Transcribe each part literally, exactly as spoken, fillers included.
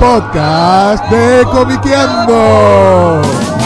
podcast de Comiqueando.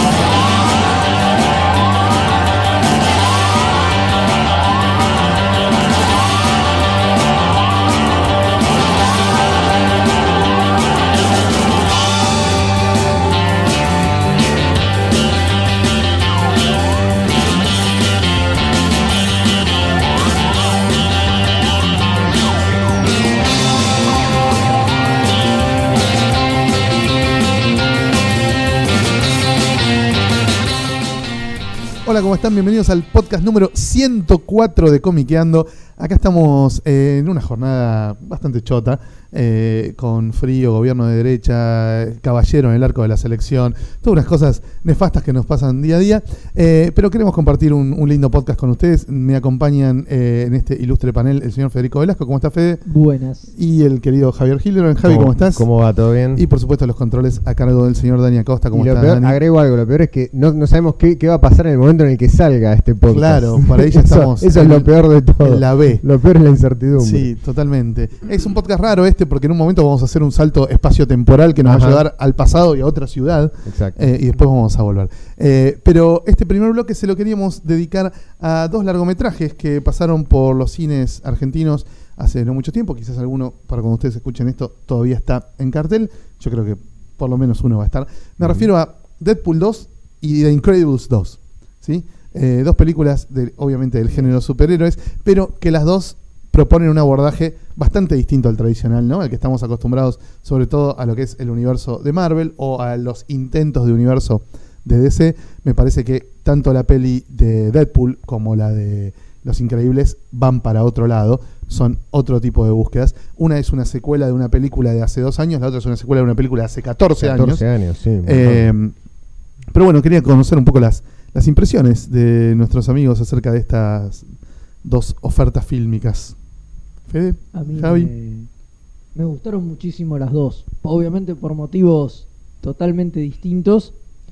Hola, ¿cómo están? Bienvenidos al podcast número ciento cuatro de Comiqueando. Acá estamos eh, en una jornada bastante chota, eh, con frío, gobierno de derecha, caballero en el arco de la selección, todas unas cosas nefastas que nos pasan día a día, eh, pero queremos compartir un, un lindo podcast con ustedes. Me acompañan eh, en este ilustre panel el señor Federico Velasco. ¿Cómo está, Fede? Buenas. Y el querido Javier Hildebrand. Javi, ¿cómo, ¿cómo estás? ¿Cómo va? ¿Todo bien? Y por supuesto los controles a cargo del señor Dani Acosta. ¿Cómo y lo estás, peor, Dani? Agrego algo, lo peor es que no, no sabemos qué, qué va a pasar en el momento en el que salga este podcast. Claro, para ahí ya eso, estamos. Eso es lo peor de todo. En la B. Lo peor es la incertidumbre. Sí, totalmente. Es un podcast raro este porque en un momento vamos a hacer un salto espacio-temporal que nos Ajá. va a llevar al pasado y a otra ciudad. Exacto. Eh, y después vamos a volver. Eh, pero este primer bloque se lo queríamos dedicar a dos largometrajes que pasaron por los cines argentinos hace no mucho tiempo. Quizás alguno, para cuando ustedes escuchen esto, todavía está en cartel. Yo creo que por lo menos uno va a estar. Me uh-huh. refiero a Deadpool dos y The Incredibles dos. ¿Sí? Eh, dos películas, de, obviamente, del género superhéroes, pero que las dos proponen un abordaje bastante distinto al tradicional, ¿no? Al que estamos acostumbrados, sobre todo a lo que es el universo de Marvel o a los intentos de universo de D C. Me parece que tanto la peli de Deadpool como la de Los Increíbles van para otro lado, son otro tipo de búsquedas. Una es una secuela de una película de hace dos años, la otra es una secuela de una película de hace catorce años. catorce años, sí. Eh, pero bueno, quería conocer un poco las, las impresiones de nuestros amigos acerca de estas dos ofertas fílmicas. Fede, a mí Javi. Me, me gustaron muchísimo las dos, obviamente por motivos totalmente distintos,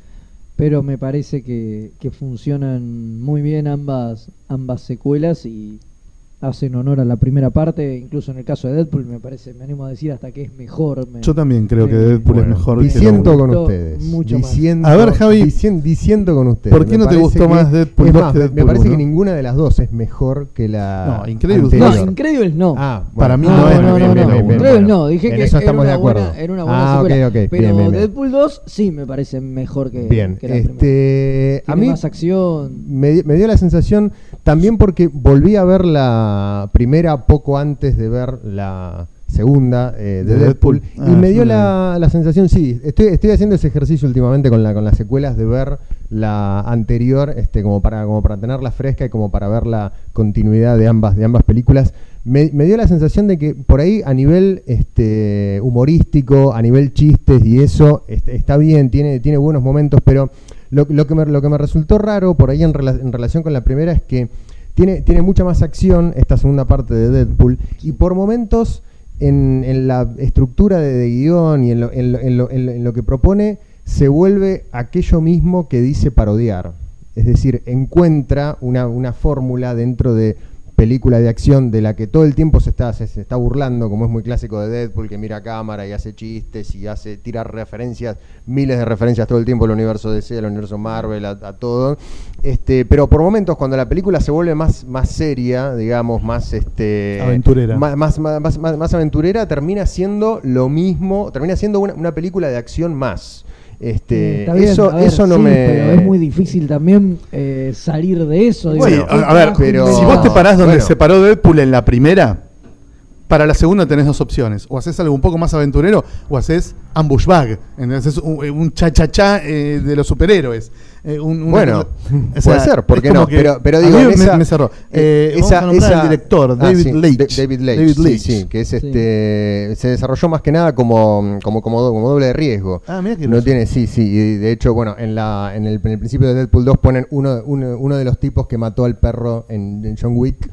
pero me parece que, que funcionan muy bien ambas, ambas secuelas y hacen honor a la primera parte. Incluso en el caso de Deadpool me parece, me animo a decir hasta que es mejor. Me, Yo también creo me, que Deadpool bueno, es mejor. Diciendo que con gustó ustedes. Mucho diciendo, más. A ver, Javi. Diciendo, diciendo con ustedes. ¿Por qué no me te gustó que, más Deadpool es dos más, que me, Deadpool me parece uno? que ninguna de las dos es mejor que la No, Increíbles anterior. No, Increíbles no. Ah, bueno. Para mí Ah, no es. no, no, bien, no, bien, no. bien, Increíbles bien. no, dije En que eso era estamos una, de acuerdo. buena, era una buena Ah, secuela. okay, okay. Pero Bien, bien, bien. Deadpool dos sí me parece mejor que, Bien, que la este, primera. a Tiene mí más acción. me, me dio la sensación también porque volví a ver la primera poco antes de ver la segunda eh, de, de Deadpool, Deadpool. y ah, me dio la, la sensación, sí, estoy, estoy haciendo ese ejercicio últimamente con, la, con las secuelas de ver la anterior este, como, para, como para tenerla fresca y como para ver la continuidad de ambas, de ambas películas. Me, me dio la sensación de que por ahí a nivel este, humorístico, a nivel chistes y eso, este, está bien, tiene, tiene buenos momentos, pero lo, lo, que me, lo que me resultó raro por ahí en, rela, en relación con la primera es que tiene, tiene mucha más acción esta segunda parte de Deadpool y por momentos en, en la estructura de, de guión y en lo, en, lo, en, lo, en, lo, en lo que propone se vuelve aquello mismo que dice parodiar. Es decir, encuentra una, una fórmula dentro de película de acción de la que todo el tiempo se está, se, se está burlando, como es muy clásico de Deadpool, que mira a cámara y hace chistes y hace tira referencias, miles de referencias todo el tiempo al universo D C, al universo Marvel, a, a todo. Este, pero por momentos cuando la película se vuelve más, más seria, digamos, más este aventurera, más, más, más, más, más aventurera, termina siendo lo mismo, termina siendo una, una película de acción más. Este, bien, eso, ver, eso no sí, me. Pero es muy difícil también eh, salir de eso. Bueno, digo, a, a ver, pero, si vos te parás donde bueno. se paró Deadpool en la primera, para la segunda tenés dos opciones. O haces algo un poco más aventurero o haces ambush bag. Haces un, un cha-cha-cha eh, de los superhéroes. Eh, un, bueno, o sea, puede ser, ¿por qué no? Que, pero, pero digo, a mí esa, me, me cerró. Eh, esa, vamos a nombrar esa, al director, ah, David sí, Leitch. David Leitch, David Leitch. Sí, sí, que es sí. este, se desarrolló más que nada como, como, como, como doble de riesgo. Ah, mira que no tiene, sí, sí, y de hecho, bueno, en la, en el, en el principio de Deadpool dos ponen uno, uno, uno de los tipos que mató al perro en, en John Wick,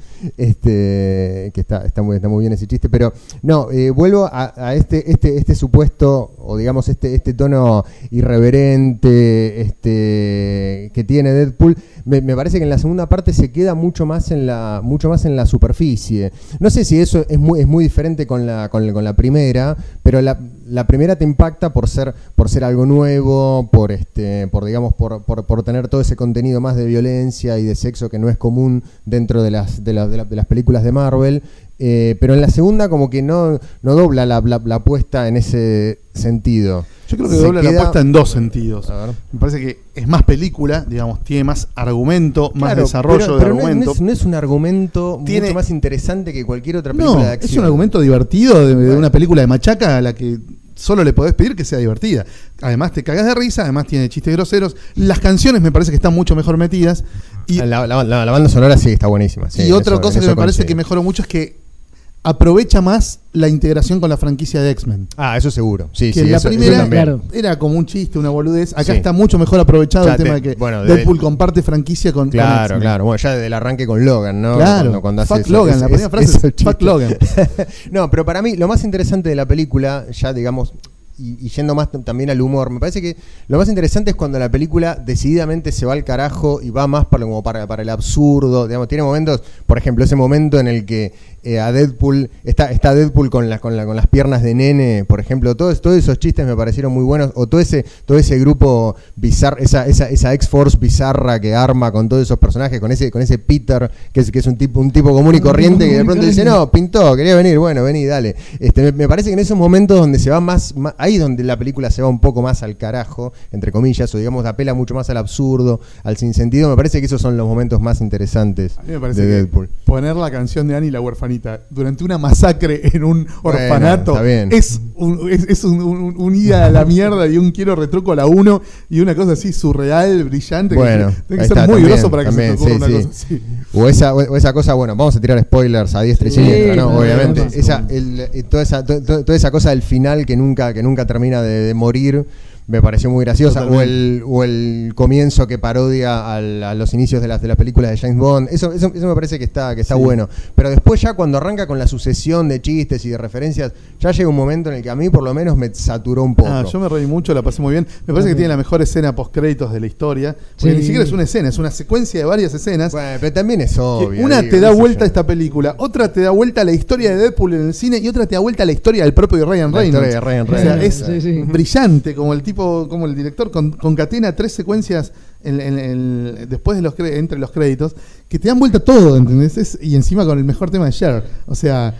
este, que está, está muy, está muy bien ese chiste, pero no, eh, vuelvo a, a este, este, este supuesto, o digamos este, este tono irreverente, este, que tiene Deadpool. Me, me parece que en la segunda parte se queda mucho más en la mucho más en la superficie. No sé si eso es muy es muy diferente con la con, con la primera, pero la, la primera te impacta por ser por ser algo nuevo, por este por digamos por, por, por tener todo ese contenido más de violencia y de sexo que no es común dentro de las de, la, de, la, de las películas de Marvel. Eh, pero en la segunda como que no, no dobla la, la, la apuesta en ese sentido. Yo creo que Se dobla queda... la apuesta en dos sentidos. Me parece que es más película, digamos, tiene más argumento, más claro, desarrollo pero, de pero argumento. No es, no es un argumento tiene... mucho más interesante que cualquier otra película no, de acción. Es un argumento divertido de, de una película de machaca a la que solo le podés pedir que sea divertida. Además te cagas de risa, además tiene chistes groseros. Las canciones me parece que están mucho mejor metidas. Y, la, la, la, la banda sonora sí está buenísima. Sí, y otra eso, cosa que me parece coincido. que mejoró mucho es que aprovecha más la integración con la franquicia de X-Men. Ah, eso seguro. Sí, que sí, la eso, primera eso claro. era como un chiste, una boludez. Acá sí. está mucho mejor aprovechado ya el tema te, de que bueno, Deadpool de, comparte franquicia con, claro, con X-Men. Claro, bueno, ya desde el arranque con Logan, ¿no? Claro, cuando, cuando fuck hace eso, Logan, es, la primera es, frase es, es fuck Logan. No, pero para mí lo más interesante de la película, ya digamos, y, y yendo más también al humor, me parece que lo más interesante es cuando la película decididamente se va al carajo y va más para, como para, para el absurdo, digamos, tiene momentos, por ejemplo, ese momento en el que eh, a Deadpool, está, está Deadpool con, la, con, la, con las piernas de nene, por ejemplo, todos, todos esos chistes me parecieron muy buenos, o todo ese, todo ese grupo bizarro, esa, esa, esa X-Force bizarra que arma con todos esos personajes, con ese, con ese Peter, que es, que es un tipo, un tipo común y corriente, que de pronto dice, no, pintó, quería venir, bueno, vení, dale. Este, me, me parece que en esos momentos donde se va más, más, ahí donde la película se va un poco más al carajo, entre comillas, o digamos, apela mucho más al absurdo, al sinsentido, me parece que esos son los momentos más interesantes a mí me parece de que Deadpool. Poner la canción de Annie la huerfanita durante una masacre en un orfanato bueno, es, un, es, es un, un, un ida a la mierda y un quiero retruco a la uno y una cosa así surreal, brillante. Bueno, que tiene que ser está, muy groso para también, que se te ocurra sí, una sí. cosa así. O esa, o esa cosa, bueno, vamos a tirar spoilers a diestra y sí, siniestra, ¿no? no, Obviamente. no, no, esa, el, toda, esa, to, toda esa cosa del final que nunca, que nunca termina de, de morir. Me pareció muy graciosa. O el, o el comienzo que parodia al, a los inicios de las de las películas de James Bond. Eso, eso, eso me parece que está, que está sí. bueno. Pero después ya cuando arranca con la sucesión de chistes y de referencias, ya llega un momento en el que a mí por lo menos me saturó un poco. Ah, yo me reí mucho, la pasé muy bien. Me parece sí. que tiene la mejor escena post créditos de la historia. Porque sí. ni siquiera es una escena, es una secuencia de varias escenas. Bueno, pero también es obvio. Una digo, te da no vuelta yo. a esta película, otra te da vuelta a la historia de Deadpool en el cine y otra te da vuelta a la historia del propio Ryan la Reynolds. De Ryan Reynolds. O sea, es sí, sí. brillante, como el tipo, como el director con, concatena tres secuencias en, en, en, después de los entre los créditos que te dan vuelta todo, ¿entendés? Es, y encima con el mejor tema de Cher. O sea,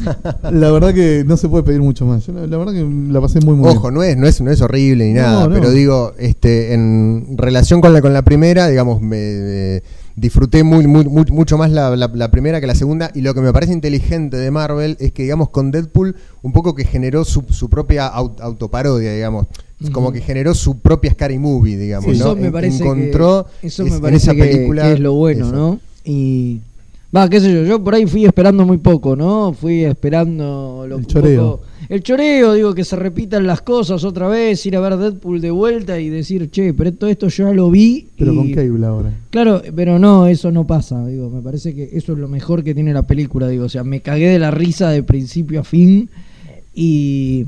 la verdad que no se puede pedir mucho más. Yo la, la verdad que la pasé muy muy Ojo, bien. no es, no es, no es horrible ni nada, no, no. pero digo, este, en relación con la con la primera, digamos, me, me disfruté muy, muy, muy, mucho más la, la, la primera que la segunda, y lo que me parece inteligente de Marvel es que, digamos, con Deadpool un poco que generó su, su propia aut, autoparodia, digamos. Uh-huh. Como que generó su propia Scary Movie, digamos, sí, ¿no? Eso me parece encontró que, eso es, me parece en esa película que, que es lo bueno, eso. ¿no? Y va, qué sé yo, yo por ahí fui esperando muy poco, ¿no? Fui esperando lo, el choreo. Poco, el choreo, digo, que se repitan las cosas otra vez, ir a ver Deadpool de vuelta y decir, che, pero todo esto yo ya lo vi. Pero y... con Cable ahora. Claro, pero no, eso no pasa, digo, me parece que eso es lo mejor que tiene la película, digo, o sea, me cagué de la risa de principio a fin y...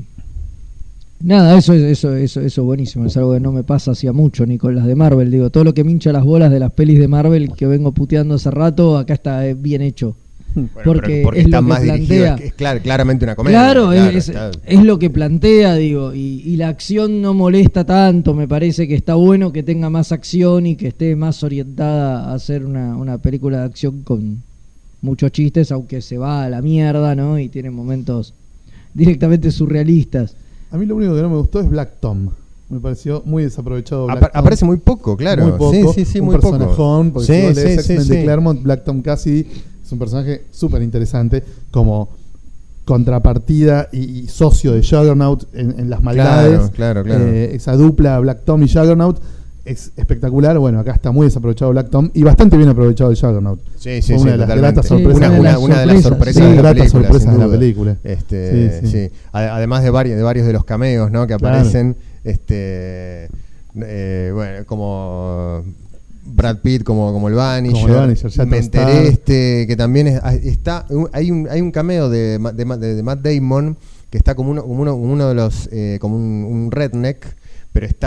Nada, eso eso eso eso buenísimo, es algo que no me pasa hacía mucho ni con las de Marvel, digo, todo lo que me hincha las bolas de las pelis de Marvel que vengo puteando hace rato, acá está bien hecho. Bueno, porque, porque es está lo que más plantea. dirigido, es, es clar, claramente una comedia. Claro, claro es, está. es lo que plantea, digo, y, y la acción no molesta tanto, me parece que está bueno que tenga más acción y que esté más orientada a hacer una, una película de acción con muchos chistes, aunque se va a la mierda, ¿no? Y tiene momentos directamente surrealistas. A mí lo único que no me gustó es Black Tom. Me pareció muy desaprovechado. Black Apa- Tom. Aparece muy poco, claro. Muy poco. Sí, sí, sí, un muy personajón, poco. Porque Sí, si vos lees sí, X-Men sí, de sí. Claremont, Black Tom Cassidy es un personaje súper interesante como contrapartida y, y socio de Juggernaut en, en las maldades. Claro, claro, claro. Eh, esa dupla Black Tom y Juggernaut es espectacular. Bueno, acá está muy desaprovechado Black Tom y bastante bien aprovechado el Juggernaut. Sí, sí, Fue sí, una de las totalmente. gratas sorpresas. Una, Sí, una, las una de las sorpresas, sorpresas sí. de la Gratas película, sorpresas sin de la duda. película. Este, Sí, sí. sí. Además de varios, de varios de los cameos, ¿no? Que Claro. aparecen, este, eh, bueno, como Brad Pitt, como, como el Vanisher. Como el Vanisher, ya Me está. enteré este, que también es- está, hay un, hay un cameo de, Ma- de, Ma- de- de Matt Damon que está como uno, como uno, como uno de los, eh, como un, un redneck, pero está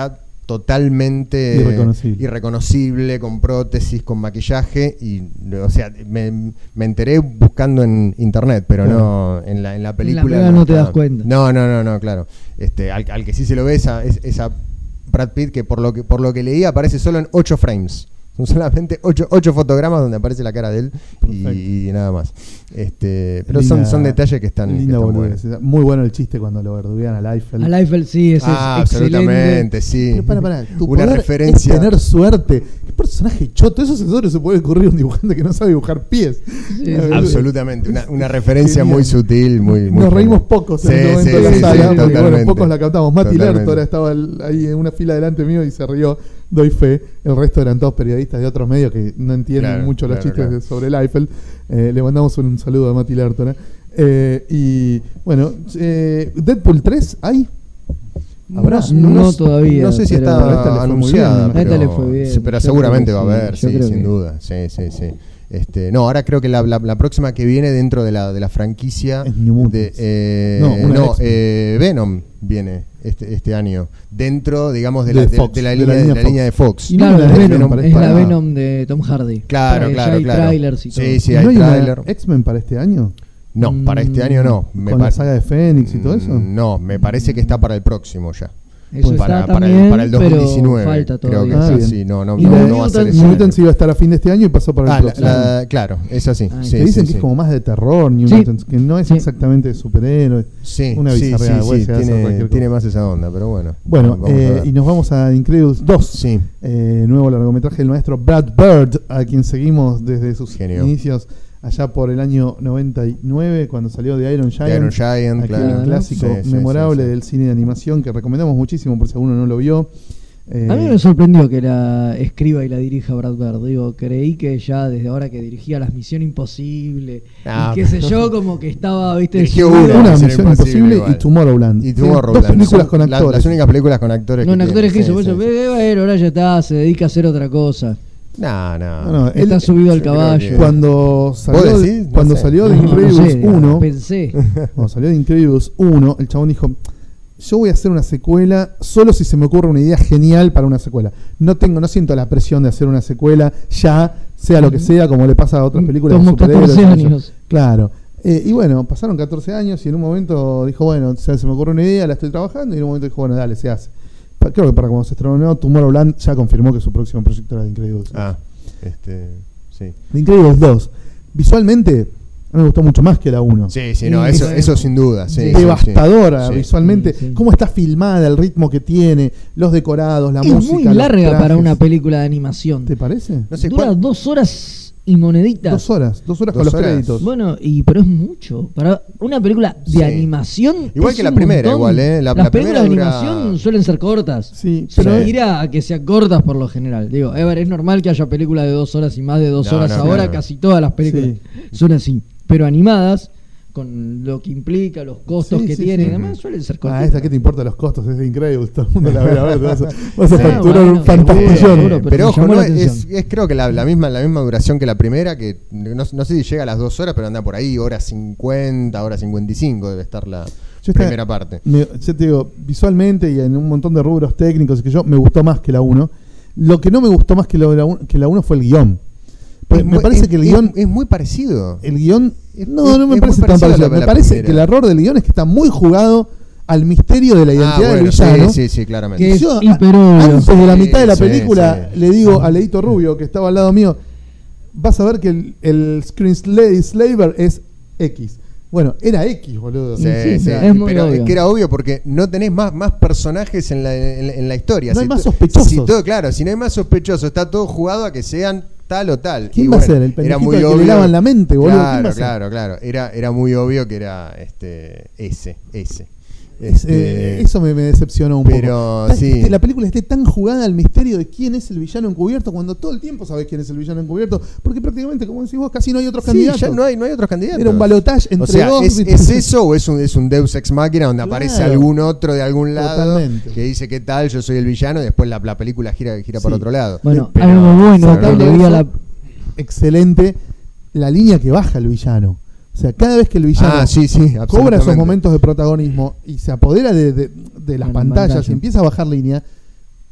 totalmente irreconocible. irreconocible, con prótesis, con maquillaje, y o sea, me, me enteré buscando en internet, pero claro. no en la, en la película. En la película no, no te das cuenta. No, no, no, no, claro. Este, al, al que sí se lo ve esa, esa Brad Pitt, que por lo que por lo que leí aparece solo en ocho frames. Son solamente ocho, ocho fotogramas donde aparece la cara de él y, y nada más. Este, pero linda, son, son detalles que están, que están buenos. Muy bueno el chiste cuando lo verduguean al Eiffel. Al Eiffel, sí, ese ah, es absolutamente, sí. Pero para, para, tu una poder referencia. Es tener suerte. Qué personaje choto. Eso solo se puede ocurrir un dibujante que no sabe dibujar pies. Sí, absolutamente. Una, una referencia muy sutil, muy, muy Nos reímos pocos en sí, el momento sí, de la sí, sala. Sí, porque, bueno, pocos la captamos. Mati Lertora estaba ahí en una fila delante mío y se rió. Doy fe. El resto eran todos periodistas de otros medios que no entienden claro, mucho los claro, chistes claro. sobre el Eiffel. Eh, le mandamos un, un saludo a Mati Lertora. Eh, y bueno, eh, Deadpool tres, ¿hay? ¿Habrá? No, no, no todavía. No sé si está anunciada, bien, pero, le fue bien. Sí, pero seguramente va a haber, sí, sin que... duda. Sí, sí, sí. Este, no, ahora creo que la, la, la próxima que viene dentro de la, de la franquicia de, eh, no, no eh, Venom viene este, este año dentro, digamos, de, de, la, Fox, de, de, la, de, línea, la, línea, de la línea de Fox. Y claro, no, es, Venom, Venom, es la Venom de Tom Hardy. Claro, claro, hay claro. trailers y todo. Sí, sí, ¿No hay, hay trailer. X-Men para este año? No, mm, para este año no. Me ¿Con la saga de Fénix y todo eso? No, me parece que está para el próximo ya. Eso pues para, está para, también, el, para el dos mil diecinueve. Pero falta todavía. Creo que ah, sí, sí, no, no, y no, la no va a ser New Mutants iba a estar a fin de este año y pasó para el ah, próximo. La, la, claro, es así. Ah, sí, que dicen sí, que sí. es como más de terror, New sí. Mutants, que no es sí. exactamente de superhéroes. Sí, una sí, bizarreada. sí, sí, tiene, tiene tiene más esa onda, pero bueno. Bueno, vamos eh, y nos vamos a Incredibles dos. Sí. Eh, nuevo largometraje del maestro Brad Bird, a quien seguimos desde sus Genio. inicios allá por el año noventa y nueve, cuando salió de Iron Giant. Iron Giant, claro. Clásico sí, memorable sí, sí, sí. del cine de animación que recomendamos muchísimo por si alguno no lo vio. Eh, a mí me sorprendió que la escriba y la dirija Brad Bird. Digo, creí que ya desde ahora que dirigía las Misión Imposible ah, y qué sé yo, como que estaba, viste, dirigió una, una Misión Imposible igual. y Tomorrowland. Y Tomorrowland. Dos películas Son con actores. La, las únicas películas con actores. No, que actores que tiene. hizo. Sí, Por sí, eso, sí. bueno, ahora ya está, se dedica a hacer otra cosa. No, no. no, no está él, subido al caballo. Cuando salió, no cuando sé. salió de no, Incredibles no sé, uno, pensé. Cuando salió de Incredibles uno, el chabón dijo: yo voy a hacer una secuela solo si se me ocurre una idea genial para una secuela. No tengo, no siento la presión de hacer una secuela ya, sea lo que sea, como le pasa a otras películas como de superhéroes. catorce años. Claro. Eh, y bueno, pasaron catorce años y en un momento dijo, bueno, se, se me ocurre una idea, la estoy trabajando, y en un momento dijo, bueno, dale, se hace. Pa, creo que para cuando se estrenó Tomorrowland ya confirmó que su próximo proyecto era de Incredibles. Ah, este, sí. De Incredibles dos. Visualmente, a mí me gustó mucho más que la uno. Sí, sí, no, eso, eso sin duda. Sí, devastadora sí, sí. visualmente. Sí, sí. Cómo está filmada, el ritmo que tiene, los decorados, la es música. muy larga los para trajes. una película de animación. ¿Te parece? No sé, Dura ¿cuál? dos horas y moneditas. Dos horas, dos horas Dos con los horas. créditos. Bueno, y pero es mucho. Para una película de Sí. animación. Igual es que la un primera, montón. igual, ¿eh? La- Las la películas de primera dura- animación suelen ser cortas. Sí, Se pero tira a que sean cortas por lo general. Digo, Ever, es normal que haya películas de dos horas y más de dos No, horas no, ahora. claro. Casi todas las películas son así. Pero animadas, con lo que implica, los costos Sí, que sí, tiene sí. y demás, suelen ser cortas. Ah, esta, ¿qué te importa los costos? Es de Incredibles, todo el mundo la ve a ver. Vas a, vas a Ah, facturar bueno, un fantastillón. seguro, Eh, pero pero me ojo, llamó no, la es, atención. es creo que la, la misma la misma duración que la primera, que no, no sé si llega a las dos horas, pero anda por ahí, hora cincuenta, hora cincuenta y cinco debe estar la Yo primera esta- parte. Me, yo te digo, visualmente y en un montón de rubros técnicos y que yo, me gustó más que la uno. Lo que no me gustó más que la uno, que la uno fue el guión. Pues Es me muy- parece es- que el es- guión... es muy parecido. El guión... Es- No, es- no me es parece muy tan parecido a parecido. la- Me la parece primera. que el error del guión es que está muy jugado al misterio de la identidad Ah, del bueno, villano. sí, sí, sí, claramente. Que es Yo, hiperobvio. antes de la Sí, mitad de la sí, película, sí. le digo a Leito Rubio, que estaba al lado mío, vas a ver que el, el screenslaver es X. Bueno, era X, boludo. Sí, Sí, sí, es muy pero obvio. es que era obvio porque no tenés más, más personajes en la, en, la- en la historia. No hay Si más to- sospechosos. si todo, claro, si no hay más sospechosos, está todo jugado a que sean tal o tal. ¿Quién Y va a bueno, ser? El era pendejito muy al que obvio. le lavan la mente, boludo. ¿Quién va a Claro, ser? claro, claro. Era, era muy obvio que era este ese, ese. Es, Este, eh, eso me, me decepcionó un pero, poco. sí. Este, la película esté tan jugada al misterio de quién es el villano encubierto cuando todo el tiempo sabes quién es el villano encubierto, porque prácticamente, como decís vos, casi no hay otros sí, candidatos. ya no hay, no hay otros candidatos. Era un balotaje entre O sea, dos. ¿es, ¿viste? ¿es eso o es un, es un Deus Ex Machina donde Claro. aparece algún otro de algún lado Totalmente. que dice qué tal, yo soy el villano y después la, la película gira, gira por Sí. otro lado? Bueno, Pero- algo bueno que sacando le vi a eso, la. Excelente la línea que baja el villano. O sea, cada vez que el villano Ah, sí, sí, cobra absolutamente. esos momentos de protagonismo y se apodera de, de- de las En la pantallas pantalla. y empieza a bajar línea,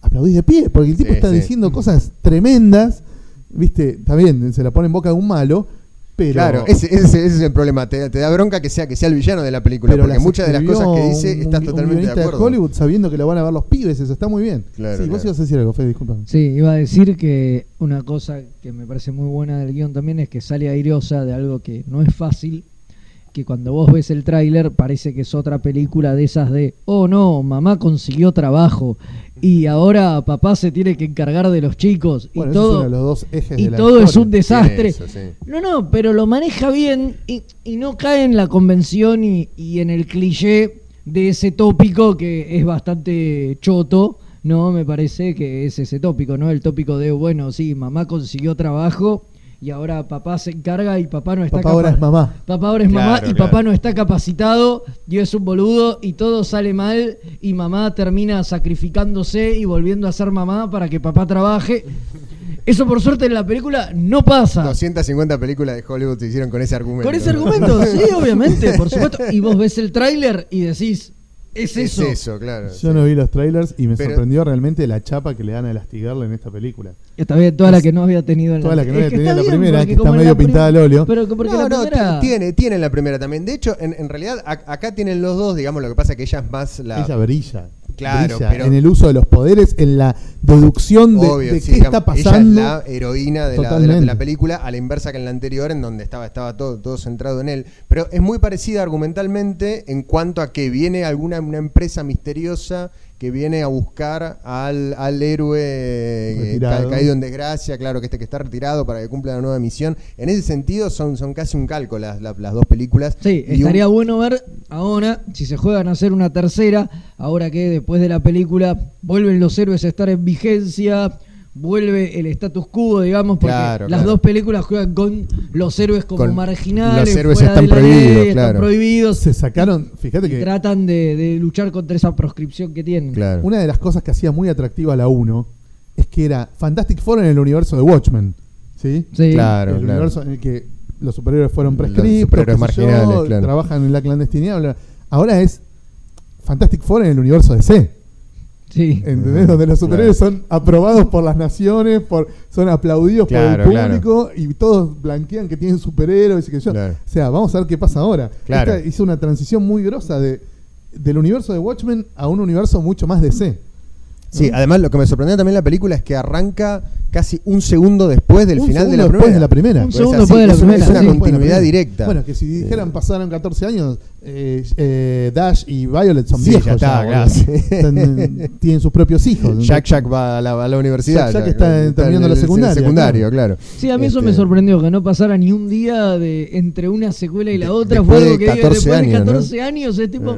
aplaudís de pie, porque el tipo Sí, está sí. diciendo cosas tremendas, ¿viste? Está bien, se la pone en boca de un malo, pero... Claro, ese, ese, ese es el problema. Te, te da bronca que sea que sea el villano de la película, pero porque las muchas de las escribió cosas que dice un- estás un totalmente de guionista acuerdo. Hollywood sabiendo que lo van a ver los pibes, eso está muy bien. Claro, sí, vos claro. ibas a decir algo, Fede, disculpame. Sí, iba a decir que una cosa que me parece muy buena del guión también es que sale airosa de algo que no es fácil, que cuando vos ves el tráiler parece que es otra película de esas de, oh no, mamá consiguió trabajo y ahora papá se tiene que encargar de los chicos Bueno, y esos todo, son los dos ejes y de la todo es historia. un desastre. Tiene eso, sí. No, no, pero lo maneja bien y, y no cae en la convención y, y en el cliché de ese tópico que es bastante choto, ¿no? Me parece que es ese tópico, ¿no? El tópico de, bueno, sí, mamá consiguió trabajo y ahora papá se encarga y papá no está Papá ahora capa- es mamá. Papá ahora es Claro, mamá y claro. papá no está capacitado y es un boludo y todo sale mal y mamá termina sacrificándose y volviendo a ser mamá para que papá trabaje. Eso por suerte en la película no pasa. doscientas cincuenta películas de Hollywood se hicieron con ese argumento. Con ese argumento, sí, obviamente, por supuesto. Y vos ves el tráiler y decís, es Es eso. eso, claro. Yo sí. no vi los trailers y me Pero- sorprendió realmente la chapa que le dan a Elastigirl en esta película. Está bien, toda la que no había tenido en Toda la que no es había tenido está en la bien, primera, porque que está como en medio la prim- pintada al óleo. Pero porque No, la no, primera... t- tiene, tiene en la primera también. De hecho, en, en realidad, a- acá tienen los dos, digamos, lo que pasa es que ella es más la... Ella brilla. Claro, brilla pero- en el uso de los poderes, en la deducción de, Obvio, de sí, qué digamos, está ella pasando. es la heroína de la, de, la, Totalmente. de la película, a la inversa que en la anterior, en donde estaba, estaba todo, todo centrado en él. Pero es muy parecida argumentalmente en cuanto a que viene alguna una empresa misteriosa que viene a buscar al, al héroe eh, Retirado. ca- caído en desgracia, claro, que este que está retirado para que cumpla la nueva misión. En ese sentido son, son casi un calco las, las, las dos películas. Sí, Y estaría un- bueno ver ahora si se juegan a hacer una tercera, ahora que después de la película vuelven los héroes a estar en vigencia, vuelve el status quo, digamos, porque Claro, las claro. dos películas juegan con los héroes como Con- marginales, los héroes fuera están de la ley, prohibidos, están claro. prohibidos, Se sacaron, fíjate y que tratan de, de luchar contra esa proscripción que tienen. Claro. una de las cosas que hacía muy atractiva a la uno es que era Fantastic Four en el universo de Watchmen. ¿Sí? Sí. Claro, el claro. universo en el que los superhéroes fueron Los prescriptos, superhéroes qué sé yo, marginales, claro. trabajan en la clandestinidad. bla. Ahora es Fantastic Four en el universo de C. Sí. ¿Entendés? Ajá, Donde los superhéroes claro. son aprobados por las naciones, por son aplaudidos Claro, por el público y todos blanquean que tienen superhéroes y que yo. Claro. O sea, vamos a ver qué pasa ahora. Claro. Esta hizo una transición muy grosa de del universo de Watchmen a un universo mucho más D C. Sí, ¿no? además lo que me sorprendió también la película es que arranca casi un segundo después del Un final de segundo la después primera. de la primera. Un Pues segundo es así, después de la es una- primera, Es una sí. continuidad directa. Bueno, que si dijeran pasaron catorce años, eh, eh, Dash y Violet son Sí, viejos ya está, ya, claro, boludo. sí. Están, eh, tienen sus propios hijos. Jack Jack va a la, a la universidad. Jack Jack ya, está terminando en la el secundaria, secundario, claro. Sí, a mí eso Este, me sorprendió, que no pasara ni un día de entre una secuela y la De- otra. después Fue algo de que diga, catorce después de años, ¿no? catorce años, es tipo, Eh.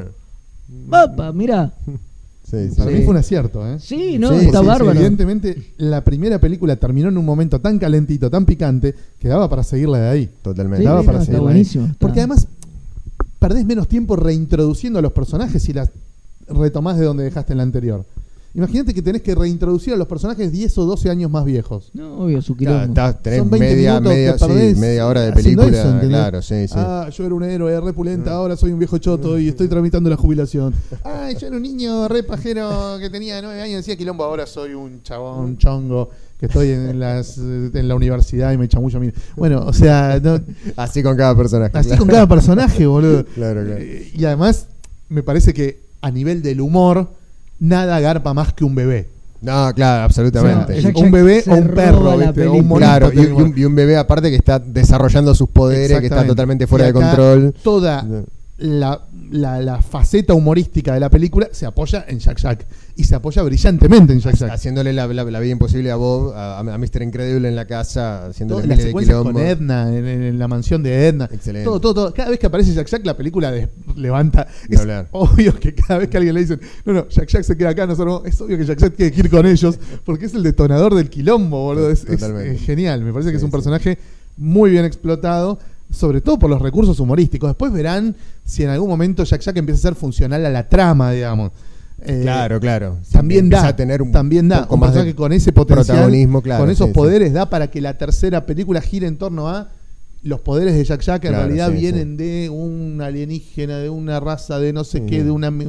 papa, mirá. Sí, sí. Para Sí. mí fue un acierto, ¿eh? Sí, no, Sí, está sí, sí, bárbaro. Evidentemente, la primera película terminó en un momento tan calentito, tan picante, que daba para seguirla de ahí. Totalmente. Sí, Daba sí, para no, está seguirla ahí. buenísimo, está. Porque además, perdés menos tiempo reintroduciendo a los personajes y las retomás de donde dejaste en la anterior. Imagínate que tenés que reintroducir a los personajes diez o doce años más viejos. No, obvio, su Claro, quilombo. está- tenés Son veinte media, minutos media, que sí, perdés media hora de haciendo película. eso, ¿entendés? Claro, sí, sí. Ah, yo era un héroe repulenta, ahora soy un viejo choto y estoy tramitando la jubilación. Ah, yo era un niño re pajero que tenía nueve años y decía quilombo, ahora soy un chabón chongo que estoy en, las, en la universidad y me chamullo a mí. Bueno, o sea, no- Así con cada personaje. así claro. con cada personaje, boludo. Claro, claro. Eh, Y además, me parece que a nivel del humor, nada garpa más que un bebé. No, claro, absolutamente. Es Jack un Jack bebe se o un perro, roba la ¿viste? O un película. monito Claro, y, y tenemos. un, y un bebé aparte que está desarrollando sus poderes, que está Exactamente. totalmente fuera Y de acá control. Toda la, la, la faceta humorística de la película se apoya en Jack Jack. Y se apoya brillantemente en Jack Jack. Haciéndole la, la- la vida imposible a Bob, a, a mister Incredible en la casa, haciéndole Todas las miles de secuencias quilombo. con Edna, en, en- en la mansión de Edna. Excelente. Todo, todo, todo. Cada vez que aparece Jack Jack, la película de- levanta. Ni Es hablar. obvio que cada vez que alguien le dicen, no, no, Jack Jack se queda acá, nosotros, es obvio que Jack Jack tiene que ir con ellos, porque es el detonador del quilombo, boludo. Es, es- Totalmente. es genial. Me parece que Sí, es un sí. personaje muy bien explotado, sobre todo por los recursos humorísticos. Después verán si en algún momento Jack Jack empieza a ser funcional a la trama, digamos. Eh, Claro, claro. Sí, También empieza da, a tener un también da poco un más personaje de con ese potencial, protagonismo, claro, con esos sí, sí. poderes, da para que la tercera película gire en torno a los poderes de Jack Jack, que en Claro, realidad sí, vienen de un alienígena, de una raza, de no sé Sí. qué, de una de,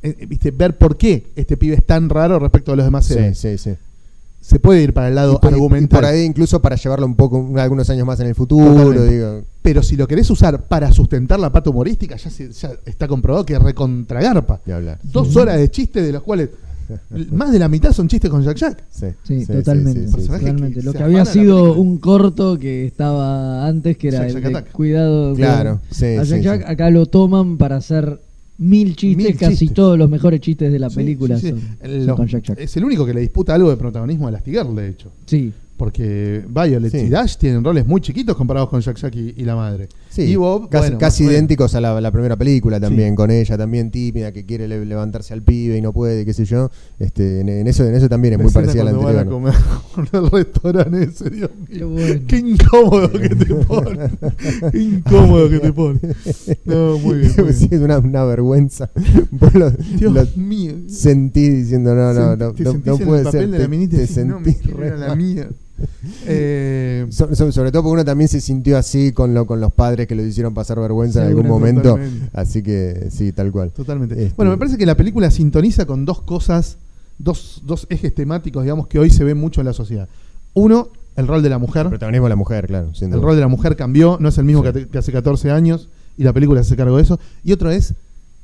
eh, ¿viste? Ver por qué este pibe es tan raro respecto a los demás. Sí, héroes. sí, sí. Se puede ir para el lado y por, argumental. Y por ahí incluso para llevarlo un poco, algunos años más en el futuro. Digo. Pero si lo querés usar para sustentar la pata humorística, ya, se, ya está comprobado que recontragarpa. Dos sí. horas de chistes, de los cuales más de la mitad son chistes con Jack Jack. Sí, sí, sí totalmente. Sí, sí, sí, totalmente. Que lo que había sido un corto que estaba antes, que era Jack, el Jack de cuidado claro, con sí, a Jack sí, Jack, sí. acá lo toman para hacer mil chistes, mil casi chistes. Todos los mejores chistes de la sí, película sí, sí. Son, el, son con Jack Jack. Es el único que le disputa algo de protagonismo a Elastigirl, de hecho. Sí. Porque Violet sí. y Dash tienen roles muy chiquitos comparados con Jack Jack y, y la madre. Sí, y Bob, casi, bueno, casi idénticos a la, la primera película también, sí. con ella también tímida, que quiere le, levantarse al pibe y no puede, qué sé yo. Este, en, en eso en eso también es la muy parecida a la anterior. Van a comer en el restaurante ese, Dios mío. Qué, bueno. Qué incómodo que te pone. Qué incómodo que te pone. No, muy bien. Muy bien. Sí, es una, una vergüenza. Vos lo, Dios lo mío. Sentí diciendo, no, no, no, te no, no en puede el papel ser. De la minita te, y te decís, no, sentí me re la mía. Eh, so, so, sobre todo porque uno también se sintió así con lo con los padres que lo hicieron pasar vergüenza en algún momento. Totalmente. Así que sí, tal cual. Totalmente. Este, bueno, me parece que la película sintoniza con dos cosas, dos, dos ejes temáticos, digamos, que hoy se ven mucho en la sociedad. Uno, el rol de la mujer. El protagonismo de la mujer, claro. El rol de la mujer cambió, no es el mismo sí. que, que hace catorce años, y la película se hace cargo de eso. Y otro es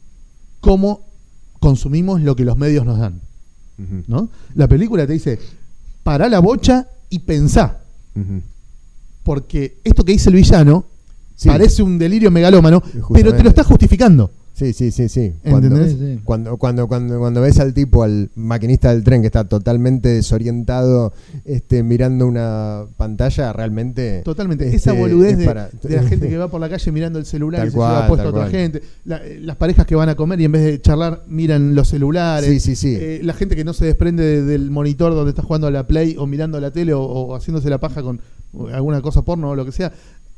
cómo consumimos lo que los medios nos dan. Uh-huh. ¿No? La película te dice, pará la bocha y pensá. Uh-huh. Porque esto que dice el villano sí. parece un delirio megalómano, justamente. Pero te lo está justificando. Sí, sí, sí, sí. Cuando, sí. Cuando, cuando, cuando, cuando ves al tipo, al maquinista del tren que está totalmente desorientado, este, mirando una pantalla, realmente... Totalmente. Este, esa boludez de, para, de la gente que va por la calle mirando el celular tal y se cual, lleva puesto a otra cual. gente. La, las parejas que van a comer y en vez de charlar miran los celulares. Sí, sí, sí. Eh, la gente que no se desprende de, del monitor donde está jugando a la Play o mirando la tele o, o haciéndose la paja con alguna cosa porno o lo que sea.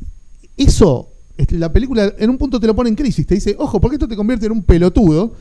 Eso... La película en un punto te lo pone en crisis, te dice, ojo, porque esto te convierte en un pelotudo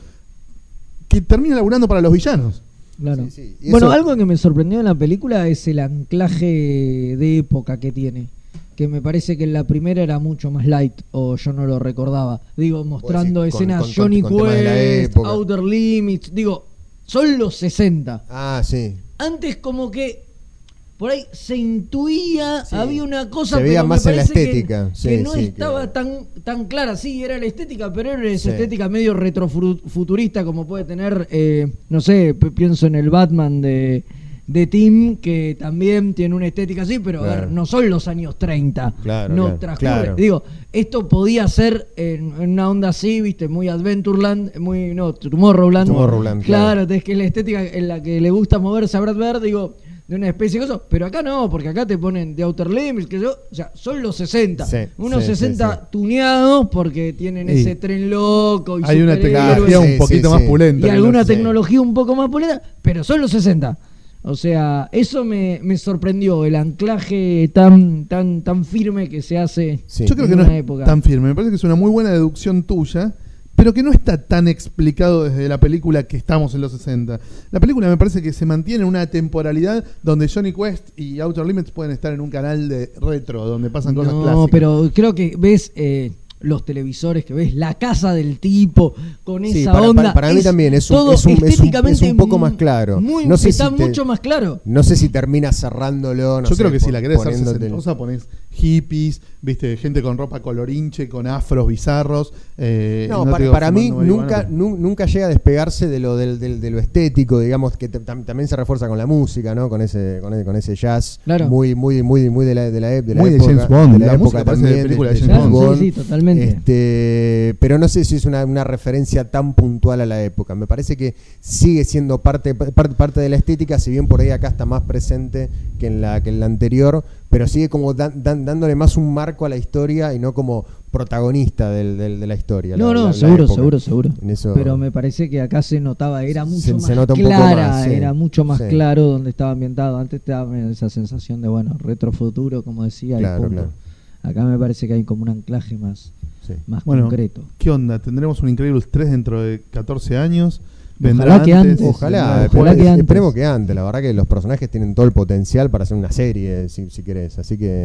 que termina laburando para los villanos. Claro. Sí, sí. Bueno, eso... algo que me sorprendió en la película es el anclaje de época que tiene, que me parece que en la primera era mucho más light, o yo no lo recordaba. Digo, mostrando decir, escenas con, con, Johnny con, con Quest, Outer Limits, digo, son los sesenta. Ah, sí. Antes como que... por ahí se intuía, sí. había una cosa, se veía pero más me en la parece estética, que, sí, que no sí, estaba que... tan tan clara. Sí, era la estética, pero era esa sí. estética medio retrofuturista, como puede tener, eh, no sé, pienso en el Batman de, de Tim, que también tiene una estética así, pero claro. a ver, no son los años treinta. Claro, no claro, transcurre. claro. Digo, esto podía ser en, en una onda así, viste, muy Adventureland, muy, no, Tomorrowland. Tomorrowland, claro. Claro, es que la estética en la que le gusta moverse a Brad Bird, digo... de una especie de cosa, pero acá no, porque acá te ponen de Outer Limits, que yo, o sea, son los sesenta, sí, unos sí, sesenta sí, sí. tuneados porque tienen sí. ese tren loco y hay una tecnología sí, un poquito sí, más sí. pulenta. Y alguna tecnología un poco más pulenta, pero son los sesenta. O sea, eso me, me sorprendió, el anclaje tan tan tan firme que se hace sí. Yo creo que no es época. Tan firme, me parece que es una muy buena deducción tuya, pero que no está tan explicado desde la película que estamos en los sesenta. La película me parece que se mantiene en una temporalidad donde Johnny Quest y Outer Limits pueden estar en un canal de retro, donde pasan cosas no, clásicas. No, pero creo que ves... Eh, los televisores que ves, la casa del tipo, con sí, esa para, onda. Para, para mí también es un, es, un, es, un, es un poco más claro. Muy, no sé está si te, mucho más claro. No sé si termina cerrándolo. No Yo sé, creo que por, si la querés hacer sesentosa, ponés hippies, viste, gente con ropa colorinche, con afros bizarros. Eh, no, no para, para mí nunca, nu, nunca llega a despegarse de lo, del, del, de lo estético, digamos, que te, tam, también se refuerza con la música, ¿no? Con ese, con ese, con ese jazz claro. muy, muy, muy, muy de la, de la, de la muy época. De James Bond, de la, la época también, de película de, de James James Bond. Bond. Sí, sí, totalmente. Este, pero no sé si es una, una referencia tan puntual a la época. Me parece que sigue siendo parte, parte, parte de la estética, si bien por ahí acá está más presente que en la, que en la anterior, pero sigue como da, da, dándole más un marco a la historia y no como protagonista del, del, de la historia. No, la, no, la, seguro, la seguro, seguro. Eso, pero me parece que acá se notaba, era mucho se, más se nota clara, más, sí, era mucho más sí. claro donde estaba ambientado. Antes te daba esa sensación de, bueno, retrofuturo, como decía, claro, y punto. Claro. Acá me parece que hay como un anclaje más, sí. más bueno, concreto. ¿Qué onda? ¿Tendremos un Incredibles tres dentro de catorce años? Ojalá que antes. Ojalá, Ojalá que antes. Esperemos que antes. La verdad que los personajes tienen todo el potencial para hacer una serie, si, si querés. Así que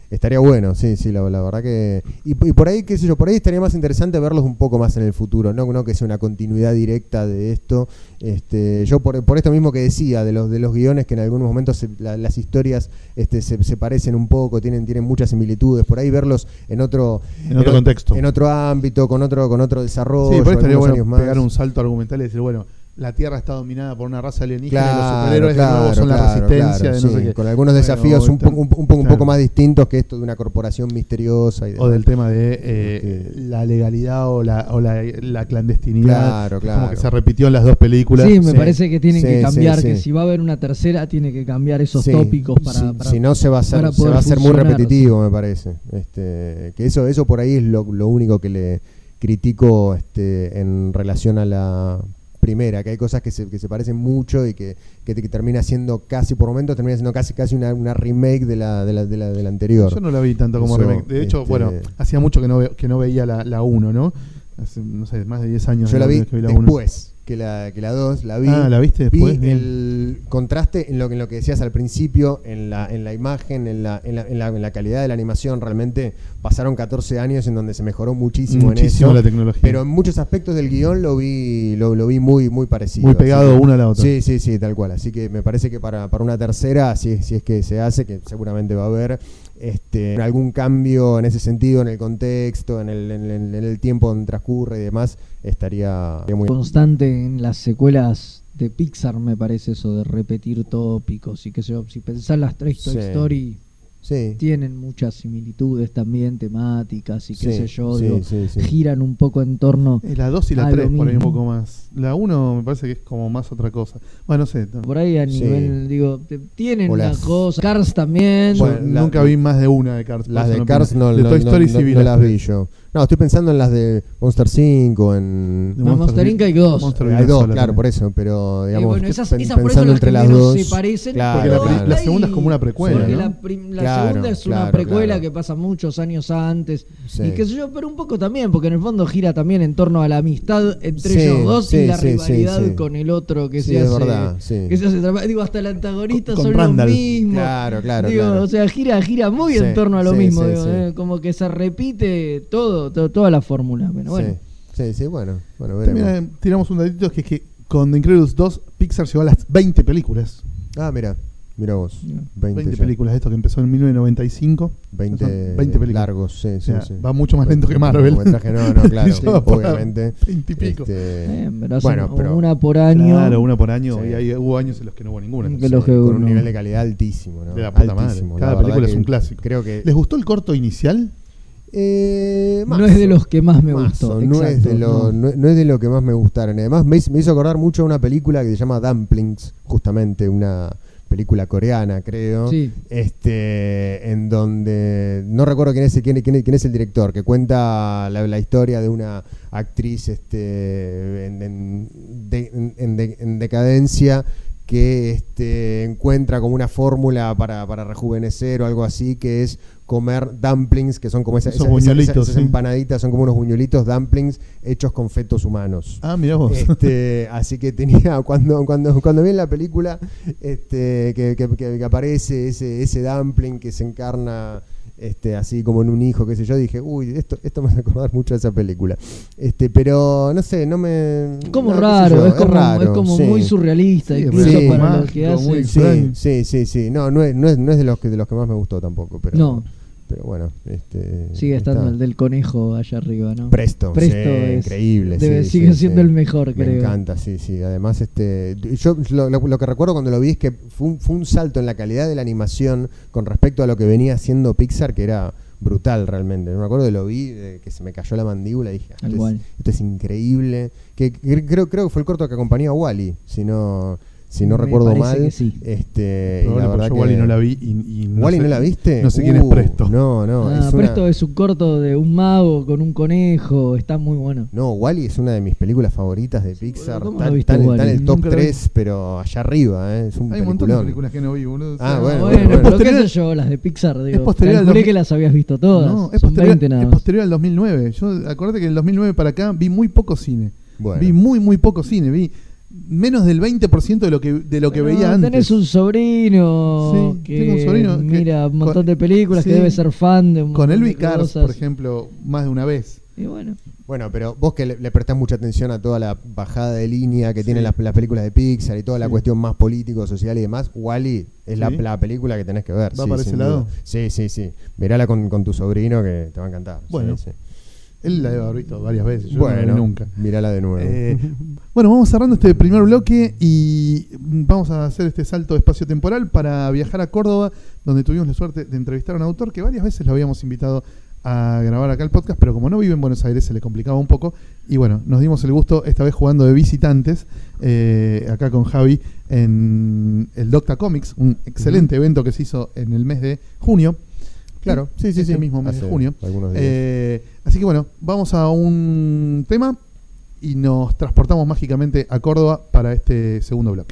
estaría bueno, sí, sí, la, la verdad que... Y, y por ahí, qué sé yo, por ahí estaría más interesante verlos un poco más en el futuro, no, no que sea una continuidad directa de esto. Este, yo por, por esto mismo que decía, de los de los guiones que en algunos momentos se, la, las historias este, se, se parecen un poco, tienen, tienen muchas similitudes, por ahí verlos en otro, en otro en, contexto, en otro ámbito, con otro, con otro desarrollo. Sí, por ahí estaría bueno pegar un salto argumental y decir, bueno, la Tierra está dominada por una raza alienígena, claro, y los superhéroes claro, de nuevo son claro, la resistencia, claro, de no sí, sé qué. Con algunos bueno, desafíos un, po, un, un, poco, claro. un poco más distintos que esto de una corporación misteriosa. Y o del tema de eh, sí. la legalidad o la, o la, la clandestinidad. Claro, claro. Como que se repitió en las dos películas. Sí, me sí. parece que tienen sí, que cambiar, sí, que sí. si va a haber una tercera, tiene que cambiar esos sí. tópicos para, sí. para Si no, se va a hacer, se va a hacer muy repetitivo, me parece. Este, que eso, eso por ahí es lo, lo único que le critico este, en relación a la primera, que hay cosas que se, que se parecen mucho y que, que, que termina siendo casi, por momentos termina siendo casi casi una, una remake de la, de, la, de, la, de la anterior. Yo no la vi tanto como Eso, remake. De hecho, este... bueno, hacía mucho que no, ve, que no veía la uno, ¿no? Hace, no sé, más de diez años. Yo la vi, vi la después. Uno. Que la que la dos la vi. Ah, ¿la viste después? Vi el contraste en lo, en lo que decías al principio, en la, en la imagen, en la, en, la, en, la, en la calidad de la animación. Realmente pasaron catorce años en donde se mejoró muchísimo, muchísimo en eso. la tecnología. Pero en muchos aspectos del guión lo vi lo, lo vi muy muy parecido. Muy pegado que, una a la otra. Sí, sí, sí, tal cual. Así que me parece que para, para una tercera, si, si es que se hace, que seguramente va a haber, este, algún cambio en ese sentido, en el contexto, en el, en el, en el tiempo donde transcurre y demás, estaría muy constante en las secuelas de Pixar, me parece eso de repetir tópicos y que sé yo, si pensás las tres Toy sí. Story sí. tienen muchas similitudes también temáticas y qué sí, sé yo, sí, digo, sí, sí. giran un poco en torno y la dos y la tres por ahí un poco más. La uno me parece que es como más otra cosa. Bueno, no sé. No. Por ahí a sí. nivel, digo, tienen una cosa. Cars también. Bueno, la, nunca vi más de una de Cars. Las de Cars no, de no, Toy Story no, sí vi no, no las tres. vi yo. No, estoy pensando en las de Monster cinco, en... No, Monster incorporated hay dos. Monster hay dos, claro, también. Por eso, pero digamos, y bueno, esas, pen, esas pensando entre las dos... se parecen, claro, porque claro. la, la segunda es como una precuela, porque ¿no? la, prim, la claro, segunda es claro, una precuela claro. que pasa muchos años antes, sí. y qué sé yo, pero un poco también, porque en el fondo gira también en torno a la amistad entre sí, ellos dos sí, y la sí, rivalidad sí, sí. con el otro que sí, se es hace... verdad, sí. Que se hace digo, hasta el antagonista con, son con los mismos. Claro, claro, digo, claro. O sea, gira, gira muy sí, en torno a lo sí, mismo, sí, digo, sí. Eh, como que se repite todo, todo toda la fórmula, pero bueno. Sí. Sí, sí, bueno, bueno, veremos. También tiramos un datito que es que con The Incredibles dos Pixar llegó a las veinte películas. Ah, mira, mira vos. veinte, veinte películas, esto que empezó en mil novecientos noventa y cinco. veinte, veinte películas. Largos, sí, sí, o sea, sí. Va mucho más lento que Marvel. No, no, claro, sí, obviamente. veinte y pico. Este, eh, pero bueno, pero una por año. Claro, una por año. Sí. Y hay, hubo años en los que no hubo ninguna. Sí, con un nivel de calidad altísimo, ¿no? De la puta altísimo. Madre. Cada la película es un clásico. Creo que ¿Les gustó el corto inicial? Eh, no es de los que más me mazo, gustó. No, exacto, es de lo, no. No, no es de lo que más me gustaron. Además, me, me hizo acordar mucho a una película que se llama Dumplings, justamente una película coreana, creo. Sí. Este, en donde no recuerdo quién es quién, quién, quién es el director, que cuenta la, la historia de una actriz este, en, en, de, en, de, en decadencia, que este, encuentra como una fórmula para, para rejuvenecer o algo así, que es comer dumplings, que son como esa, esa, esa, esas, esas sí. empanaditas, son como unos buñuelitos, dumplings hechos con fetos humanos. Ah, mirá vos. Este, así que tenía, cuando cuando cuando vi en la película este, que, que, que aparece ese, ese dumpling que se encarna este, así como en un hijo, qué sé yo, dije, uy, esto, esto me hace acordar mucho de esa película. Este, pero no sé, no me... Como no, raro, yo, es, como, es raro, es como sí. muy surrealista, sí, incluso sí, para más, lo que hace. muy sí, sí, sí, sí, no, no es, no es, no es de los que de los que más me gustó tampoco, pero no. Pero bueno, este, sigue estando está. El del conejo allá arriba, ¿no? Presto, Presto sí, es, increíble. Debe, sí, sigue sí, siendo sí. el mejor, Me creo. Me encanta, sí, sí. Además, este, yo lo, lo, lo que recuerdo cuando lo vi es que fue un, fue un salto en la calidad de la animación con respecto a lo que venía haciendo Pixar, que era brutal realmente. No me acuerdo de lo vi, de que se me cayó la mandíbula y dije, esto, es, esto es increíble. Que, que creo, creo que fue el corto que acompañó a Wall-E, si no... Si no me recuerdo mal, sí. este, y la verdad yo que Wall-E no la vi y, y no ¿Wall-E sé, no la viste? No sé uh, quién es Presto. No, no, ah, es Presto una... es un corto de un mago con un conejo, está muy bueno. No, Wall-E es una de mis películas favoritas de Pixar. ¿Cómo Está, no viste está, está en el top Nunca la tres, pero allá arriba, ¿eh? Es un Hay un montón de películas que no vi, boludo. O sea, Ah, bueno, bueno, bueno, pero bueno. qué sé yo, las de Pixar, digo, Es posterior al calculé dos mil que las habías visto todas. No, es son posterior, veinte nada es más. posterior al dos mil nueve. Yo acordate que en el dos mil nueve para acá vi muy poco cine. Bueno. Vi muy, muy poco cine. Vi menos del veinte por ciento de lo que, de lo que Pero veía antes. Tenés un sobrino Sí, que tengo un sobrino que- mira un montón con- de películas, sí. que debe ser fan de un Con montón Elvis de Cars, cosas. por ejemplo, más de una vez. Y bueno, Bueno, pero vos que le, le prestás mucha atención a toda la bajada de línea que Sí. tienen las, las películas de Pixar y toda la Sí. cuestión más político, social y demás, Wall-E es la, Sí. la película que tenés que ver. ¿Va sí, para ese sin lado? duda. Sí, sí, sí. Mirala con, con tu sobrino que te va a encantar. Bueno. Sí, sí. Él la debe haber visto varias veces, yo no la Bueno, vi nunca. mirala de nuevo. Eh, bueno, vamos cerrando este primer bloque y vamos a hacer este salto espacio-temporal para viajar a Córdoba, donde tuvimos la suerte de entrevistar a un autor que varias veces lo habíamos invitado a grabar acá el podcast, pero como no vive en Buenos Aires se le complicaba un poco y bueno, nos dimos el gusto esta vez jugando de visitantes eh, acá con Javi en el Docta Comics, un excelente uh-huh. evento que se hizo en el mes de junio. Claro, sí, sí, ese sí. mismo mes Hace de junio. algunos días. Eh, así que bueno, vamos a un tema y nos transportamos mágicamente a Córdoba para este segundo bloque.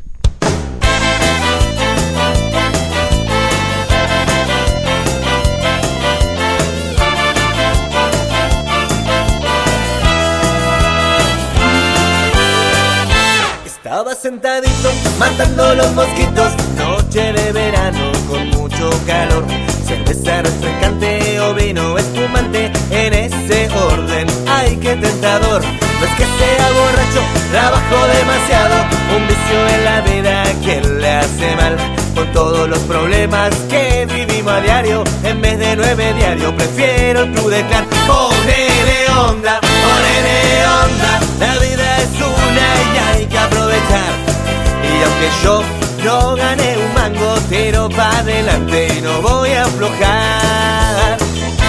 Estaba sentadito matando los mosquitos, noche de verano con mucho calor. Cerveza refrescante o vino espumante, en ese orden, ay qué tentador. No es que sea borracho, trabajo demasiado, un vicio en la vida que le hace mal. Con todos los problemas que vivimos a diario, en vez de nueve diario, prefiero el Club de Clan. Ponele onda, ponele onda, la vida es una y hay que aprovechar. Y aunque yo no gané un mango, tiro pa' adelante y no voy a aflojar.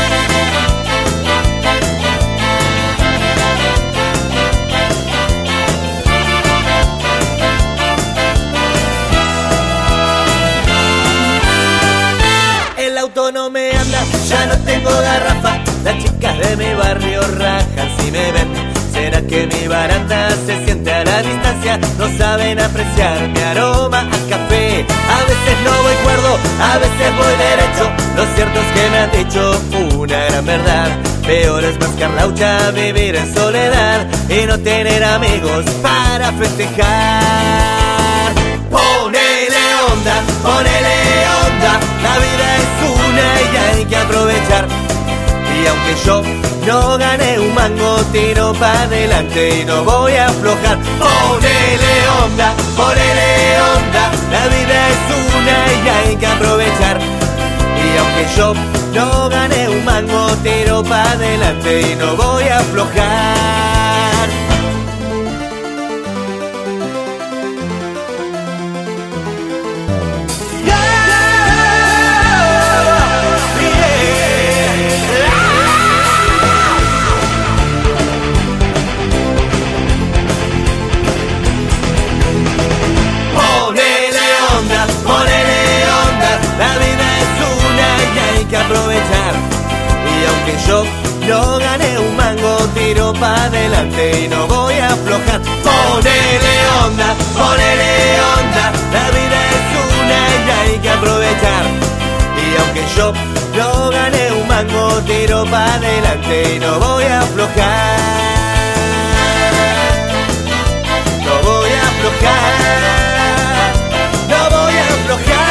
El auto no me anda, ya no tengo garrafa, las chicas de mi barrio rajan si me ven. ¿Será que mi baranda se siente a la distancia? No saben apreciar mi aroma a café. A veces no voy cuerdo, a veces voy derecho. Lo cierto es que me han dicho una gran verdad: peor es mascar la hucha, vivir en soledad y no tener amigos para festejar. Ponele onda, ponele onda, la vida es una y hay que aprovechar. Y aunque yo no gané un mango, tiro pa' adelante y no voy a aflojar. Ponele onda, ponele onda, la vida es una y hay que aprovechar. Y aunque yo no gané un mango, tiro pa' adelante y no voy a aflojar. Aprovechar. Y aunque yo no gané un mango, tiro pa' adelante y no voy a aflojar. Ponele onda, ponele onda, la vida es una y hay que aprovechar. Y aunque yo no gané un mango, tiro pa' adelante y no voy a aflojar. No voy a aflojar, no voy a aflojar.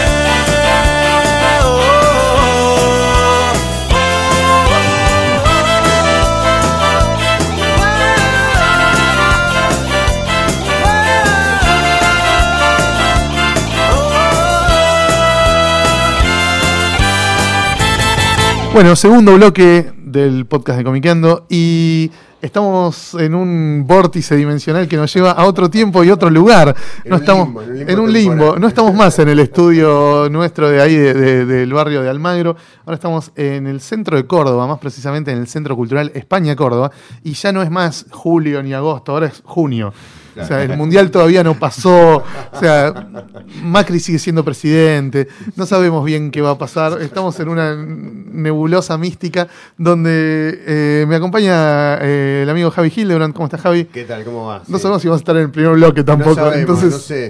Bueno, segundo bloque del podcast de Comiqueando y estamos en un vórtice dimensional que nos lleva a otro tiempo y otro lugar. No estamos limbo, en un limbo en un limbo, temporal. no estamos más en el estudio nuestro de ahí de, de, del barrio de Almagro. Ahora estamos en el centro de Córdoba, más precisamente en el Centro Cultural España Córdoba, y ya no es más julio ni agosto, ahora es junio. O sea, el mundial todavía no pasó. O sea, Macri sigue siendo presidente. No sabemos bien qué va a pasar. Estamos en una nebulosa mística donde eh, me acompaña eh, el amigo Javi Hildebrand. ¿Cómo estás, Javi? ¿Qué tal? ¿Cómo vas? No Sí. sabemos si vamos a estar en el primer bloque tampoco. No sabemos, Entonces, no sé.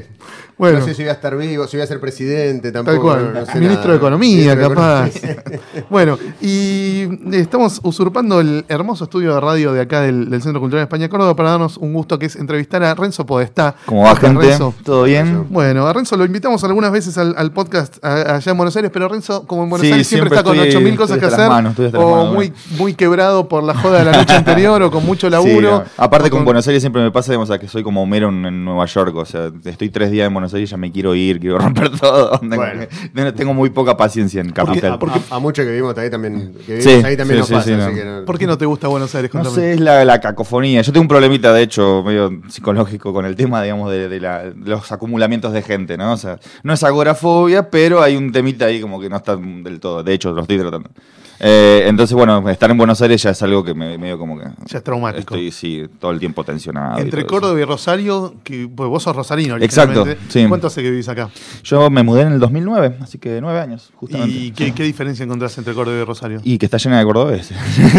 Bueno. No sé si voy a estar vivo, si voy a ser presidente, tampoco. Tal cual. No sé Ministro nada. de Economía, Ministro de capaz. Economía. Bueno, y estamos usurpando el hermoso estudio de radio de acá del, del Centro Cultural de España Córdoba para darnos un gusto que es entrevistar a Renzo Podestá. ¿Cómo va, gente? Renzo? ¿Todo bien? Bueno, a Renzo lo invitamos algunas veces al, al podcast a- allá en Buenos Aires, pero Renzo, como en Buenos Sí, Aires, siempre, siempre está con estoy- ocho mil cosas que estoy hasta hacer, las manos, estoy hasta las o manos, muy, muy quebrado por la joda de la noche anterior, o con mucho Sí, laburo. no. Aparte o con Buenos Aires siempre me pasa, digamos, a que soy como Homero en, en Nueva York, o sea, estoy tres días en Buenos Aires y ya me quiero ir, quiero romper todo. Bueno. Tengo- Tengo muy poca paciencia en Capital. A, a, a muchos que vivimos ahí también, que vivimos Sí, ahí también sí, nos sí, pasa. sí, así no. que no- ¿Por qué no te gusta Buenos Aires? No Contame. sé, es la, la cacofonía. Yo tengo un problemita, de hecho, medio psicológico con el tema, digamos, de, de la- de los acumulamientos de gente, ¿no? O sea, no es agorafobia, pero hay un temita ahí como que no está del todo. De hecho, lo estoy tratando. Eh, entonces, bueno, estar en Buenos Aires ya es algo que me medio como que... Ya es traumático. Estoy, sí, todo el tiempo tensionado. y Entre todo eso. Córdoba y Rosario, que pues vos sos rosarino Exacto, originalmente. sí. ¿Cuánto hace que vivís acá? Yo me mudé en el dos mil nueve, así que nueve años, justamente. ¿Y qué, qué diferencia encontrás entre Córdoba y Rosario? Y que está llena de cordobeses.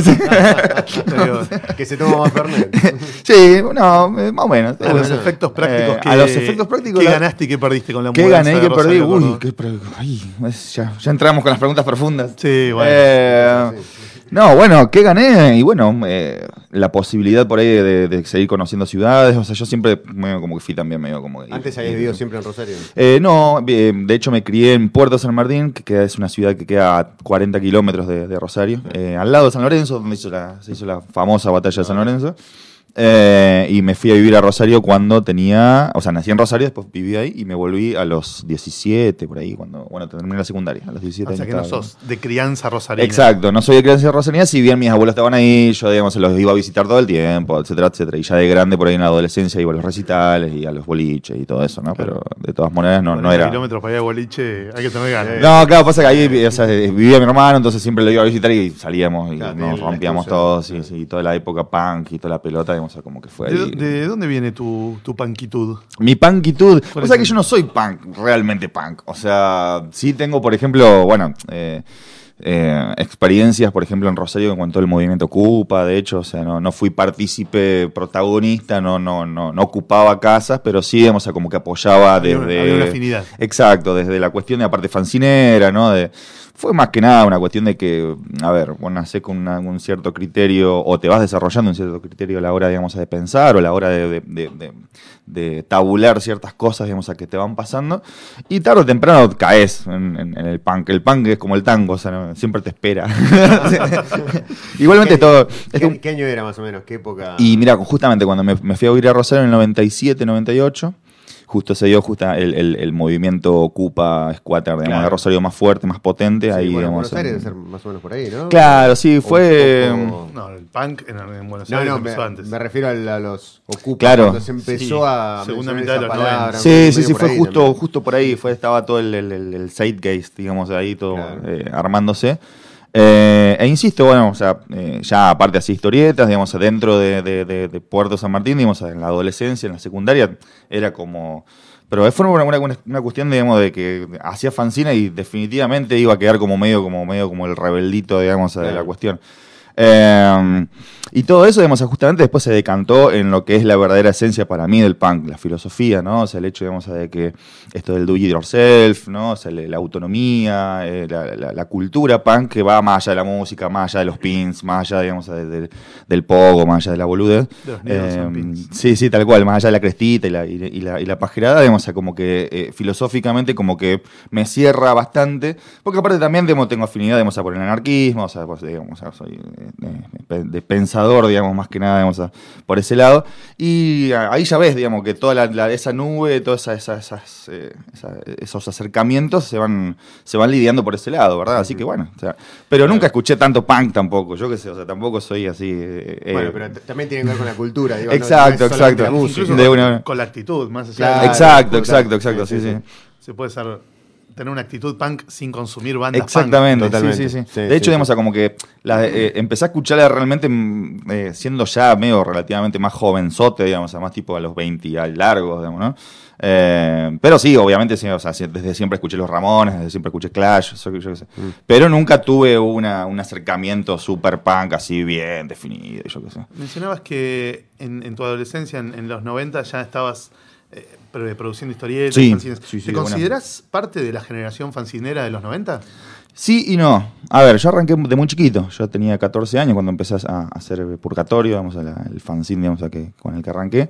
que se toma más Fernet. Sí, no, eh, más o menos. A los efectos prácticos Eh, que, a los efectos prácticos ¿qué la- ganaste y qué perdiste con la ¿Qué mudanza gané y de qué perdí? Rosario a Uy, Córdoba? qué pre- ay, es- ya, ya entramos con las preguntas profundas. Sí, bueno. Eh, no, bueno, ¿qué gané? Y bueno, eh, la posibilidad por ahí de, de- de seguir conociendo ciudades. O sea, yo siempre medio como que fui también medio como... que- Antes habías vivido siempre en Rosario. Eh, no, eh, de hecho me crié en Puerto San Martín, que queda- es una ciudad que queda a cuarenta kilómetros de, de Rosario, eh, al lado de San Lorenzo, donde hizo la, se hizo la famosa batalla de San Lorenzo. Eh, y me fui a vivir a Rosario cuando tenía, o sea, nací en Rosario, después viví ahí y me volví a los diecisiete, por ahí, cuando, bueno, terminé la secundaria, a los diecisiete O sea años. que no estaba- sos de crianza rosarina. Exacto, no soy de crianza rosarina, si bien mis abuelos estaban ahí, yo, digamos, los iba a visitar todo el tiempo, etcétera, etcétera. Y ya de grande, por ahí en la adolescencia, iba a los recitales y a los boliches y todo eso, ¿no? Claro. Pero de todas maneras no, no cuarenta era... kilómetros para ir a boliche, hay que tener ganas. No, claro, pasa que ahí o sea, vivía mi hermano, entonces siempre lo iba a visitar y salíamos y Claro, nos la rompíamos excusa. todos, y, sí, toda la época punk y toda la pelota, digamos, o sea, como que fue ¿De, ahí. de dónde viene tu, tu panquitud? Mi punkitud. ¿Cuál O sea es que el- yo no soy punk, realmente punk. O sea, sí tengo, por ejemplo, bueno, eh, eh, experiencias, por ejemplo, en Rosario en cuanto al movimiento Ocupa, de hecho, o sea, no, no fui partícipe protagonista, no, no, no, no ocupaba casas, pero sí, digamos, o sea, como que apoyaba Había una- desde... había una afinidad. Exacto, desde la cuestión de la parte fancinera, ¿no? De, fue más que nada una cuestión de que, a ver, vos nacés con una- un cierto criterio o te vas desarrollando un cierto criterio a la hora, digamos, de pensar o a la hora de, de- de- de- de tabular ciertas cosas, digamos, a que te van pasando y tarde o temprano caes en, en- en el punk. El punk es como el tango, o sea, no- siempre te espera. Igualmente ¿Qué- todo... ¿Qué, esto- qué año era más o menos? ¿Qué época? y mira, justamente cuando me, me fui a vivir a Rosario en el noventa y siete, noventa y ocho, justo se dio justa el, el- el movimiento Ocupa Squatter, digamos, Claro. de Rosario más fuerte, más potente. Sí, ahí, bueno, digamos, Buenos Aires en- debe ser más o menos por ahí, ¿no? Claro, sí, Un fue... poco- No, el punk en, en Buenos No, Aires no, empezó me, antes. me refiero a, la- a los Ocupas. Claro. Cuando se empezó Sí, a segunda mencionar mitad de esa los palabra, noventa. Sí, medio sí, sí, por fue ahí justo, también. justo por ahí, fue, estaba todo el, el, el, el zeitgeist, digamos, ahí todo Claro. eh, armándose. Eh, e insisto, bueno, o sea, eh, ya aparte así historietas, digamos, dentro de, de, de, de Puerto San Martín, digamos, en la adolescencia, en la secundaria, era como... Pero fue una, una, una cuestión, digamos, de que hacía fanzina y definitivamente iba a quedar como medio como medio como el rebeldito, digamos, de la Claro. cuestión. Eh, y todo eso, digamos, justamente después se decantó en lo que es la verdadera esencia para mí del punk, la filosofía, ¿no? O sea, el hecho, digamos, de que esto del do it yourself, ¿no? O sea, la, la autonomía, eh, la, la- la cultura punk que va más allá de la música, más allá de los pins, más allá, digamos, de- de- del pogo, más allá de la boludez. De los needles and Eh, pins. sí, sí, tal cual, más allá de la crestita y la, y, y la, y la pajerada, digamos, o sea, como que eh, filosóficamente como que me cierra bastante, porque aparte también, digamos, tengo afinidad, digamos, a por el anarquismo, o sea, pues, digamos, o sea, soy eh, de, de pensador, digamos, más que nada, digamos, a- por ese lado, y a- ahí ya ves, digamos, que toda la, la- esa nube, todos esa, esa- esas, eh, esa- esos acercamientos se van, se van lidiando por ese lado, ¿verdad? Así que bueno, o sea, pero nunca escuché tanto punk tampoco, yo qué sé, o sea, tampoco soy así... eh, eh, Bueno, pero t- también tiene que ver con la cultura. Digo, no- Exacto, no es solamente exacto. la música. Incluso de con, una- con la actitud, más allá Claro. de la- exacto, total. exacto, exacto, Sí, sí, sí, sí. se puede ser, tener una actitud punk sin consumir bandas Exactamente, Totalmente. sí, sí, sí. Sí, De sí, hecho, sí. digamos, a como que la, eh, empecé a escucharla realmente mm, eh, siendo ya medio relativamente más jovenzote, digamos, además tipo a los veinte al largos, digamos, ¿no? Eh, pero sí, obviamente, sí, o sea, sí, desde siempre escuché Los Ramones, desde siempre escuché Clash, yo, yo qué sé. Mm. Pero nunca tuve una, un acercamiento super punk así bien definido, yo qué sé. punk. Mencionabas que en, en tu adolescencia, en, en los noventa, ya estabas eh, produciendo historietas, sí, fanzines. Sí, sí, ¿Te consideras parte de la generación fancinera de los noventa? Sí y no. A ver, yo arranqué de muy chiquito. Yo tenía catorce años cuando empecé a hacer Purgatorio, vamos a la, el fanzine, digamos, a que, con el que arranqué.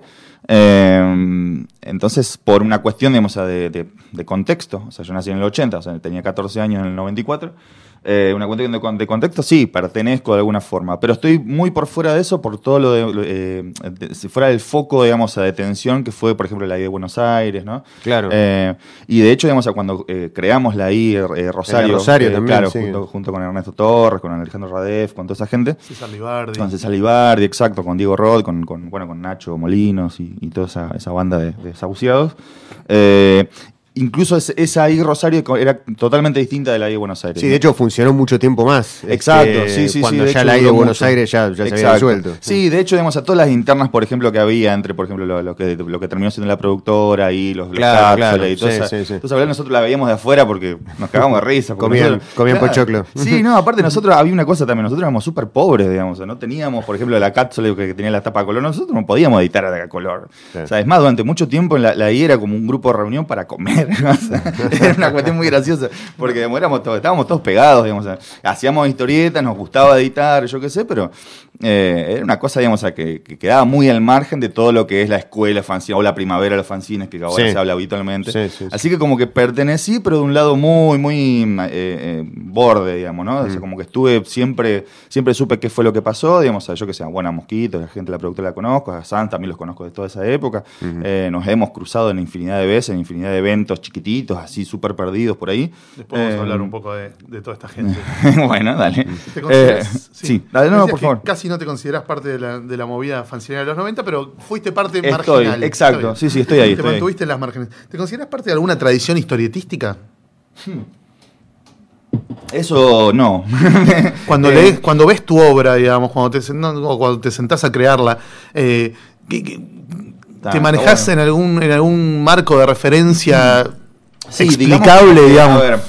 Eh, entonces, por una cuestión, digamos, de, de, de contexto, o sea, yo nací en el ochenta, o sea, tenía catorce años en el noventa y cuatro. Eh, una cuestión de, de contexto, sí, pertenezco de alguna forma, pero estoy muy por fuera de eso por todo lo de, eh, de si fuera del foco, digamos, de atención que fue, por ejemplo, la I de Buenos Aires, ¿no? Claro. Eh, y de hecho, digamos, cuando eh, creamos la I eh, Rosario, Rosario eh, también, claro, sí. junto, junto con Ernesto Torres, con Alejandro Radef, con toda esa gente. César Libardi. Con César Libardi, exacto, con Diego Rod, con, con, bueno, con Nacho Molinos y, y toda esa, esa banda de, de desahuciados. Eh, Incluso es, esa I Rosario era totalmente distinta de la I de Buenos Aires. Sí, de hecho funcionó mucho tiempo más. Exacto, este, sí, sí, cuando sí. ya la I de Buenos Aires ya, ya se había disuelto. Sí, de hecho, digamos, a todas las internas, por ejemplo, que había entre, por ejemplo, lo, lo, que, lo que terminó siendo la productora y los, claro, los claro, y todo sí, esa, sí, sí. Entonces, nosotros la veíamos de afuera porque nos cagamos de risa. Comían, nosotros, comían claro, pochoclo. Sí, no, aparte nosotros, había una cosa también, nosotros éramos súper pobres, digamos, no teníamos, por ejemplo, la cápsula que tenía la tapa a color, nosotros no podíamos editar a color. Sí. O sea, es más, durante mucho tiempo la, la I era como un grupo de reunión para comer, o sea, era una cuestión muy graciosa, porque digamos, éramos todos, estábamos todos pegados, digamos, hacíamos historietas, nos gustaba editar, yo qué sé, pero eh, era una cosa, digamos, que, que quedaba muy al margen de todo lo que es la escuela fanzine, o la primavera de los fanzines, que ahora sí. se habla habitualmente. Sí, sí, sí. Así que como que pertenecí, pero de un lado muy, muy eh, eh, borde, digamos, ¿no? Mm. O sea, como que estuve, siempre siempre supe qué fue lo que pasó, digamos, yo que sé, bueno, a Mosquito, la gente de la productora la conozco, a Sans también los conozco de toda esa época, uh-huh. eh, nos hemos cruzado en infinidad de veces, en infinidad de eventos chiquititos, así súper perdidos por ahí. Después vamos eh, a hablar un poco de, de toda esta gente. Bueno, dale. ¿Te consideras, eh, sí. sí, dale, no, por favor. Casi no te consideras parte de la, de la movida fancinera de los noventa, pero fuiste parte estoy, marginal. Exacto, sí, sí, estoy ahí. Te estoy mantuviste ahí. en las márgenes. ¿Te consideras parte de alguna tradición historietística? Hmm. Eso no. cuando, eh, lees, cuando ves tu obra, digamos, cuando te, no, o cuando te sentás a crearla, eh, ¿qué, qué, ¿te manejás bueno. en, algún, en algún marco de referencia sí, explicable, digamos? digamos? A ver,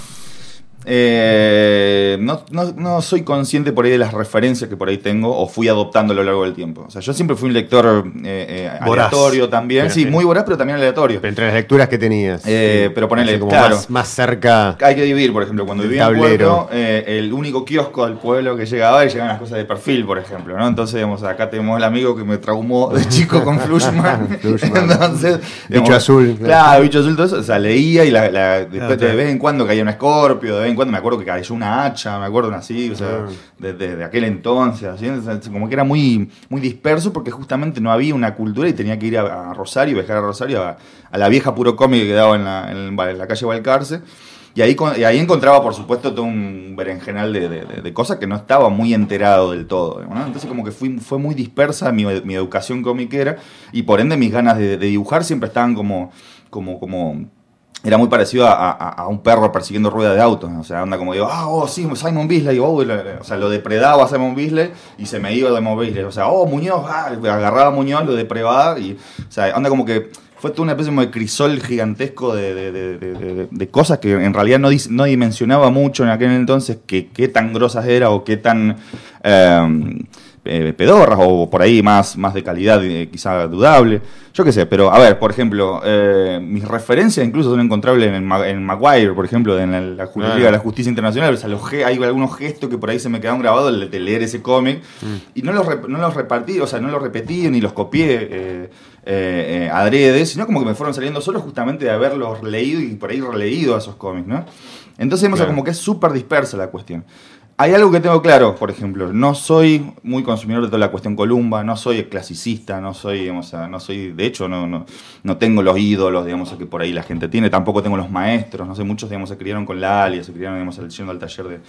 eh, no, no, no soy consciente por ahí de las referencias que por ahí tengo o fui adoptando a lo largo del tiempo. O sea, yo siempre fui un lector eh, eh, aleatorio también. Pero, sí, muy voraz, pero también aleatorio. Pero entre las lecturas que tenías. Eh, pero ponele, claro. Más, más cerca. Hay que dividir, por ejemplo, cuando vivía en Puerto, eh, el único kiosco del pueblo que llegaba y llegaban las cosas de perfil, por ejemplo, ¿no? Entonces, digamos, acá tenemos el amigo que me traumó de chico con Flushman. Entonces, digamos, bicho azul. Claro, claro, bicho azul, todo eso. O sea, leía y la, la, después claro, de vez en cuando caía un escorpio, de vez en cuando me acuerdo que cayó una hacha, me acuerdo así, o sea, de, de, de aquel entonces, así, como que era muy, muy disperso porque justamente no había una cultura y tenía que ir a, a Rosario, viajar a Rosario, a, a la vieja Puro Cómic que quedaba en la, en, en la calle Balcarce. Y ahí, y ahí encontraba, por supuesto, todo un berenjenal de, de, de, de cosas que no estaba muy enterado del todo, ¿no? Entonces como que fui, fue muy dispersa mi, mi educación comiquera y por ende mis ganas de, de dibujar siempre estaban como... como, como era muy parecido a, a, a un perro persiguiendo ruedas de auto, o sea, anda como digo, ah, oh, sí, Simon Bisley, oh, o sea, lo depredaba a Simon Bisley y se me iba de Simon Bisley, o sea, oh, Muñoz, ah, agarraba a Muñoz, lo depredaba y, o sea, anda como que fue toda una especie de crisol gigantesco de, de, de, de, de, de cosas que en realidad no, no dimensionaba mucho en aquel entonces que qué tan grosas era o qué tan... Eh, Eh, pedorras o por ahí más, más de calidad eh, quizá dudable, yo qué sé, pero a ver, por ejemplo, eh, mis referencias incluso son encontrables en, el, en Maguire, por ejemplo, en la, la Liga de la Justicia Internacional, o sea, los, hay algunos gestos que por ahí se me quedaron grabados de, de leer ese cómic mm. y no los, no los repartí, o sea, no los repetí ni los copié eh, eh, adrede, sino como que me fueron saliendo solos justamente de haberlos leído y por ahí releído a esos cómics, ¿no? Entonces, claro. como que es súper dispersa la cuestión. Hay algo que tengo claro, por ejemplo, no soy muy consumidor de toda la cuestión Columba, no soy clasicista, no soy, digamos, no soy, de hecho, no, no, no tengo los ídolos, digamos, que por ahí la gente tiene, tampoco tengo los maestros, no sé, muchos, digamos, se criaron con la Alia, se criaron, digamos, yendo al taller de,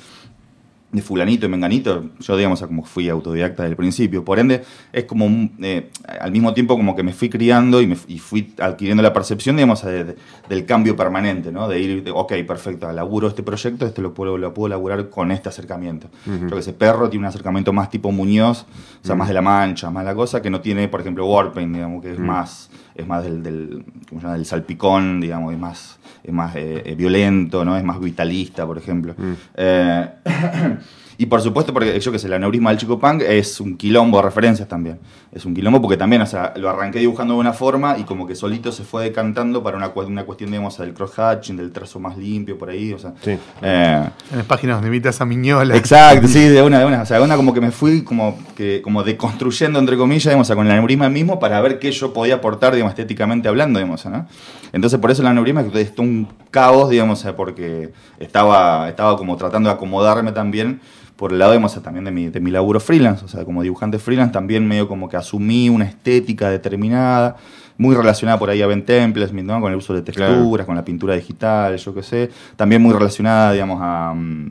de fulanito y menganito, yo, digamos, como fui autodidacta desde el principio, por ende, es como, eh, al mismo tiempo como que me fui criando y, me, y fui adquiriendo la percepción, digamos, de, de, del cambio permanente, ¿no? De ir, de, ok, perfecto, laburo este proyecto, este lo puedo, lo puedo laburar con este acercamiento. Uh-huh. Yo que sé, Perro tiene un acercamiento más tipo Muñoz, o sea, uh-huh. más de la mancha, más la cosa, que no tiene, por ejemplo, Warpaint, digamos, que es uh-huh. más, es más del, del, ¿cómo se llama? Del salpicón, digamos, es más, es más eh, eh, violento, ¿no? Es más vitalista, por ejemplo. Uh-huh. Eh, Y por supuesto, porque yo que sé, el aneurisma del Chico Punk es un quilombo de referencias también. Es un quilombo porque también, o sea, lo arranqué dibujando de una forma y como que solito se fue decantando para una, una cuestión, digamos, del cross-hatching, del trazo más limpio, por ahí, o sea. Sí. Eh, En las páginas donde imitas a Miñola. Exacto, sí, de una, de una. O sea, una como que me fui como que como deconstruyendo, entre comillas, digamos, o sea, con el aneurisma mismo para ver qué yo podía aportar, digamos, estéticamente hablando, digamos, ¿no? Entonces, por eso el aneurisma es un caos, digamos, porque estaba, estaba como tratando de acomodarme también por el lado, digamos, también de mi, de mi laburo freelance, o sea, como dibujante freelance, también medio como que asumí una estética determinada, muy relacionada por ahí a Ben Temples, ¿no? Con el uso de texturas, claro, con la pintura digital, yo qué sé, también muy relacionada, digamos, a...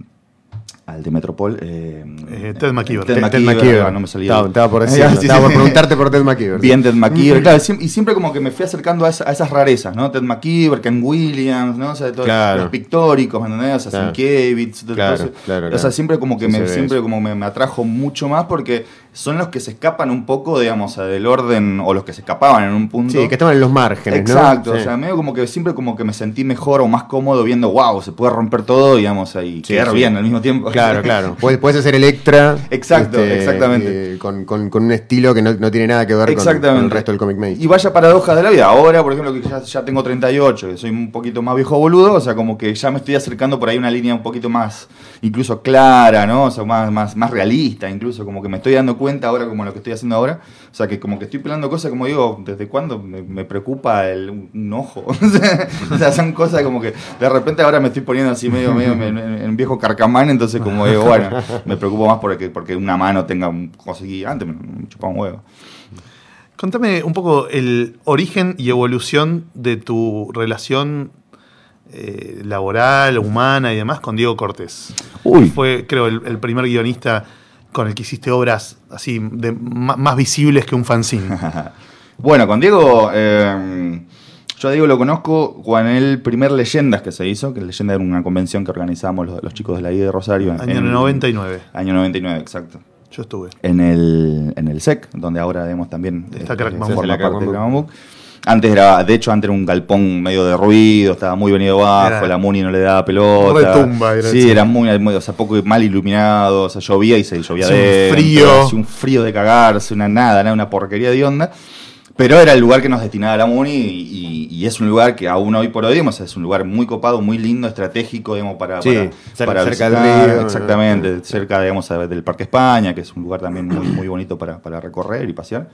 al de Metropol. Eh, eh, Ted McKeever. Ted, Ted, Ted McKeever. McKeever. No me salía. Estaba, estaba por decir, sí, estaba sí, por sí. preguntarte por Ted McKeever. Bien, Ted McKeever. Claro, y siempre como que me fui acercando a, esa, a esas rarezas, ¿no? Ted McKeever, Ken Williams, ¿no? O sea, todos claro. los pictóricos, ¿me entendés? O sea, claro. Sienkiewicz, claro, todo eso. claro, O sea, claro. siempre como que, Sí, me, se siempre como me, me atrajo mucho más porque son los que se escapan un poco, digamos, del orden, o los que se escapaban en un punto. Sí, que estaban en los márgenes, exacto, ¿no? o Sí. sea, medio como que siempre como que me sentí mejor o más cómodo viendo, wow, se puede romper todo, digamos, ahí, Sí, quedar sí. bien al mismo tiempo. Claro, claro. Puedes, puedes hacer Electra. Exacto, este, exactamente. eh, con, con, con un estilo que no, no tiene nada que ver con, con el resto del cómic mainstream. Y vaya paradoja de la vida. Ahora, por ejemplo, que ya, ya tengo treinta y ocho, que soy un poquito más viejo boludo, o sea, como que ya me estoy acercando por ahí a una línea un poquito más, incluso clara, ¿no? O sea, más, más, más realista, incluso, como que me estoy dando cuenta ahora como lo que estoy haciendo ahora. O sea, que como que estoy pelando cosas, como digo, ¿desde cuándo me, me preocupa el, un, un ojo? O sea, son cosas como que de repente ahora me estoy poniendo así medio, medio en, en viejo carcamán, entonces como digo, bueno, me preocupo más porque, porque una mano tenga un cosa gigante, me, me chupa un huevo. Contame un poco el origen y evolución de tu relación eh, laboral, humana y demás con Diego Cortés. Uy. Fue, creo, el, el primer guionista con el que hiciste obras así de, más, más visibles que un fanzine. Bueno, con Diego, eh, yo a Diego lo conozco con el primer Leyendas que se hizo, que Leyenda era una convención que organizábamos los, los chicos de la I de Rosario. En, Año en, noventa y nueve. Año noventa y nueve, exacto. Yo estuve. En el, en el S E C, donde ahora vemos también Está eh, Crackman se Book. forma parte de Crackman Book. Antes era, de hecho, antes era un galpón medio de ruido, estaba muy venido abajo, Era- la Muni no le daba pelota. Retumba, era sí, así. era muy, muy, o sea, poco mal iluminado, o sea, llovía y se llovía Hacía un adentro, frío. hacía un frío de cagarse, una nada, nada, una porquería de onda. Pero era el lugar que nos destinaba la Muni y, y, y es un lugar que aún hoy por hoy, digamos, es un lugar muy copado, muy lindo, estratégico, digamos, para, Sí, para, cer- para cerca del visitar, río, exactamente, ¿no? cerca, digamos, del Parque España, que es un lugar también muy, muy bonito para, para recorrer y pasear.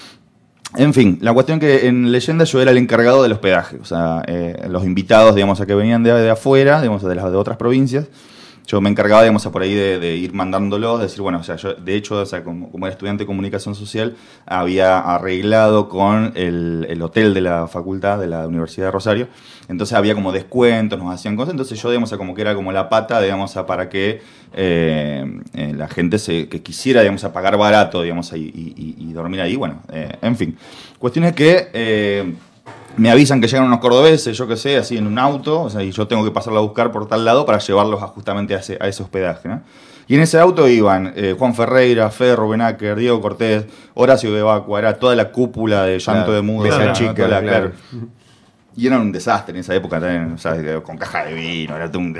En fin, la cuestión que en Leyenda yo era el encargado del hospedaje, o sea, eh, los invitados, digamos, a que venían de, de afuera, digamos, de las de otras provincias, yo me encargaba, digamos, a por ahí de, de ir mandándolos, de decir, bueno, o sea, yo, de hecho, o sea, como, como era estudiante de comunicación social, había arreglado con el, el hotel de la facultad de la Universidad de Rosario, entonces había como descuentos, nos hacían cosas, entonces yo, digamos, o sea, como que era como la pata, digamos, a para que eh, eh, la gente se, que quisiera, digamos, a pagar barato, digamos, y, y, y dormir ahí, bueno, eh, en fin. Cuestión es que... Eh, me avisan que llegan unos cordobeses, yo qué sé, así en un auto, o sea, y yo tengo que pasarlo a buscar por tal lado para llevarlos a, justamente a ese, a ese hospedaje, ¿no? Y en ese auto iban eh, Juan Ferreira, Fede Rubenacker, Diego Cortés, Horacio de Bacua, era toda la cúpula de Llanto Claro, de Mudo, esa ¿no? chica, Toda la- claro. Y era un desastre en esa época también, o sea, con caja de vino, era todo un...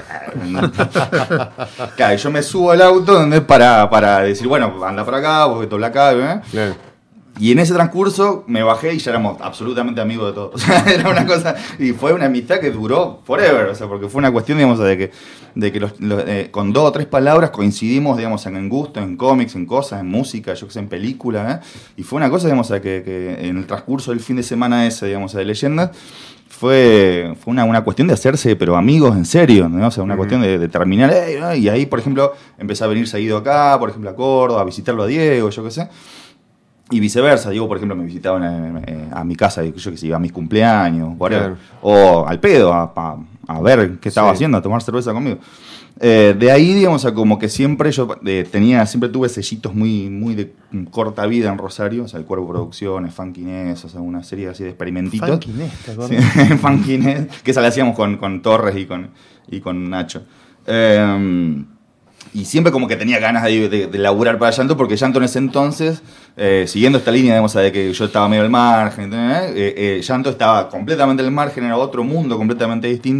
Claro, y yo me subo al auto donde para, para decir, bueno, anda para acá, vos dobla acá, ¿eh? Claro. Y en ese transcurso me bajé y ya éramos absolutamente amigos de todos. O sea, era una cosa. Y fue una amistad que duró forever. O sea, porque fue una cuestión, digamos, de que, de que los, los, eh, con dos o tres palabras coincidimos, digamos, en gusto, en cómics, en cosas, en música, yo que sé, en películas. ¿eh? Y fue una cosa, digamos, de que, que en el transcurso del fin de semana ese, digamos, de Leyendas, fue, fue una, una cuestión de hacerse, pero amigos en serio, ¿no? O sea, una uh-huh. cuestión de, de terminar. Eh, ¿no? Y ahí, por ejemplo, empecé a venir seguido acá, por ejemplo, a Córdoba, a visitarlo a Diego, yo qué sé. Y viceversa, Diego, por ejemplo, me visitaban a, a, a mi casa, yo que sé, iba a mis cumpleaños, whatever. Claro. O al pedo, a, a, a ver qué estaba sí. haciendo, a tomar cerveza conmigo. Eh, de ahí, digamos, a como que siempre yo eh, tenía, siempre tuve sellitos muy, muy de corta vida en Rosario, o sea, el Cuervo Producciones, Funkiness, o sea, una serie así de experimentitos. Funkiness, ¿te acuerdas? Sí, Funkiness, que esa la hacíamos con, con Torres y con, y con Nacho. Eh, Y siempre como que tenía ganas de, de, de laburar para Llanto, porque Llanto en ese entonces, eh, siguiendo esta línea, digamos, de que yo estaba medio al margen, eh, eh, Llanto estaba completamente al margen, era otro mundo completamente distinto,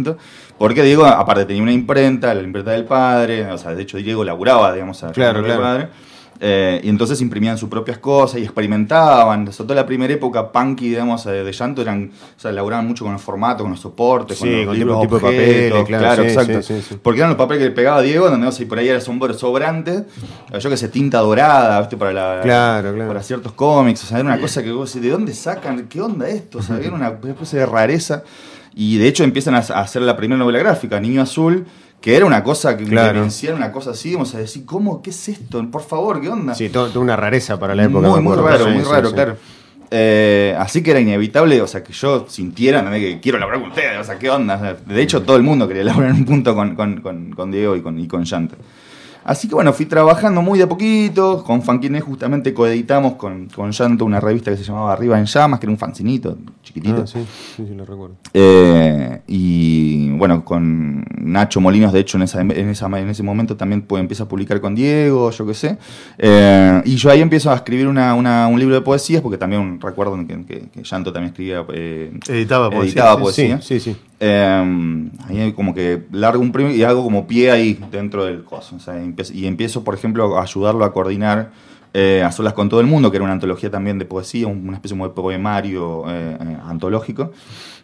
Porque Diego, aparte tenía una imprenta, la imprenta del padre, o sea, de hecho Diego laburaba, digamos, a la claro, imprenta claro. del padre. Eh, y entonces imprimían sus propias cosas y experimentaban. Sobre todo la primera época punky, digamos, de, de Llanto, eran, o sea, laburaban mucho con el formato, con los soportes, Sí, con los con libros, tipo de objetos, papeles, claro, claro, sí, exacto. sí, sí, sí. Porque eran los papeles que le pegaba a Diego, donde no sé, por ahí era sombra sobrante, yo que sé, tinta dorada, ¿viste? Para, la, Claro, claro. para ciertos cómics, o sea, era una cosa que vos decís, ¿de dónde sacan? ¿Qué onda esto? O sea, era una especie de rareza. Y de hecho empiezan a hacer la primera novela gráfica, Niño Azul, que era una cosa que Claro. evidenciar una cosa así, vamos a decir, ¿cómo? ¿Qué es esto? Por favor, ¿qué onda? Sí, todo, toda una rareza para la época. Muy, me muy acuerdo. raro, Sí, muy sí, raro, sí. claro. Eh, así que era inevitable, o sea, que yo sintiera, ¿no? que quiero laburar con ustedes, o sea, ¿qué onda? O sea, de hecho, todo el mundo quería laburar en un punto con, con, con, con Diego y con, y con Llanto. Así que bueno, fui trabajando muy de a poquito. Con Fanquiné justamente coeditamos con, con Llanto una revista que se llamaba Arriba en Llamas, que era un fancinito chiquitito. Ah, sí, sí, sí, lo recuerdo. Eh, y bueno, con Nacho Molinos, de hecho, en, esa, en, esa, en ese momento también pues, empieza a publicar con Diego, yo qué sé. Eh, y yo ahí empiezo a escribir una, una, un libro de poesías, porque también recuerdo que, que, que Llanto también escribía. Eh, Editaba poesía, editaba sí, poesía. Sí, sí, sí. Eh, ahí como que largo un premio y hago como pie ahí dentro del coso. O sea, empe- y empiezo, por ejemplo, a ayudarlo a coordinar eh, A Solas con Todo el Mundo, que era una antología también de poesía, una especie de poemario eh, eh, antológico.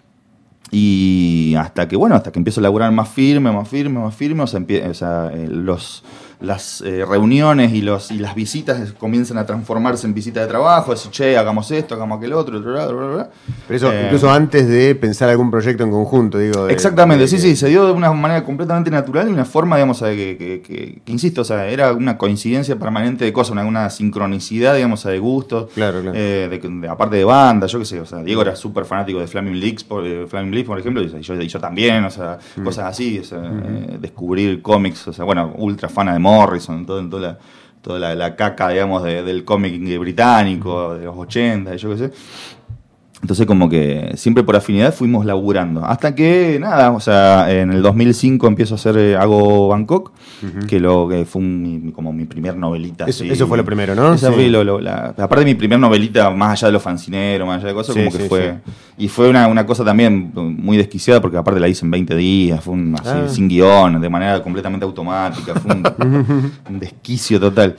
Y hasta que, bueno, hasta que empiezo a laburar más firme, más firme, más firme, o sea, empie- o sea eh, los, las eh, reuniones y, los, y las visitas comienzan a transformarse en visitas de trabajo, decir, che, hagamos esto, hagamos aquel otro, bla, bla, bla, bla. Pero eso, Eh, incluso antes de pensar algún proyecto en conjunto, digo. de- Exactamente, de- sí, de- sí, se dio de una manera completamente natural y una forma, digamos, de que, que, que- que, insisto, o sea, era una coincidencia permanente de cosas, una, una sincronicidad, digamos, de gustos, Claro, claro. eh, de, de- aparte de banda, yo qué sé, o sea, Diego era súper fanático de Flaming Lips, por, eh, Flaming Lips, por ejemplo, y yo, y yo también, o sea, Mm. cosas así, o sea, eh, descubrir cómics, o sea, bueno, ultra fan de Morrison, todo, toda la, toda la, la caca, digamos, de- del cómic británico, de los ochenta, yo qué sé. Entonces como que siempre por afinidad fuimos laburando. Hasta que, nada, o sea, en el dos mil cinco empiezo a hacer, eh, hago Bangkok, que lo que fue un- mi- como mi primer novelita. Eso, así. eso fue lo primero, ¿no? Esa Sí. fue lo- lo- la- aparte de mi primer novelita, más allá de los fancineros, más allá de cosas, Sí, como que sí, fue... sí. Y fue una, una cosa también muy desquiciada, porque aparte la hice en veinte días, fue un, así, Ah. sin guión, de manera completamente automática, fue un, un desquicio total.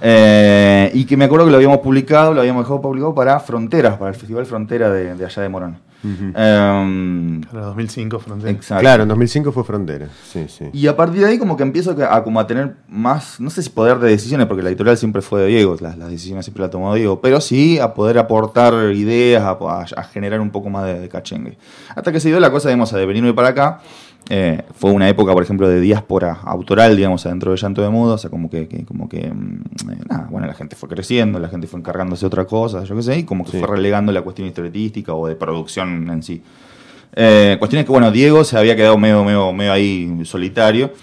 Eh, y que me acuerdo que lo habíamos publicado, lo habíamos dejado publicado para Fronteras, para el Festival Frontera de, de allá de Morón. Ujú. Eh, Para dos mil cinco, Frontera. exacto. Claro, en dos mil cinco fue Frontera. Sí, sí. Y a partir de ahí como que empiezo a, a como a tener más, no sé si poder de decisiones, porque la editorial siempre fue de Diego, las, las decisiones siempre las tomó Diego, pero sí a poder aportar ideas, a, a- a generar un poco más de, de cachengue. Hasta que se dio la cosa, digamos, de venirme para acá. Eh, fue una época, por ejemplo, de diáspora autoral, digamos, adentro de Llanto de Mudo, o sea, como que, que- como que, mm, eh, nada, bueno, la gente fue creciendo, la gente fue encargándose de otra cosa, yo qué sé, y como que Sí. fue relegando la cuestión historietística o de producción en sí. Eh, cuestión es que, bueno, Diego se había quedado medio, medio, medio ahí solitario.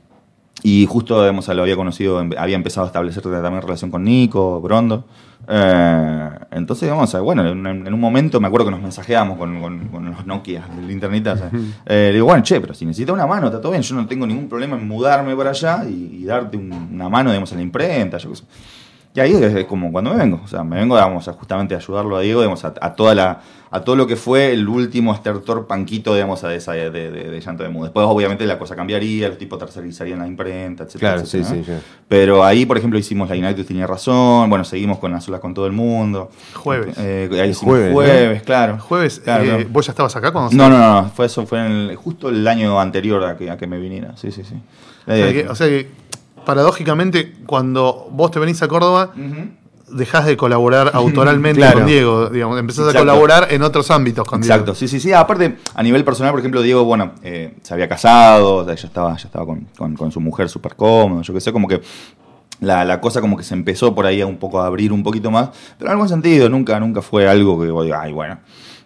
Y justo digamos, lo había conocido, em- había empezado a establecer también relación con Nico, Brondo. Eh, entonces, digamos, bueno, en, en un momento me acuerdo que nos mensajeamos con, con- con los Nokia del internet. O sea, eh, le digo, bueno, che, pero si necesitas una mano, está todo bien. Yo no tengo ningún problema en mudarme para allá y, y darte un- una mano, digamos, en la imprenta. Yo qué sé. Y ahí es como cuando me vengo. O sea, me vengo, digamos, a justamente a ayudarlo a Diego, digamos, a, a toda la. A todo lo que fue el último estertor panquito, digamos, de, esa, de, de, de Llanto de Mudo. Después, obviamente, la cosa cambiaría, los tipos tercerizarían la imprenta, etcétera. Claro, sí, etcétera, sí, ¿no? sí. Pero ahí, por ejemplo, hicimos la United tenía razón, bueno, seguimos con las solas con todo el mundo. Jueves. Eh, ahí El hicimos jueves, jueves, ¿no? claro. Jueves, Claro, eh, claro. ¿vos ya estabas acá cuando No, no, no, fue eso, fue en el- justo el año anterior a que, a que me viniera. Sí, sí, sí. O sea, Eh, que, o sea que, paradójicamente, cuando vos te venís a Córdoba, ujú. dejás de colaborar autoralmente Claro. con Diego, digamos, empezás Exacto. a colaborar en otros ámbitos con Exacto, Diego. sí, sí, sí. Aparte, a nivel personal, por ejemplo, Diego, bueno, eh, se había casado, o sea, ya estaba, ya estaba con, con- con su mujer súper cómodo, yo qué sé, como que la, la cosa como que se empezó por ahí a un poco a abrir un poquito más, pero en algún sentido, nunca, nunca fue algo que vos digas, ay, bueno.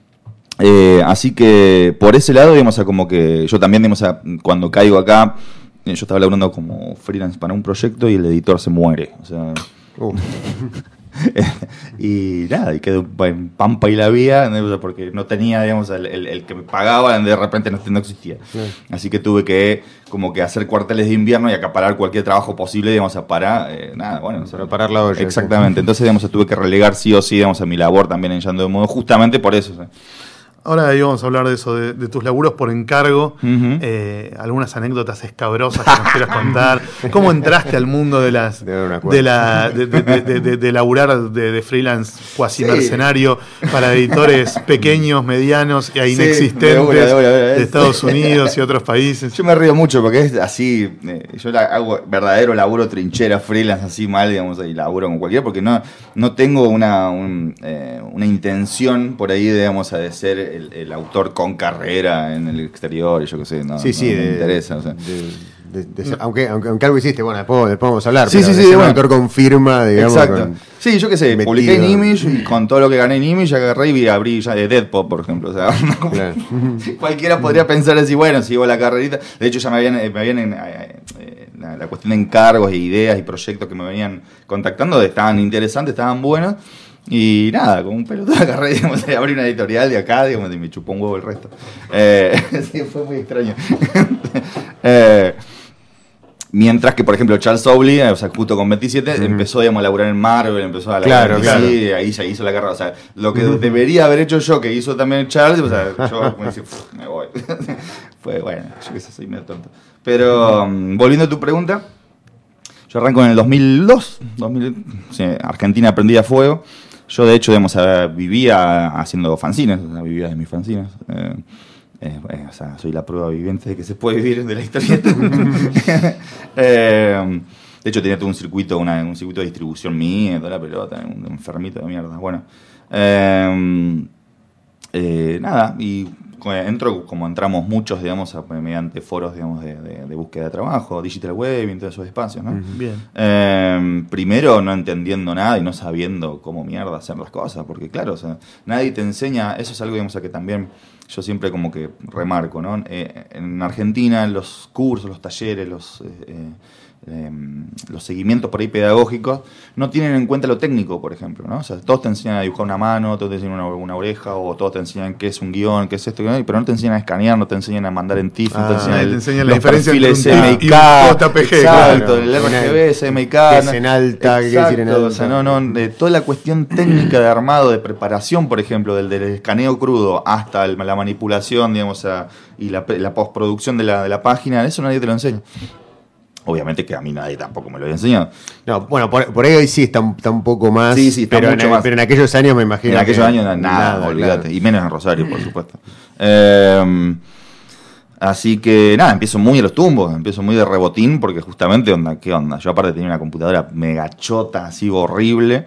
Eh, así que por ese lado, digamos, o sea, como que yo también, digamos, o sea, cuando caigo acá, eh, yo estaba laburando como freelance para un proyecto y el editor se muere, o sea... Uh, y nada, y quedó en Pampa y la Vía, ¿no? Porque no tenía, digamos, el, el- el que me pagaba, de repente no, no existía. Claro. Así que tuve que como que hacer cuarteles de invierno y acaparar cualquier trabajo posible, digamos, para, eh, nada, bueno. o sea, Para parar la olla. Exactamente, entonces, digamos, tuve que relegar sí o sí, digamos, a mi labor también en Llanto de Mudo, justamente por eso. o sea. ahora íbamos a hablar de eso, de, de tus laburos por encargo, Uh-huh. eh, algunas anécdotas escabrosas que nos quieras contar. ¿Cómo entraste al mundo de las De una cuenta. de la de, de, de, de, de, de laburar de, de freelance cuasi mercenario para editores pequeños, medianos e inexistentes de una, de una, de una. de Estados Unidos y otros países? Yo me río mucho porque es así, eh, yo la hago verdadero laburo trinchera, freelance, así mal, digamos, y laburo con cualquiera, porque no, no tengo una, un, eh, una intención por ahí, digamos, de ser el, el autor con carrera en el exterior, y yo qué sé, no, Sí, sí, no me de- interesa. O sea. de- de- de ser- aunque, aunque, aunque algo hiciste, bueno, después, después vamos a hablar. Sí, pero sí, de sí, ser un bueno. autor con firma, digamos. Exacto. con- Sí, yo qué sé, metido. publiqué en Image y con todo lo que gané en Image agarré y abrí ya de Deadpop, por ejemplo. O sea, Claro. cualquiera podría pensar así, bueno, sigo la carrerita. De hecho, ya me habían, me habían eh, eh, la, la cuestión de encargos e ideas y proyectos que me venían contactando estaban interesantes, estaban buenos. Y nada, como un pelotudo agarré, digamos, abrí una editorial de acá, digamos, y me chupó un huevo el resto. Eh, sí, fue muy extraño. eh, Mientras que, por ejemplo, Charles Soule, o sea, justo con veintisiete, Ujú. empezó, digamos, a laburar en Marvel, empezó a Claro, laburar en D C, claro. ahí ya hizo la carrera. O sea, lo que debería haber hecho yo, que hizo también Charles, o sea, yo me decía, me voy. Fue, bueno, yo qué sé, soy medio tonto. Pero, um, volviendo a tu pregunta, yo arranco en el dos mil dos, dos mil, sí, Argentina prendida a fuego. Yo, de hecho, digamos, eh, vivía haciendo fanzines, o sea, vivía de mis fanzines. Eh, Eh, bueno, o sea, soy la prueba viviente de que se puede vivir de la historieta. eh, de hecho, tenía todo un circuito, una, un circuito de distribución mío, toda la pelota, un enfermito de mierda. Bueno, eh, eh, nada, y entro como entramos muchos, digamos, a, mediante foros, digamos, de, de, de búsqueda de trabajo, digital web y en todos esos espacios, ¿no? Bien. Eh, primero no entendiendo nada y no sabiendo cómo mierda hacer las cosas, porque claro, o sea, nadie te enseña, eso es algo, digamos, a que también yo siempre como que remarco, ¿no? Eh, en Argentina los cursos, los talleres, los eh, eh, los seguimientos por ahí pedagógicos no tienen en cuenta lo técnico, por ejemplo, ¿no? O sea, todos te enseñan a dibujar una mano, todos te enseñan una, una oreja, o todos te enseñan qué es un guión, qué es esto, pero no te enseñan a escanear, no te enseñan a mandar en TIFF, no Ah, te enseñan, te el, enseñan la los diferencia perfiles entre un M y TIFF y K, un J P G, exacto, claro. el R G B, S M y K, Qué es en alta, qué es exacto, en alta. o sea, no, no, de toda la cuestión técnica de armado, de preparación, por ejemplo, del, del escaneo crudo hasta el- la manipulación, digamos, a- y la, la postproducción de la, de la página, eso nadie te lo enseña. Obviamente que a mí nadie tampoco me lo había enseñado. No, bueno, por, por ahí hoy sí está, un- está un poco más. Sí, sí, está pero, mucho en, más. pero en aquellos años me imagino. En aquellos que años nada, nada olvídate. claro. Y menos en Rosario, por supuesto. Eh, así que nada, empiezo muy a los tumbos, empiezo muy de rebotín, porque justamente, onda, ¿qué onda? Yo aparte tenía una computadora mega chota, así horrible.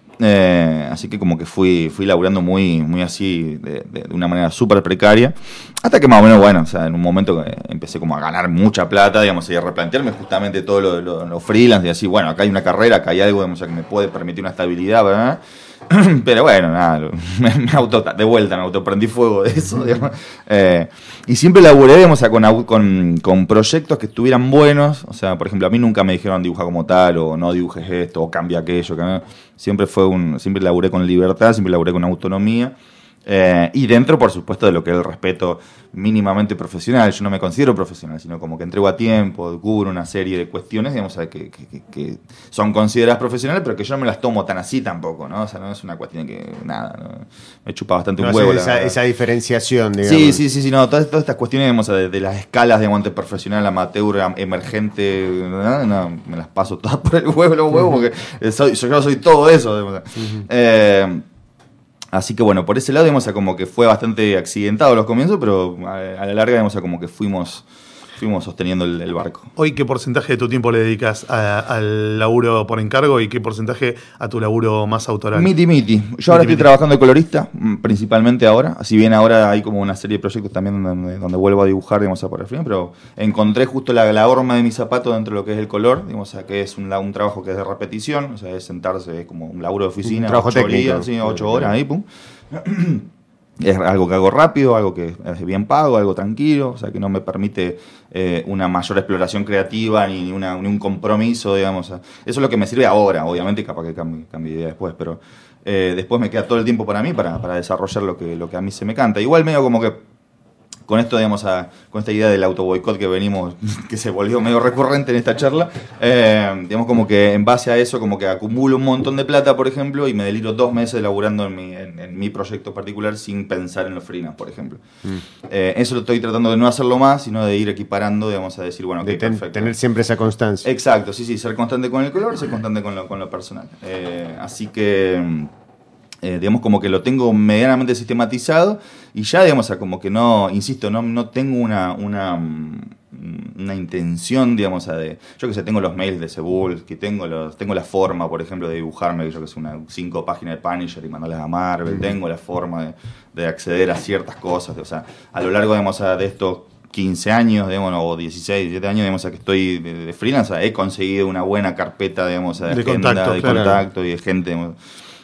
Eh, así que como que fui fui laburando muy muy así de, de, de una manera súper precaria, hasta que más o menos, bueno, o sea, en un momento que empecé como a ganar mucha plata, digamos, y a replantearme justamente todo lo, lo, lo freelance, y así, bueno, acá hay una carrera, acá hay algo, digamos, que me puede permitir una estabilidad, ¿verdad? Pero bueno, nada, me, me auto, de vuelta me autoprendí fuego de eso, digamos. Eh, y siempre laburé, digamos, con, au- con, con proyectos que estuvieran buenos. O sea, por ejemplo, a mí nunca me dijeron dibuja como tal, o no dibujes esto, o cambia aquello. Que no. Siempre fue un, siempre laburé con libertad, siempre laburé con autonomía. Eh, y dentro, por supuesto, de lo que es el respeto mínimamente profesional. Yo no me considero profesional, sino como que entrego a tiempo, cubro una serie de cuestiones, digamos, que, que, que, que son consideradas profesionales, pero que yo no me las tomo tan así tampoco, ¿no? O sea, no es una cuestión que, nada, ¿no? Me chupa bastante No un huevo. haces la esa, verdad. esa diferenciación, digamos. Sí, sí, sí, sí, no, todas, todas estas cuestiones, digamos, de, de las escalas, digamos, entre profesional, amateur, am- emergente, ¿no? No, me las paso todas por el huevo, los huevos, porque soy, yo soy todo eso, digamos. Eh, Así que bueno, por ese lado, digamos, como que fue bastante accidentado los comienzos, pero a, a la larga, digamos, como que fuimos, fuimos sosteniendo el, el barco. Hoy, ¿qué porcentaje de tu tiempo le dedicas a- al laburo por encargo y qué porcentaje a tu laburo más autoral? Miti miti. Yo ahora Miti, estoy miti. trabajando de colorista, mm, principalmente ahora. Si bien ahora hay como una serie de proyectos también donde, donde vuelvo a dibujar, digamos, a por el frente, pero encontré justo la, la horma de mi zapato dentro de lo que es el color, digamos, o sea, que es un, la- un trabajo que es de repetición, o sea, es sentarse, es como un laburo de oficina, Un trabajo ocho técnico. horas, sí, ocho horas ahí, pum. Es algo que hago rápido, algo que es bien pago, algo tranquilo, o sea, que no me permite eh, una mayor exploración creativa ni, ni una, ni un compromiso, digamos. Eso es lo que me sirve ahora, obviamente, capaz que cambie, cambie de idea después, pero eh, después me queda todo el tiempo para mí, para, para desarrollar lo que, lo que a mí se me canta. Igual medio como que con esto, digamos, a, con esta idea del autoboicot que venimos, que se volvió medio recurrente en esta charla, eh, digamos como que en base a eso, como que acumulo un montón de plata, por ejemplo, y me deliro dos meses laburando en mi, en, en mi proyecto particular sin pensar en los freelance, por ejemplo. Mm. Eh, eso lo estoy tratando de no hacerlo más, sino de ir equiparando, digamos, a decir, bueno, de okay, ten, perfecto. Tener siempre esa constancia. Exacto, sí, sí, ser constante con el color, ser constante con lo, con lo personal. Eh, así que... Eh, digamos como que lo tengo medianamente sistematizado y ya digamos como que no, insisto, no, no tengo una, una, una intención, digamos, de, yo que sé, tengo los mails de Sebul, que tengo los, tengo la forma, por ejemplo, de dibujarme, yo que sé, una cinco páginas de Punisher y mandarlas a Marvel, mm. tengo la forma de, de acceder a ciertas cosas, o sea, a lo largo, digamos, de estos quince años, digamos, o dieciséis, diecisiete años, digamos, que estoy de, de freelance, he conseguido una buena carpeta, digamos, de, de agenda, contacto, de claro. contacto y de gente, digamos.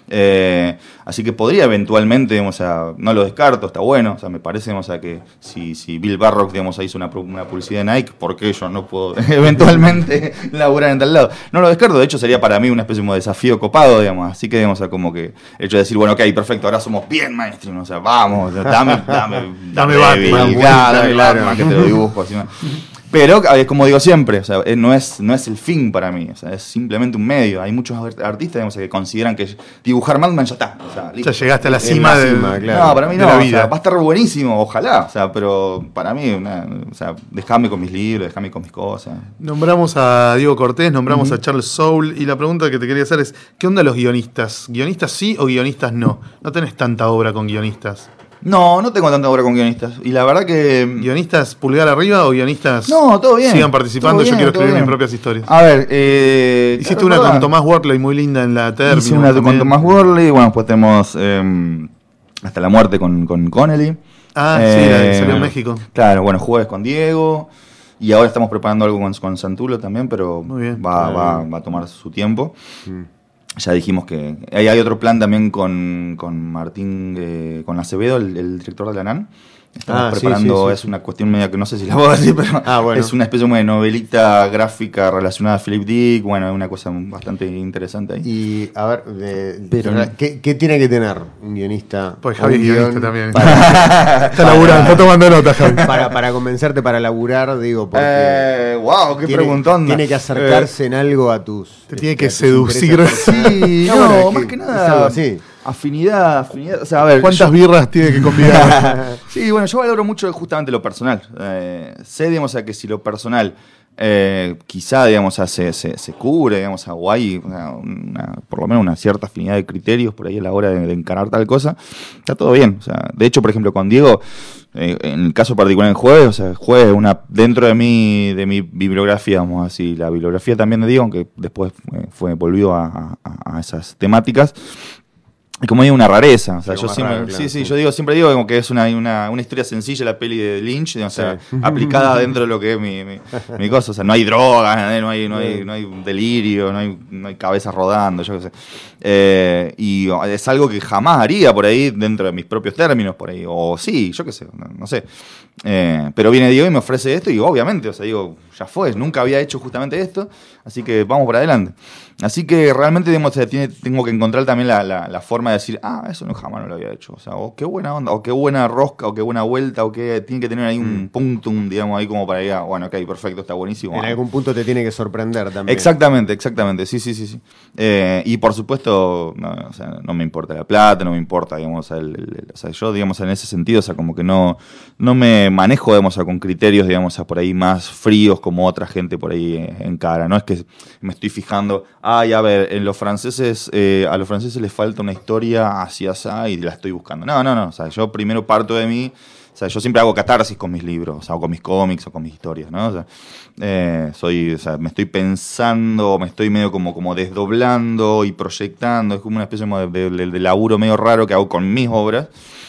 Eh, así que podría eventualmente, digamos, o sea, no lo descarto, está bueno, o sea, me parece, digamos, o sea, que si, si Bill Barrock, digamos, hizo una, una publicidad de Nike, ¿por qué yo no puedo eventualmente laburar en tal lado? No lo descarto, de hecho sería para mí una especie de desafío copado, digamos, así que, digamos, o sea, como que el hecho de decir, bueno, ok, perfecto, ahora somos bien mainstream, o sea, vamos, dame, dame, dame Batman, dame Batman, que te lo dibujo, así, ¿no? Pero, como digo siempre, o sea, no es, no es el fin para mí, o sea, es simplemente un medio. Hay muchos artistas, digamos, que consideran que dibujar Batman ya está. O sea, listo. Ya llegaste a la cima, de, cima claro, no, para mí no, o sea, va a estar buenísimo, ojalá, o sea, pero para mí, una, o sea, dejame con mis libros, dejame con mis cosas. Nombramos a Diego Cortés, nombramos uh-huh. a Charles Soule, y la pregunta que te quería hacer es, ¿qué onda los guionistas? ¿Guionistas sí o guionistas no? No tenés tanta obra con guionistas. No, no tengo tanta obra con guionistas. Y la verdad que... ¿Guionistas pulgar arriba o guionistas no, todo bien, sigan participando? Bien, yo quiero escribir mis propias historias. A ver, eh... Hiciste claro, una verdad. con Tomás Worley muy linda en la Terminal. Hice una también. con Tomás Worley. Bueno, pues tenemos eh, Hasta la muerte con, con Connelly. Ah, eh, sí, la que salió en México. Claro, bueno, Jueves con Diego. Y ahora estamos preparando algo con, con Santulo también, pero muy bien. Va, ah, va, va a tomar su tiempo. Mm. Ya dijimos que hay, hay otro plan también con, con Martín, eh, con Acevedo, el, el director de la N A N. Estamos ah, preparando, sí, sí, sí, es sí. una cuestión media que no sé si la puedo decir, pero ah, bueno. es una especie de novelita gráfica relacionada a Philip Dick, bueno, es una cosa bastante interesante ahí. Y, a ver, de, pero, ¿qué, ¿qué tiene que tener un guionista? Pues Javi es guionista también. Para, está laburando, está tomando nota, Javi. Para, para convencerte, para laburar, digo, porque... Eh, wow, qué tiene, preguntón. Tiene que acercarse eh, en algo a tus... Te tiene que seducir. Sí, no, no bueno, más que, que nada... Es algo así. Afinidad, afinidad, o sea, a ver... ¿Cuántas yo, birras tiene que convidar? Sí, bueno, yo valoro mucho justamente lo personal. Eh, sé, digamos, a que si lo personal eh, quizá, digamos, a, se, se, se cubre, digamos, a o hay una, una, por lo menos una cierta afinidad de criterios por ahí a la hora de, de encarar tal cosa, está todo bien. O sea, de hecho, por ejemplo, con Diego, eh, en el caso particular en Jueves, o sea, Jueves, una, dentro de mi, de mi bibliografía, vamos así, la bibliografía también de Diego, aunque después fue, fue volvió a, a, a esas temáticas, es como digo, una rareza. O sea, sí, yo siempre, raro, claro, sí, sí, sí, yo digo, siempre digo como que es una, una, una historia sencilla la peli de Lynch, o sea, sí. aplicada dentro de lo que es mi, mi, mi cosa. O sea, no hay drogas, no hay, no hay, no hay delirio, no hay, no hay cabezas rodando, yo qué sé. Eh, y es algo que jamás haría por ahí dentro de mis propios términos, por ahí. O sí, yo qué sé, no, no sé. Eh, pero viene Diego y me ofrece esto y obviamente, o sea, digo, ya fue, nunca había hecho justamente esto, así que vamos por adelante. Así que realmente digamos, tiene, tengo que encontrar también la, la, la forma de decir, ah, eso no jamás no lo había hecho. O sea, o qué buena onda, o qué buena rosca, o qué buena vuelta, o que tiene que tener ahí un punctum, digamos, ahí como para ir, ah, bueno, ok, perfecto, está buenísimo. En algún punto te tiene que sorprender también. Exactamente, exactamente, sí, sí, sí. sí. Eh, y por supuesto, no, o sea, no me importa la plata, no me importa, digamos, el, el, el, o sea, yo, digamos, en ese sentido, o sea, como que no, no me manejo, digamos, con criterios, digamos, por ahí más fríos como otra gente por ahí encara. No es que me estoy fijando, ay, a ver, en los franceses, eh, a los franceses les falta una historia hacia allá y la estoy buscando. No, no, no, o sea, yo primero parto de mí, o sea, yo siempre hago catarsis con mis libros, o sea, o con mis cómics o con mis historias, ¿no? O sea, eh, soy, o sea, me estoy pensando, me estoy medio como, como desdoblando y proyectando, es como una especie de, de, de, de laburo medio raro que hago con mis obras.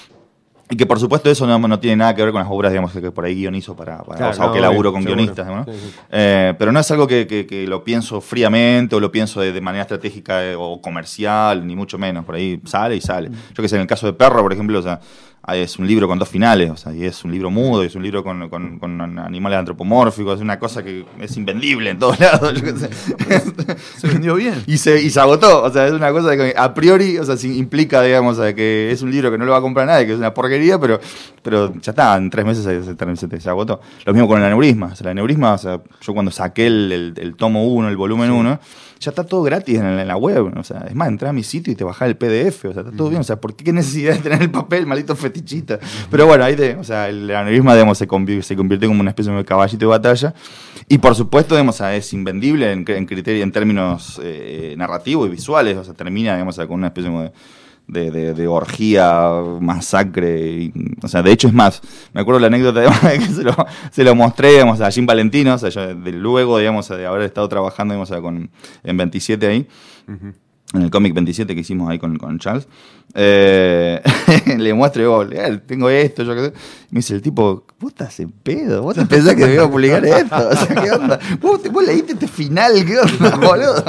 Y que por supuesto eso no, no tiene nada que ver con las obras, digamos, que por ahí guionizo para, para claro, o sea, no, que laburo con seguro. guionistas, ¿no? Sí, sí. Eh, pero no es algo que, que, que lo pienso fríamente o lo pienso de, de manera estratégica o comercial, ni mucho menos. Por ahí sale y sale. Yo que sé, en el caso de Perro, por ejemplo, o sea, es un libro con dos finales, o sea, y es un libro mudo, y es un libro con, con, con animales antropomórficos, es una cosa que es invendible en todos lados, yo qué sé. Se vendió bien. Y se, y se agotó, o sea, es una cosa que a priori, o sea, implica, digamos, que es un libro que no lo va a comprar nadie, que es una porquería, pero, pero ya está, en tres meses se, se, se, se agotó. Lo mismo con el aneurisma, o sea, el aneurisma, o sea, yo cuando saqué el, el, el tomo uno, el volumen uno, ya está todo gratis en, en la web, o sea, es más, entrás a mi sitio y te bajás el P D F, o sea, está todo bien, o sea, ¿por qué necesidad de tener el papel, maldito fetichista? Pero bueno, ahí te, o sea, el aneurisma, digamos, se convirtió, se convirtió como una especie de caballito de batalla, y por supuesto, digamos, es invendible en, en, criterio, en términos eh, narrativos y visuales, o sea, termina, digamos, con una especie de... De, de, de orgía, masacre, y, o sea, de hecho es más, me acuerdo la anécdota de que se lo, se lo mostré, digamos, a Jim Valentino, o sea, yo, de, luego, digamos, de haber estado trabajando, digamos, con, en veintisiete ahí, uh-huh. en el cómic veintisiete que hicimos ahí con, con Charles, eh, le muestro, oh, tengo esto, yo qué sé, me dice el tipo, vos estás en pedo, vos te pensás que debíamos publicar esto, o sea, ¿qué onda? Vos, vos leíste este final, ¿qué onda, boludo?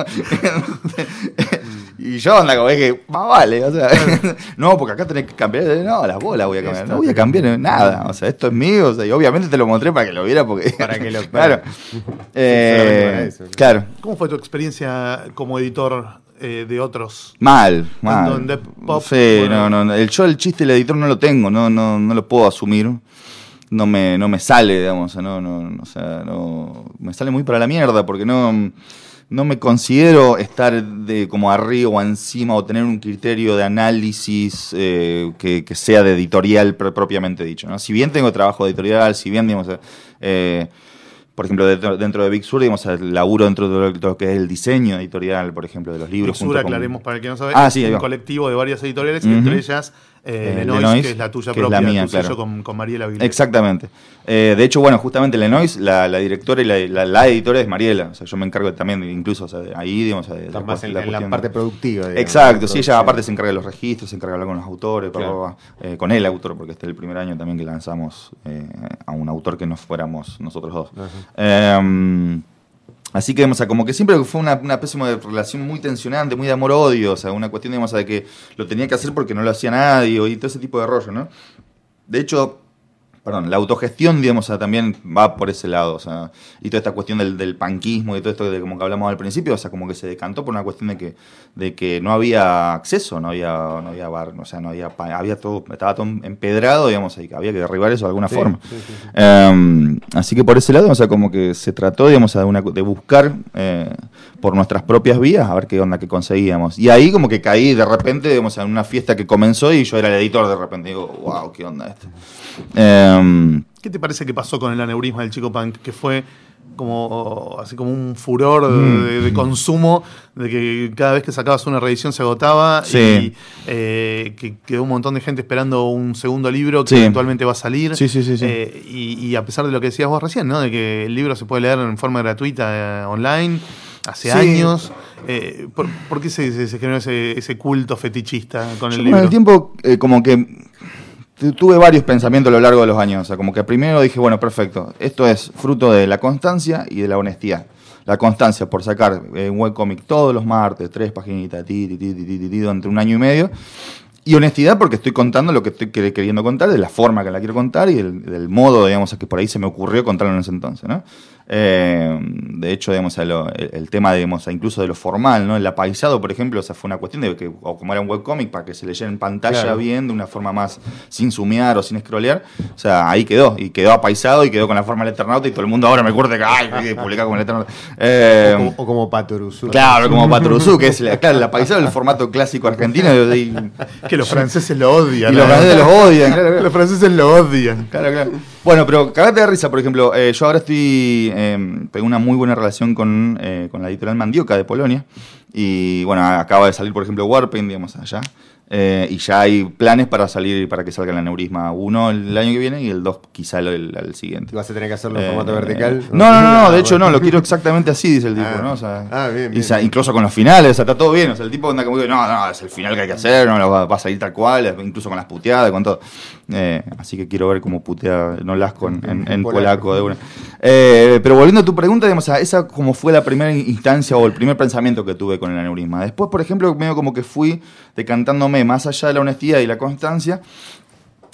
Y yo anda como es que, más vale, o sea, no, porque acá tenés que cambiar, no, las bolas voy a cambiar, no voy a cambiar nada, o sea, esto es mío, o sea, y obviamente te lo mostré para que lo viera, porque... Para que lo... Claro. eh, eso, claro. ¿Cómo fue tu experiencia como editor eh, de otros? Mal, mal. En, en Pop, sí, bueno. no, no, el, yo el chiste del editor no lo tengo, no, no, no lo puedo asumir. No me, no me sale, digamos, no, no, no, o sea, no, me sale muy para la mierda, porque no... No me considero estar de como arriba o encima o tener un criterio de análisis eh, que, que sea de editorial pr- propiamente dicho, ¿no? Si bien tengo trabajo editorial, si bien, digamos, eh, por ejemplo, dentro, dentro de Big Sur, digamos, laburo dentro de lo que es el diseño editorial, por ejemplo, de los libros. Big Sur, aclaremos con... para el que no sabe, ah, es sí, un va. colectivo de varias editoriales, Uh-huh. entre ellas eh, Lenois, Lenois, que es la tuya propia, es la mía, tu claro. sello con, con Mariela Vilés. Exactamente. Eh, de hecho, bueno, justamente Lenois, la, la directora y la, la, la editora es Mariela. O sea, yo me encargo también, de, incluso, o sea, de ahí, digamos, de, Está de, más de, en, la, en la parte productiva. Digamos, exacto, sí, ella aparte se encarga de los registros, se encarga de hablar con los autores, claro. eh, con el autor, porque este es el primer año también que lanzamos eh, a un autor que no fuéramos nosotros dos. Eh, Así que, o sea, como que siempre fue una, una especie de relación muy tensionante, muy de amor-odio, o sea, una cuestión, digamos, de que lo tenía que hacer porque no lo hacía nadie, y todo ese tipo de rollo, ¿no? De hecho, perdón, la autogestión, digamos, o sea, también va por ese lado, o sea, y toda esta cuestión del, del panquismo y todo esto de como que hablamos al principio, o sea, como que se decantó por una cuestión de que, de que no había acceso, no había, no había bar, o sea, no había, había todo, estaba todo empedrado, digamos, y había que derribar eso de alguna sí, forma. Sí, sí, sí. Um, así que por ese lado, o sea, como que se trató, digamos, de, una, de buscar eh, por nuestras propias vías a ver qué onda que conseguíamos. Y ahí como que caí de repente, digamos, en una fiesta que comenzó y yo era el editor de repente, digo, wow, qué onda esto. Um, ¿Qué te parece que pasó con el aneurisma del Chico Punk? Que fue como así como un furor mm. de, de consumo, de que cada vez que sacabas una reedición se agotaba sí. y eh, que quedó un montón de gente esperando un segundo libro que sí. eventualmente va a salir. Sí, sí, sí, sí. Eh, y, y a pesar de lo que decías vos recién, ¿no? De que el libro se puede leer en forma gratuita eh, online hace sí. años. Eh, ¿por, ¿Por qué se, se, se generó ese, ese culto fetichista con el Yo libro? Con el tiempo, eh, como que tuve varios pensamientos a lo largo de los años. O sea, como que primero dije, bueno, perfecto, esto es fruto de la constancia y de la honestidad. La constancia por sacar eh, un webcomic todos los martes, tres paginitas, ti, ti, ti, ti, ti, ti, durante un año y medio. Y honestidad porque estoy contando lo que estoy queriendo contar, de la forma que la quiero contar y del, del modo, digamos, que por ahí se me ocurrió contarlo en ese entonces, ¿no? Eh, de hecho, digamos, el, el tema, digamos, incluso de lo formal, ¿no? El apaisado, por ejemplo, o sea, fue una cuestión de que, o como era un webcomic, para que se leyera en pantalla claro. bien, de una forma más sin sumear o sin scrollear, o sea, ahí quedó, y quedó apaisado y quedó con la forma del Eternauta y todo el mundo ahora me acuerda que, ay, publicar como el Eternauta. Eh, o como, o como Patoruzú. Claro, como Patoruzú, que es la, claro, el apaisado del formato clásico argentino. Y, que los franceses lo odian. Y los franceses lo odian, claro, claro. Los franceses lo odian. Claro, claro. Bueno, pero cagate de risa, por ejemplo, eh, yo ahora estoy, eh, tengo una muy buena relación con, eh, con la editorial Mandioca de Polonia, y bueno, acaba de salir, por ejemplo, Warpaint, digamos, allá, eh, y ya hay planes para salir, para que salga el aneurisma uno el año que viene y el dos quizá el, el, el siguiente. ¿Vas a tener que hacerlo en eh, formato vertical? Eh, no, no, no, no, de hecho no, lo quiero exactamente así, dice el tipo, ah, ¿no? O sea, ah, bien, bien, y, o sea, bien. incluso con los finales, o sea, está todo bien, o sea, el tipo anda como que, no, no, es el final que hay que hacer, no, va, va a salir tal cual, incluso con las puteadas, con todo. Eh, así que quiero ver cómo putea Nolasco en, en, en polaco de una. Eh, pero volviendo a tu pregunta, digamos, esa como fue la primera instancia o el primer pensamiento que tuve con el aneurisma. Después, por ejemplo, medio como que fui decantándome más allá de la honestidad y la constancia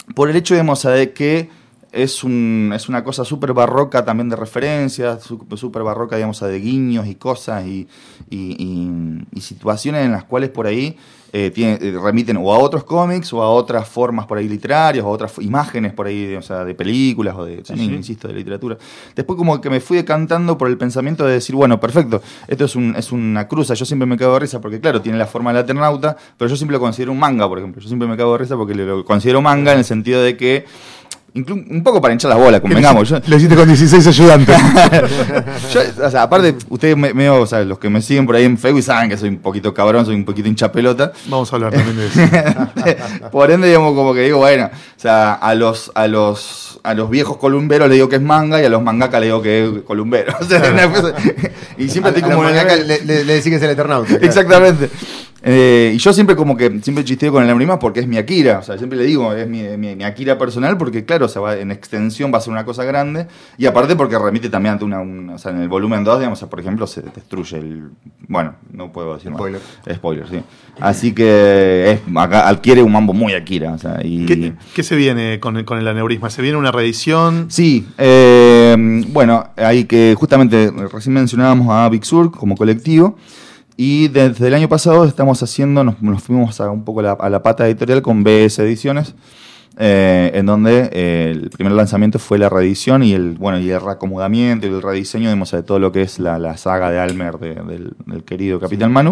por el hecho, digamos, de que es, un, es una cosa súper barroca también de referencias, súper barroca, digamos, de guiños y cosas y, y, y, y situaciones en las cuales por ahí eh, tiene, eh, remiten o a otros cómics o a otras formas por ahí literarias o a otras imágenes por ahí, o sea, de películas o de, sí, también, sí. insisto, de literatura. Después como que me fui decantando por el pensamiento de decir, bueno, perfecto, esto es, un, es una cruza, yo siempre me cago de risa porque, claro, tiene la forma del Eternauta, pero yo siempre lo considero un manga, por ejemplo. Yo siempre me cago de risa porque lo considero manga en el sentido de que Inclu- un poco para hinchar las bolas, convengamos. Yo, lo hiciste con dieciséis ayudantes. Yo, o sea, aparte, ustedes me, me, o sea, los que me siguen por ahí en Facebook saben que soy un poquito cabrón, soy un poquito hincha pelota. Vamos a hablar también de eso. Por ende, digamos, como que digo, bueno, o sea, a los, a los, a los viejos columberos le digo que es manga y a los mangakas le digo que es columbero. O sea, claro. Y siempre a, estoy a como. los mangakas le, le, le decís que es el Eternauta. Claro. Exactamente. Eh, y yo siempre como que siempre chisteo con el aneurisma porque es mi Akira, o sea, siempre le digo, es mi, mi, mi Akira personal porque claro, o sea, va, en extensión va a ser una cosa grande y aparte porque remite también ante una, una o sea, en el volumen dos, digamos, o sea, por ejemplo, se destruye el, bueno, no puedo decir Spoiler. más. Spoiler, sí. Así que es, acá adquiere un mambo muy Akira, o sea, y... ¿Qué, ¿Qué se viene con, con el aneurisma? ¿Se viene una reedición? Sí, eh, bueno, hay que justamente recién mencionábamos a Big Sur como colectivo. Y desde el año pasado estamos haciendo, nos, nos fuimos a un poco la, a la pata editorial con B S Ediciones, eh, en donde eh, el primer lanzamiento fue la reedición y el bueno y el reacomodamiento y el rediseño digamos, de todo lo que es la, la saga de Almer de, del, del querido Capitán Manu,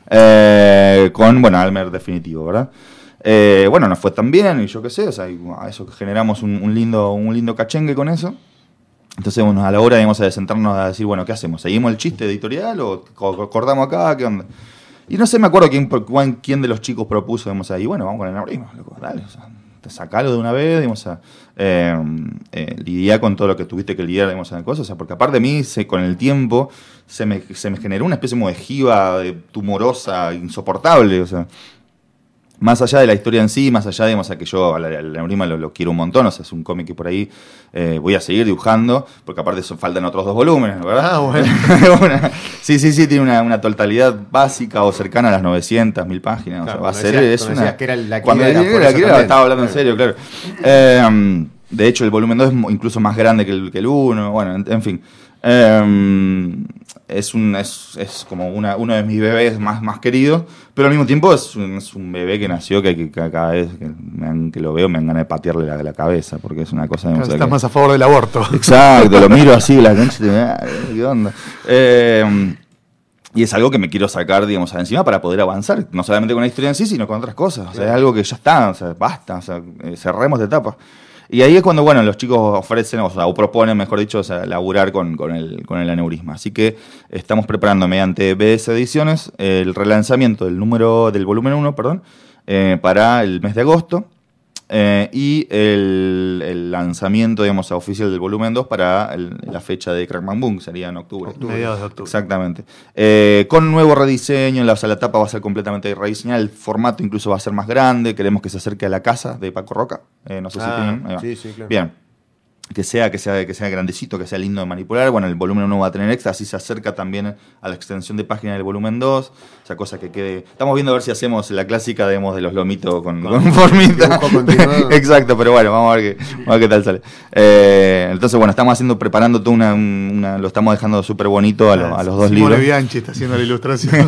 eh, con bueno Almer definitivo, ¿verdad? Eh, bueno, nos fue tan bien y yo qué sé, o sea, y, a eso generamos un, un lindo un lindo cachengue con eso. Entonces, bueno, a la hora digamos, de sentarnos a decir, bueno, ¿qué hacemos? ¿Seguimos el chiste editorial o cortamos acá? ¿Qué onda? Y no sé, me acuerdo quién, quién de los chicos propuso, digamos, ahí, bueno, vamos con el aneurisma, loco, dale, o sea, sacalo de una vez, digamos, a, eh, eh, lidiar con todo lo que tuviste que lidiar, digamos, en cosas, o sea, porque aparte de mí, se, con el tiempo, se me, se me generó una especie como de jiba de tumorosa, insoportable, o sea... Más allá de la historia en sí, más allá, digamos, a que yo al aneurisma lo, lo quiero un montón, o sea, es un cómic que por ahí eh, voy a seguir dibujando, porque aparte eso, faltan otros dos volúmenes, ¿verdad? Ah, bueno. una, sí, sí, sí, tiene una, una totalidad básica o cercana a las novecientas, mil páginas, Claro, o sea, va a ser, decías, es una... Que era la cuando era era, la Akira, estaba hablando en serio, claro. Eh, de hecho, el volumen dos es incluso más grande que el, que el uno, bueno, en, en fin. Eh, es un es, es como una, uno de mis bebés más, más queridos, pero al mismo tiempo es un, es un bebé que nació que, que, que cada vez que, me, que lo veo me dan ganas de patearle la, la cabeza, porque es una cosa... Claro, estás que, más a favor del aborto. Exacto, lo miro así, la cancha y ¿qué onda? Eh, y es algo que me quiero sacar, digamos, encima para poder avanzar, no solamente con la historia en sí, sino con otras cosas. O sea, es algo que ya está, o sea, basta, o sea, cerremos de etapa. Y ahí es cuando, bueno, los chicos ofrecen, o sea, o proponen, mejor dicho, o sea, laburar con, con, el, con el aneurisma. Así que estamos preparando mediante B S Ediciones el relanzamiento del número, del volumen uno, perdón, eh, para el mes de agosto. Eh, y el, el lanzamiento, digamos, oficial del volumen dos para el, la fecha de Crackman Boom, sería en octubre. octubre. Mediados de octubre. Exactamente. Eh, con nuevo rediseño, la, o sea, la tapa va a ser completamente rediseñada, el formato incluso va a ser más grande, queremos que se acerque a la casa de Paco Roca. Eh, no sé ah, si tienen. Ahí va. Sí, sí, claro. Bien. Que sea, que sea, que sea grandecito, que sea lindo de manipular. Bueno, el volumen uno va a tener extra, así se acerca también a la extensión de página del volumen dos. Esa cosa que quede. Estamos viendo a ver si hacemos la clásica, digamos, de los lomitos con, con, con formita. Exacto, pero bueno, vamos a ver qué, vamos a ver qué tal sale. Eh, entonces, bueno, estamos haciendo, preparando todo una, una lo estamos dejando súper bonito a, lo, a los dos Simone libros. Bianchi está haciendo la ilustración.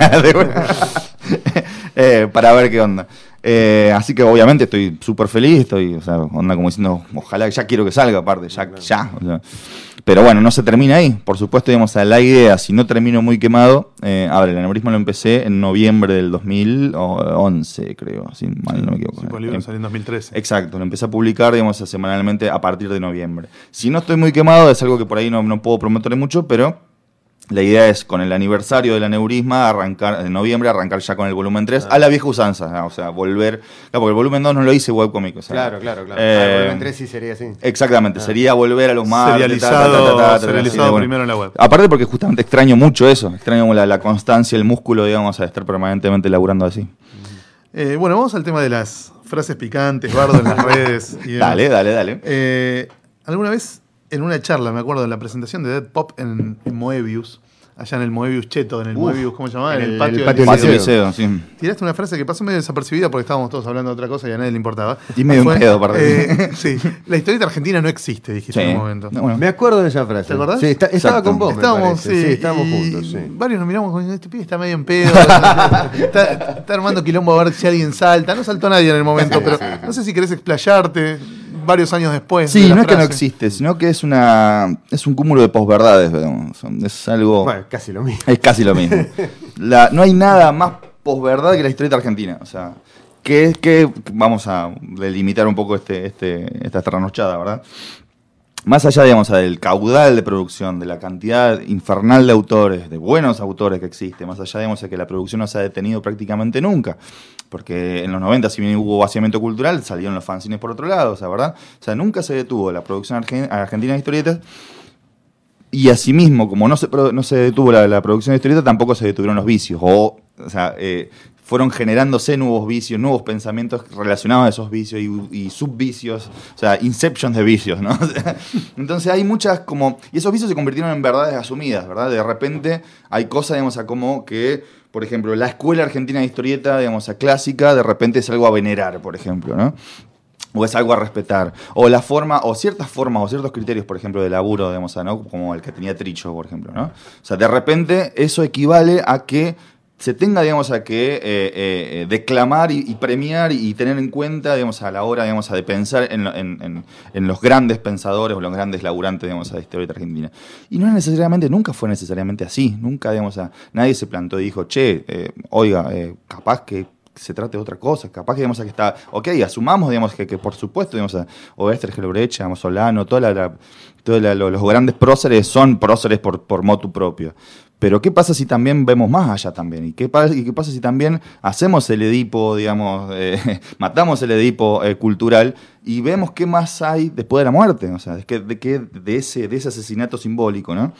eh, para ver qué onda. Eh, así que obviamente estoy súper feliz, estoy, o sea, onda como diciendo, ojalá, ya quiero que salga aparte, ya, ya. O sea. Pero bueno, no se termina ahí. Por supuesto, digamos, la idea, si no termino muy quemado, eh, a ver, el aneurisma lo empecé en noviembre del dos mil once, creo, si mal no me equivoco. Sí, pues el libro salió en dos mil trece. Exacto, lo empecé a publicar, digamos, semanalmente a partir de noviembre. Si no estoy muy quemado, es algo que por ahí no, no puedo prometer mucho, pero... La idea es, con el aniversario del aneurisma, arrancar en noviembre, arrancar ya con el volumen tres, ah. a la vieja usanza, o sea, volver... Claro, porque el volumen dos no lo hice webcomic, o sea... Claro, claro, claro. Eh, ah, el volumen tres sí sería así. Exactamente, ah. sería volver a los martes... Serializado, ta, ta, ta, ta, serializado así, primero bueno. en la web. Aparte porque justamente extraño mucho eso, extraño la, la constancia, el músculo, digamos, a estar permanentemente laburando así. Eh, bueno, vamos al tema de las frases picantes, bardo en las redes. Y dale, dale, dale. Eh, ¿Alguna vez... En una charla, me acuerdo, en la presentación de Dead Pop en, en Moebius, allá en el Moebius Cheto, en el Uf, Moebius, ¿cómo se llamaba? En en el, el- patio, el del patio liceo. Patio Liceo, sí. Tiraste una frase que pasó medio desapercibida porque estábamos todos hablando de otra cosa y a nadie le importaba. Y medio Fue, un pedo, aparte. eh, sí, la historieta argentina no existe, dijiste Sí. en un momento. No, bueno. Me acuerdo de esa frase. ¿Te acordás? Sí, está- estaba Exacto. con vos, me Estábamos, parece. sí, Sí, estábamos y juntos, sí. Varios nos miramos con este pibe está medio en pedo. está, está armando quilombo a ver si alguien salta. No saltó nadie en el momento, pero no sé si querés explayarte varios años después. de Sí, la no es que no frase. existe, sino que es una es un cúmulo de posverdades, digamos. Es algo... Bueno, casi lo mismo. Es casi lo mismo. La, no hay nada más posverdad que la historieta argentina. O sea, que, que vamos a delimitar un poco este, este, esta trasnochada, ¿verdad? Más allá, digamos, del caudal de producción, de la cantidad infernal de autores, de buenos autores que existe, más allá, digamos, de que la producción no se ha detenido prácticamente nunca, porque en los noventa, si bien hubo vaciamiento cultural, salieron los fanzines por otro lado, o sea, ¿verdad? O sea, nunca se detuvo la producción argen- argentina de historietas, y asimismo, como no se, pro- no se detuvo la, la producción de historietas, tampoco se detuvieron los vicios, o, o sea, eh, fueron generándose nuevos vicios, nuevos pensamientos relacionados a esos vicios y, y subvicios, o sea, inception de vicios, ¿no? O sea, entonces hay muchas como... Y esos vicios se convirtieron en verdades asumidas, ¿verdad? De repente hay cosas, digamos, a como que, por ejemplo, la escuela argentina de historieta, digamos, a clásica, de repente es algo a venerar, por ejemplo, ¿no? O es algo a respetar. O la forma, o ciertas formas, o ciertos criterios, por ejemplo, de laburo, digamos, ¿no? Como el que tenía Tricho, por ejemplo, ¿no? O sea, de repente eso equivale a que se tenga, digamos, a que eh, eh, declamar y, y premiar y tener en cuenta, digamos, a la hora, digamos, de pensar en, en, en, en los grandes pensadores o los grandes laburantes, digamos, de la historieta argentina. Y no es necesariamente, nunca fue necesariamente así. Nunca, digamos, a, nadie se plantó y dijo, che, eh, oiga, eh, capaz que se trate de otra cosa, capaz que, digamos, que está, ok, asumamos, digamos, que, que por supuesto, digamos, a Oester, Gelbrecht, digamos, Solano, toda la, la, toda la, lo, los grandes próceres son próceres por, por motu propio. Pero ¿qué pasa si también vemos más allá también? ¿Y qué, pa- y qué pasa si también hacemos el Edipo, digamos, eh, matamos el Edipo eh, cultural y vemos qué más hay después de la muerte? O sea, de, que, de, que, de, ese, de ese asesinato simbólico, ¿no?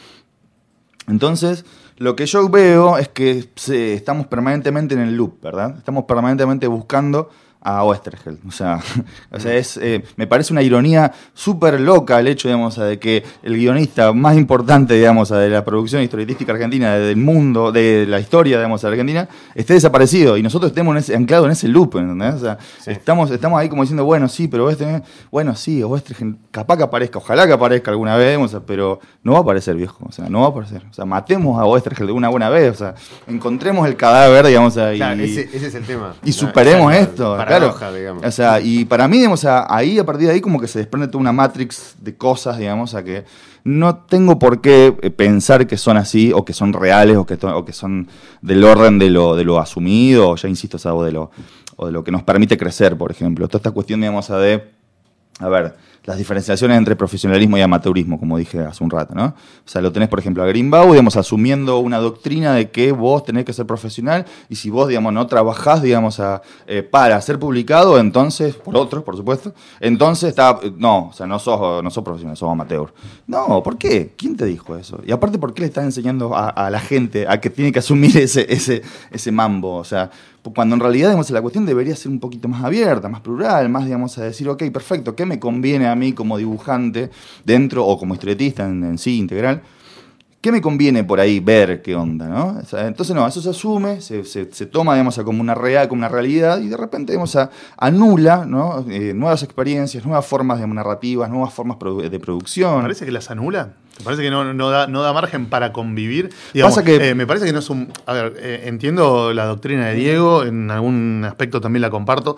Entonces, lo que yo veo es que se, estamos permanentemente en el loop, ¿verdad? Estamos permanentemente buscando a Oesterheld. O sea, o sea es, eh, me parece una ironía súper loca el hecho, digamos, de que el guionista más importante, digamos, de la producción historietística argentina, del mundo, de la historia, digamos, de la Argentina, esté desaparecido y nosotros estemos en ese, anclados en ese loop, ¿entendés? O sea, Sí. estamos, estamos ahí como diciendo, bueno, sí, pero Oesterheld, bueno, sí, Oesterheld, capaz que aparezca, ojalá que aparezca alguna vez, o sea, pero no va a aparecer, viejo, o sea, no va a aparecer. O sea, matemos a Oesterheld de una buena vez, o sea, encontremos el cadáver, digamos, ahí. Claro, ese, ese es el tema. Y superemos Esa es la esto, paradoja, claro. digamos. O sea, y para mí, digamos, a- ahí, a partir de ahí, como que se desprende toda una matrix de cosas, digamos, a que no tengo por qué eh, pensar que son así, o que son reales, o que, to- o que son del orden de lo, de lo asumido, o ya insisto, o, sea, o de lo, o de lo que nos permite crecer, por ejemplo. Toda esta cuestión, digamos, a de, a ver, las diferenciaciones entre profesionalismo y amateurismo, como dije hace un rato, ¿no? O sea, lo tenés, por ejemplo, a Greenbaum, digamos, asumiendo una doctrina de que vos tenés que ser profesional y si vos, digamos, no trabajás, digamos, a, eh, para ser publicado, entonces, por otros, por supuesto, entonces está, no, o sea, no sos, no sos profesional, sos amateur. No, ¿por qué? ¿Quién te dijo eso? Y aparte, ¿por qué le estás enseñando a, a la gente a que tiene que asumir ese, ese, ese mambo? O sea, cuando en realidad, digamos, la cuestión debería ser un poquito más abierta, más plural, más, digamos, a decir, ok, perfecto, ¿qué me conviene a mí como dibujante dentro, o como historietista en, en sí, integral? ¿Qué me conviene por ahí ver qué onda, no? O sea, entonces, no, eso se asume, se, se, se toma, digamos, a como una real, como una realidad, y de repente, digamos, a, anula, ¿no? Eh, nuevas experiencias, nuevas formas, digamos, narrativas, nuevas formas produ- de producción. ¿Te parece que las anula? ¿Te parece que no, no, da, no da margen para convivir? Digamos, Pasa que- eh, me parece que no es un... A ver, eh, entiendo la doctrina de Diego, en algún aspecto también la comparto.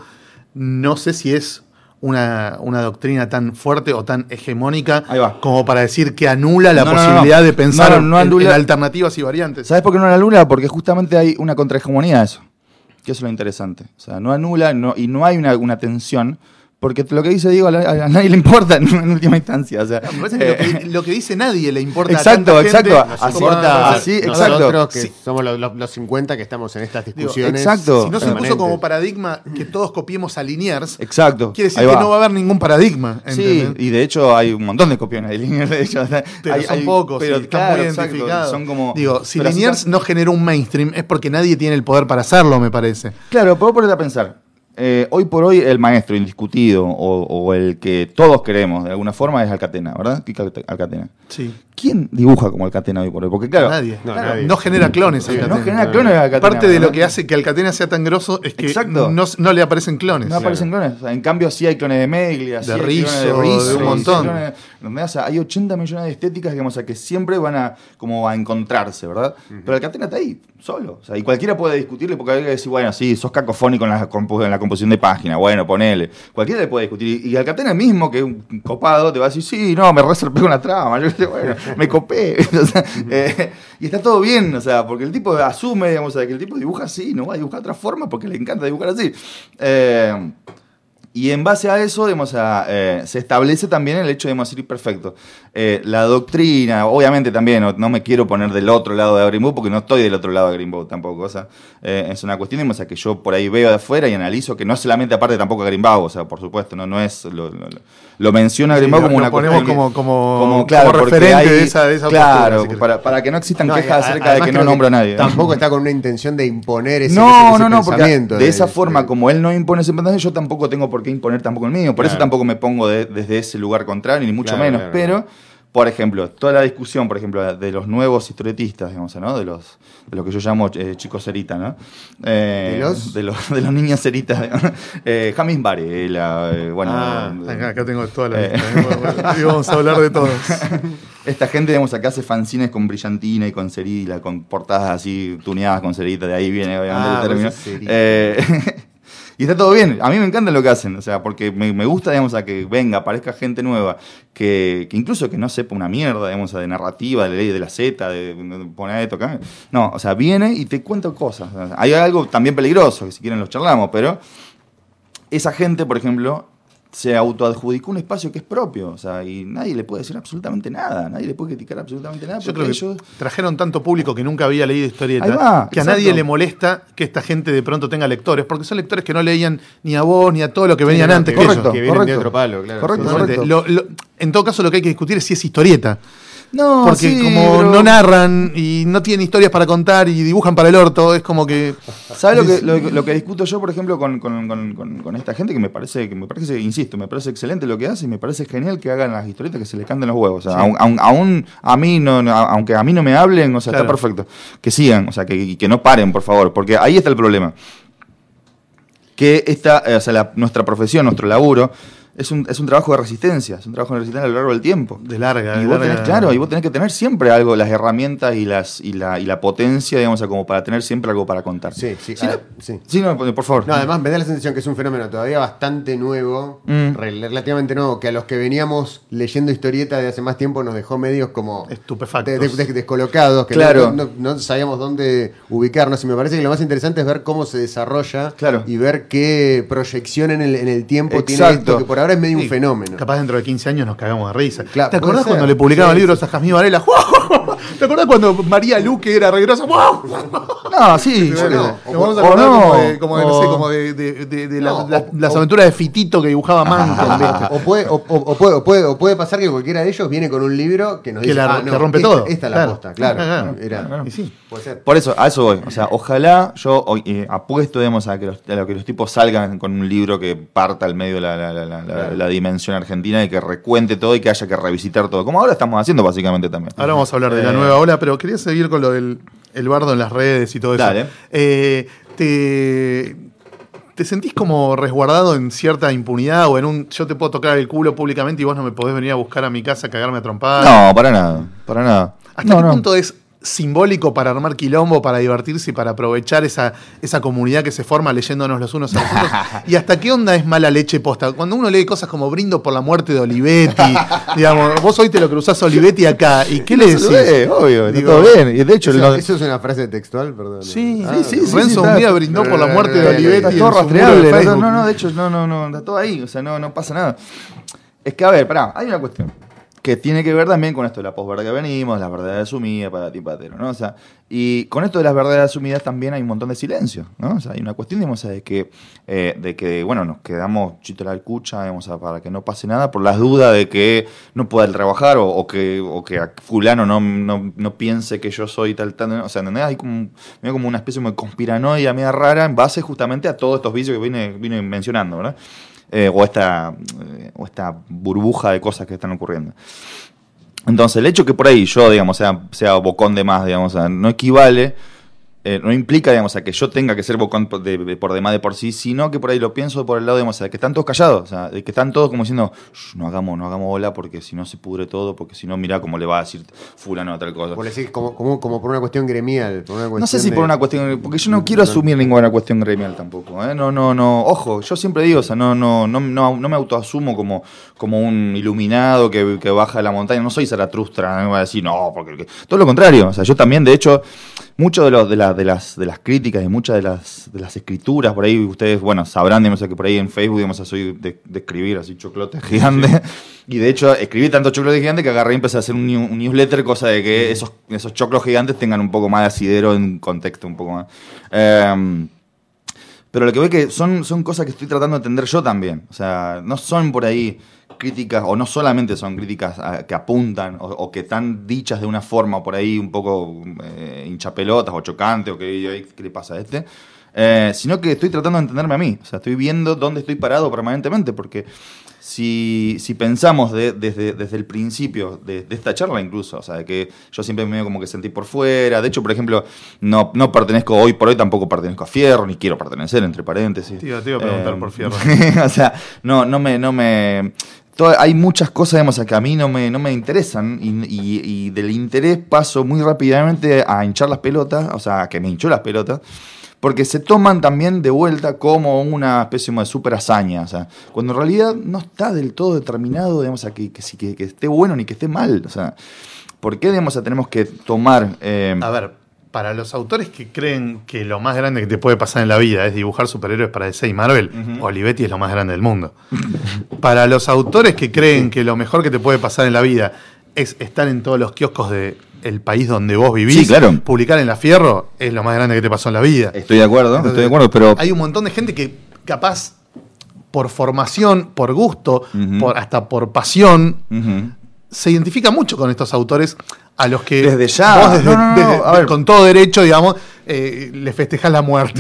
No sé si es una, una doctrina tan fuerte o tan hegemónica Ahí va. como para decir que anula la No, no, posibilidad no. de pensar No, no, no en- anula- en alternativas y variantes. ¿Sabes por qué no la anula? Porque justamente hay una contrahegemonía a eso. Que eso es lo interesante. O sea, no anula no, y no hay una, una tensión, porque lo que dice Diego a, la- a nadie le importa en, en última instancia. O sea, Me parece que lo, eh, que lo que dice nadie le importa a Exacto, tanta gente. exacto. Nos Así- importa- así- Nosotros exacto. que Sí. somos los, los, los cincuenta que estamos en estas Digo, discusiones. exacto. Si no se puso permanentes. como paradigma que todos copiemos a Liniers, exacto. quiere decir Ahí que va. no va a haber ningún paradigma. Sí, ¿entendés? y de hecho hay un montón de copiones de Liniers, de hecho. O sea, Pero hay- son hay- pocos, pero sí, están claro, muy exacto, identificados. Son como, Digo, si pero así Liniers tam- no generó un mainstream es porque nadie tiene el poder para hacerlo, me parece. Claro, puedo ponerte a pensar. Eh, hoy por hoy el maestro indiscutido o, o el que todos queremos de alguna forma es Alcatena, ¿verdad? Kika Alcatena. Sí. ¿Quién dibuja como Alcatena hoy por hoy? Porque claro, Nadie. No, Claro, nadie. no genera clones. no Alcatena. genera clones de Alcatena. Parte de ¿verdad? lo que hace que Alcatena sea tan grosso es que Exacto. no, no le aparecen clones. No aparecen clones. O sea, en cambio, sí hay clones de Meglia, De sí hay Rizzo, clones de Rizzo, de un sí, montón. sí, clones- donde, o sea, hay ochenta millones de estéticas digamos, o sea, que siempre van a, como a encontrarse, ¿verdad? Pero Alcatena está ahí, solo. O sea, y cualquiera puede discutirle porque hay que decir, bueno, sí, sos cacofónico en la, compu- en la composición de página, bueno, ponele. Cualquiera le puede discutir. Y Alcatena mismo, que es un copado, te va a decir, sí, no, me reservé una trama. Yo dije, bueno, me copé. O sea, eh, y está todo bien, o sea, porque el tipo asume, digamos, o sea, que el tipo dibuja así, no va a dibujar de otra forma porque le encanta dibujar así. Eh, y en base a eso, digamos, a, eh, se establece también el hecho de decir, perfecto, eh, la doctrina, obviamente también, no, no me quiero poner del otro lado de Green Book porque no estoy del otro lado de Green Book tampoco, o sea, eh, es una cuestión, digamos, a que yo por ahí veo de afuera y analizo que no solamente aparte tampoco a Green Book, o sea, por supuesto, no, no es, lo, lo, lo menciona Green Sí, Book lo- como lo una ponemos cuestión como- que- como- claro, como porque referente hay- de esa- de esa claro, postura, si querés. para, para que no existan No, y quejas a- acerca de además que creo no nombro a nadie. Tampoco está con una intención de imponer ese, No, ese no, no, porque pensamiento. de esa de- forma, de- como él no impone ese pensamiento, yo tampoco tengo por qué imponer tampoco el mío. Por eso Claro. tampoco me pongo de- desde ese lugar contrario, ni mucho Claro, menos. claro, Pero, claro. por ejemplo, toda la discusión, por ejemplo, de los nuevos historietistas, digamos, ¿no? De los de lo que yo llamo eh, chicos cerita, ¿no? Eh, ¿De los? De los, de los niños ceritas. digamos. Eh, James Varela, eh, bueno... Ah, eh, Acá, acá tengo toda la Eh. lista. Y vamos a hablar de todos. Esta gente, digamos, acá hace fanzines con brillantina y con cerila, con portadas así tuneadas con cerita, de ahí viene obviamente Ah, el término. pues es cerita. Eh, y está todo bien, a mí me encanta lo que hacen, o sea, porque me, me gusta, digamos, a que venga, aparezca gente nueva, que, que incluso que no sepa una mierda, digamos, de narrativa, de ley de la Z, de, de poner esto acá. No, o sea, viene y te cuenta cosas. O sea, hay algo también peligroso, que si quieren los charlamos, pero esa gente, por ejemplo, se autoadjudicó un espacio que es propio, o sea, y nadie le puede decir absolutamente nada, nadie le puede criticar absolutamente nada. Yo porque creo que ellos... trajeron tanto público que nunca había leído historieta Ahí va, que a exacto. nadie le molesta que esta gente de pronto tenga lectores, porque son lectores que no leían ni a vos ni a todo lo que venían no, antes que que vienen- ellos. que vienen de correcto. otro palo, claro. Correcto, Sí, Totalmente. correcto. Lo- lo- en todo caso, lo que hay que discutir es si es historieta. No, Porque sí, como pero- no narran y no tienen historias para contar y dibujan para el orto, es como que... ¿Sabes lo que, lo, lo que discuto yo, por ejemplo, con, con, con, con- con esta gente que me parece, que me parece, insisto, me parece excelente lo que hace y me parece genial que hagan las historietas que se les canten los huevos? O sea, Sí. aun- aun- aún a mí no, no- aunque a mí no me hablen, o sea, Claro. está perfecto. Que sigan, o sea, que, y que no paren, por favor, porque ahí está el problema. Que esta, eh, o sea, la- nuestra profesión, nuestro laburo, es un, es un trabajo de resistencia, es un trabajo de resistencia a lo largo del tiempo. De larga, Y de vos larga. tenés, claro, y vos tenés que tener siempre algo, las herramientas y las y la, y la potencia, digamos, o sea, como para tener siempre algo para contar. Sí, sí, Si no- ah, sí. Sí, no, por por favor. No, además me da la sensación que es un fenómeno todavía bastante nuevo, Mm. rel- relativamente nuevo, que a los que veníamos leyendo historieta de hace más tiempo nos dejó medios como Estupefactos. de- de- de- descolocados, que Claro. no, no- no sabíamos dónde ubicarnos. Y me parece que lo más interesante es ver cómo se desarrolla Claro. y ver qué proyección en el, en el tiempo tiene Exacto. esto, que por ahora es medio Sí, un fenómeno. Capaz dentro de quince años nos cagamos de risa. Claro, ¿Te acordás puede cuando ser. le publicaban Sí, libros sí. a Jazmín Varela? ¿Te acordás cuando María Luque era regrosa? No, sí. O yo- no. Nos vamos a o acordar no, como de, como de, no sé, o- como de, de- de- de No, la- la- o- las o- aventuras de Fitito que dibujaba Manton. ¿viste? O puede, o, o- o puede, o, puede, o puede pasar que cualquiera de ellos viene con un libro que nos Que dice la- ah, no, que rompe esta, todo. Esta es la Claro. posta, claro. Claro. Era- Y sí. puede ser. Por eso, a eso voy. O sea, ojalá yo hoy, eh, apuesto, digamos, a que, los, a que los tipos salgan con un libro que parta al medio de la, la, la, la- Claro. la dimensión argentina y que recuente todo y que haya que revisitar todo. Como ahora estamos haciendo, básicamente, también. Ahora vamos a hablar de la Eh, nueva ola, pero quería seguir con lo del el bardo en las redes y todo eso. Dale. Eh, te, ¿Te sentís como resguardado en cierta impunidad o en un yo te puedo tocar el culo públicamente y vos no me podés venir a buscar a mi casa a cagarme a trompadas? No, para nada. Para nada. ¿Hasta No, qué no. punto es simbólico para armar quilombo, para divertirse y para aprovechar esa, esa comunidad que se forma leyéndonos los unos a los otros? ¿Y hasta qué onda es mala leche posta? Cuando uno lee cosas como brindo por la muerte de Olivetti, digamos, vos hoy te lo cruzás a Olivetti acá, ¿y qué le decís? Saludé, obvio, está Digo, todo bien. Y de hecho, Eso, lo- eso es una frase textual, perdón. Sí, Ah, sí, sí, sí, sí, Renzo un está- día brindó por la muerte de Está Olivetti. está en todo su muro de rastreable. No, Facebook. no, no, de hecho, no, no, no, está todo ahí. O sea, no, no pasa nada. Es que, a ver, pará, hay una cuestión. que tiene que ver también con esto de la posverdad que venimos, las verdades asumidas, patati patero, ¿no? O sea, y con esto de las verdades asumidas también hay un montón de silencio, ¿no? O sea, hay una cuestión, digamos, de que, eh, de que bueno, nos quedamos chito la cucha, digamos, para que no pase nada, por las dudas de que no pueda trabajar o, o que o que a fulano no, no, no piense que yo soy tal, tal, o sea, ¿entendés? Hay como, medio como una especie de conspiranoia media rara en base justamente a todos estos vicios que vine, vine mencionando, ¿verdad? Eh, o, esta, eh, o esta burbuja de cosas que están ocurriendo. Entonces, el hecho que por ahí yo, digamos, sea, sea bocón de más, digamos, o sea, no equivale, eh, no implica, digamos, a que yo tenga que ser bocón por, de, de, por demás de por sí, sino que por ahí lo pienso por el lado, digamos, de que están todos callados, o sea, de que están todos como diciendo, no hagamos, no hagamos bola porque si no se pudre todo, porque si no, mirá cómo le va a decir fulano o tal cosa. Por decir, como, como, como por una cuestión gremial. Por una cuestión no sé si de... por una cuestión, porque yo no quiero asumir ninguna cuestión gremial tampoco, ¿eh? No, no, no, ojo, yo siempre digo, o sea, no, no, no, no, no me autoasumo como, como un iluminado que, que baja de la montaña, no soy Zaratustra, no me voy a decir, no, porque todo lo contrario, o sea, yo también, de hecho, mucho de, los, de, la, de, las, de las críticas y muchas de las, de las escrituras, por ahí ustedes, bueno, sabrán, digamos, que por ahí en Facebook, digamos, soy de, de escribir así choclotes gigantes, sí. Y de hecho escribí tanto choclotes gigantes que agarré y empecé a hacer un, un newsletter, cosa de que esos, esos choclos gigantes tengan un poco más de asidero en contexto, un poco más. Eh, pero lo que veo es que son, son cosas que estoy tratando de entender yo también, o sea, no son por ahí críticas, o no solamente son críticas a, que apuntan o, o que están dichas de una forma por ahí un poco eh, hinchapelotas o chocante o que ¿qué le pasa a este? Eh, sino que estoy tratando de entenderme a mí, o sea, estoy viendo dónde estoy parado permanentemente, porque si, si pensamos de, desde, desde el principio de, de esta charla incluso, o sea, de que yo siempre me veo como que sentí por fuera, de hecho, por ejemplo, no, no pertenezco hoy por hoy, tampoco pertenezco a Fierro, ni quiero pertenecer, entre paréntesis. Tío, te iba a preguntar eh, por Fierro. O sea, no, no me... No me Todo, hay muchas cosas, digamos, que a mí no me, no me interesan y, y, y del interés paso muy rápidamente a hinchar las pelotas, o sea, que me hinchó las pelotas, porque se toman también de vuelta como una especie de super hazaña, o sea, cuando en realidad no está del todo determinado, digamos, a que, que, que, que esté bueno ni que esté mal, o sea, ¿por qué, digamos, tenemos que tomar... Eh, a ver, para los autores que creen que lo más grande que te puede pasar en la vida es dibujar superhéroes para D C y Marvel, uh-huh. Olivetti es lo más grande del mundo. Para los autores que creen que lo mejor que te puede pasar en la vida es estar en todos los kioscos de el país donde vos vivís, sí, claro. Publicar en La Fierro es lo más grande que te pasó en la vida. Estoy de acuerdo, Entonces, estoy de acuerdo, pero... Hay un montón de gente que capaz por formación, por gusto, uh-huh. por, hasta por pasión, uh-huh. se identifica mucho con estos autores a los que desde ya vos desde, no, no, no, desde, a ver. con todo derecho, digamos, eh, le festejás la muerte.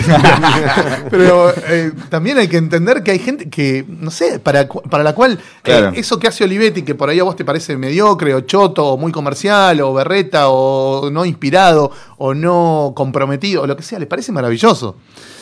Pero eh, también hay que entender que hay gente que, no sé, para, para la cual claro. eh, eso que hace Olivetti, que por ahí a vos te parece mediocre o choto o muy comercial o berreta o no inspirado o no comprometido o lo que sea, le parece maravilloso.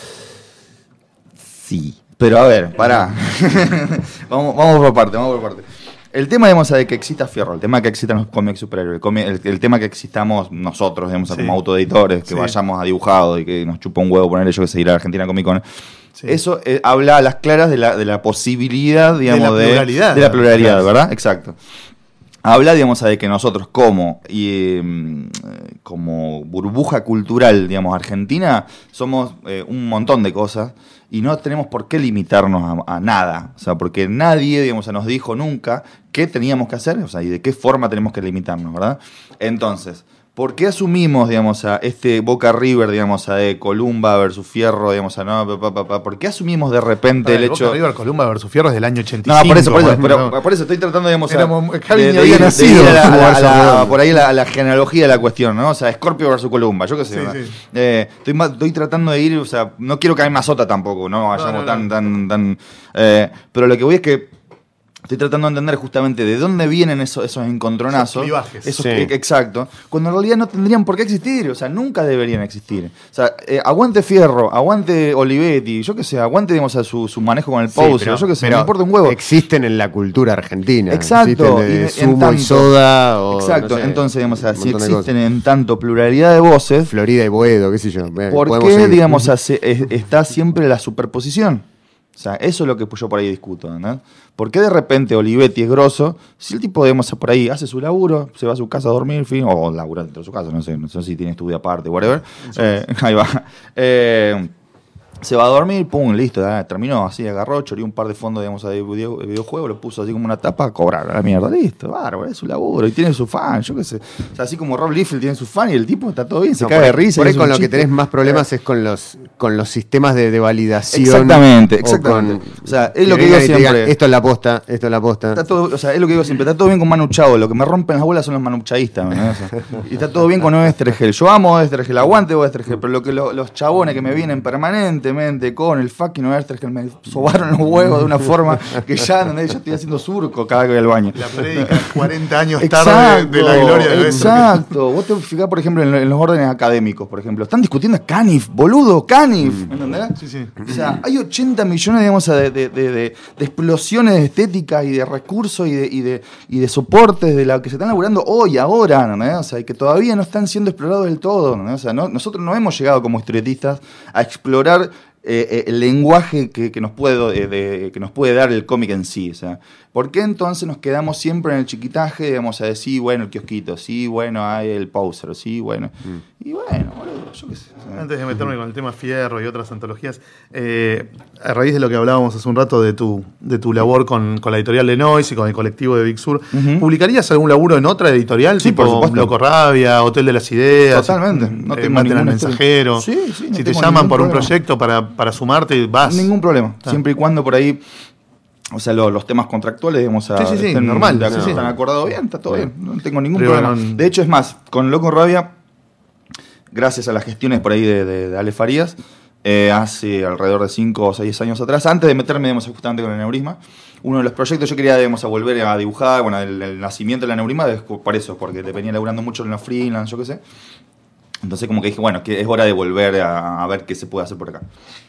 Sí, pero a ver, pará. vamos, vamos por parte, vamos por parte. El tema, digamos, de que exista Fierro, el tema de que existan los cómics superhéroes, el, el, el tema que existamos nosotros, digamos, sí. como autoeditores, que sí. vayamos a dibujado y que nos chupa un huevo ponerle yo que seguir a Argentina Comic Con. Sí. Eso eh, habla a las claras de la, de la posibilidad, digamos, de la pluralidad, de, de, la pluralidad claro. ¿verdad? Exacto. Habla, digamos, de que nosotros como, y, eh, como burbuja cultural, digamos, argentina, somos eh, un montón de cosas y no tenemos por qué limitarnos a, a nada. O sea, porque nadie, digamos, nos dijo nunca qué teníamos que hacer, o sea, y de qué forma tenemos que limitarnos, ¿verdad? Entonces, ¿por qué asumimos, digamos, a este Boca River, digamos, a de Columba versus Fierro, digamos, a no, pa, pa, pa, ¿por qué asumimos de repente el, el hecho... Boca River, Columba versus Fierro es del año ochenta y cinco. No, por eso, por eso, pero, no. por eso estoy tratando, digamos, Éramos, a, Javi de, ni había de, nacido. De ir a la, a la, a la, por ahí la, la genealogía de la cuestión, ¿no? O sea, Scorpio versus Columba, yo qué sé. Sí, sí. Eh, estoy, estoy tratando de ir, o sea, no quiero caer más sota tampoco, no vayamos no, no, tan, no. tan, tan... Eh, pero lo que voy es que estoy tratando de entender justamente de dónde vienen esos, esos encontronazos. Esos esos, sí. Exacto. Cuando en realidad no tendrían por qué existir. O sea, nunca deberían existir. O sea, eh, aguante Fierro, aguante Olivetti, yo qué sé, aguante, digamos, a su, su manejo con el pause, sí, yo qué sé, me importa un huevo. Existen en la cultura argentina. Exacto. Existen de y, sumo tanto, y soda. O, exacto. No sé, entonces, digamos, o sea, si existen en tanto pluralidad de voces. Florida y Boedo, qué sé yo. ¿Por qué, seguir? digamos, hace, es, está siempre la superposición? O sea, eso es lo que yo por ahí discuto, ¿no? ¿Por qué de repente Olivetti es grosso? Si el tipo, digamos, por ahí hace su laburo, se va a su casa a dormir, fin, o labura dentro de su casa, no sé, no sé si tiene estudio aparte, whatever. Eh, ahí va. Eh, Se va a dormir, pum, listo, ah, terminó así, agarró, choreó un par de fondos, digamos, de video, de videojuego, lo puso así como una tapa a cobrar a la mierda, listo, bárbaro, es su laburo, y tiene su fan, yo qué sé. O sea, así como Rob Liefeld tiene su fan y el tipo está todo bien, se No, cae por, de risa. Por ahí con lo chiste. que tenés más problemas es con los con los sistemas de, de validación. Exactamente, o exactamente. con- O sea, es lo que vengan digo y te digan, siempre. esto es la posta, esto es la posta. Está todo, o sea, es lo que digo siempre, está todo bien con Manu Chao, lo que me rompen las bolas son los manuchaístas, ¿no? O sea, y está todo bien con Oestergel. Yo amo Oestergel, aguante Oestergel, pero lo que lo- los chabones que me vienen permanentemente con el fucking Oestergel me sobaron los huevos de una forma que ya, ¿entendés? Yo estoy haciendo surco cada vez que voy al baño. La prédica cuarenta años tarde de la gloria de Oestergel. Exacto. Vos te fijás, por ejemplo, en, en los órdenes académicos, por ejemplo. Están discutiendo Canif, boludo, Canif. ¿Entendés? Sí, sí. O sea, hay ochenta millones, digamos, de, de, de, de, de explosiones estéticas y de recursos y de, y de, y de soportes de la que se están laburando hoy, ahora, ¿entendés? O sea, y que todavía no están siendo explorados del todo, ¿entendés? O sea, no, nosotros no hemos llegado como historietistas a explorar eh, eh, el lenguaje que, que, nos puede, eh, de, que nos puede dar el cómic en sí. O sea, ¿por qué entonces nos quedamos siempre en el chiquitaje, digamos, a decir, bueno, el kiosquito, sí, bueno, hay el poser, sí, bueno. Mm. Y bueno, boludo, yo qué sé. O sea, Antes de meterme con el tema Fierro y otras antologías, eh, a raíz de lo que hablábamos hace un rato de tu, de tu labor con, con la editorial de Noise y con el colectivo de Big Sur, uh-huh. ¿publicarías algún laburo en otra editorial? Sí, tipo por supuesto. Loco Rabia, Hotel de las Ideas. Totalmente. No No eh, tengo Maten al ninguna Mensajero. historia. Sí, sí, no si te tengo llaman ningún por un problema. proyecto para, para sumarte, vas. Ningún problema. Ah. Siempre y cuando por ahí, o sea, lo- los temas contractuales, digamos, a, Sí, sí, sí, estén, normal, de- sí, sí. están acordados bien, está todo bien. No tengo ningún Pero problema. no- De hecho, es más, con Loco Rabia, gracias a las gestiones por ahí de, de, de Ale Farías, eh, hace alrededor de cinco o seis años atrás, antes de meterme, digamos, justamente con el aneurisma, uno de los proyectos yo quería, digamos, a volver a dibujar, bueno, el, el nacimiento del aneurisma es por eso, porque te venía laburando mucho en la freelance, yo qué sé. Entonces como que dije, bueno, que es hora de volver a, a ver qué se puede hacer por acá.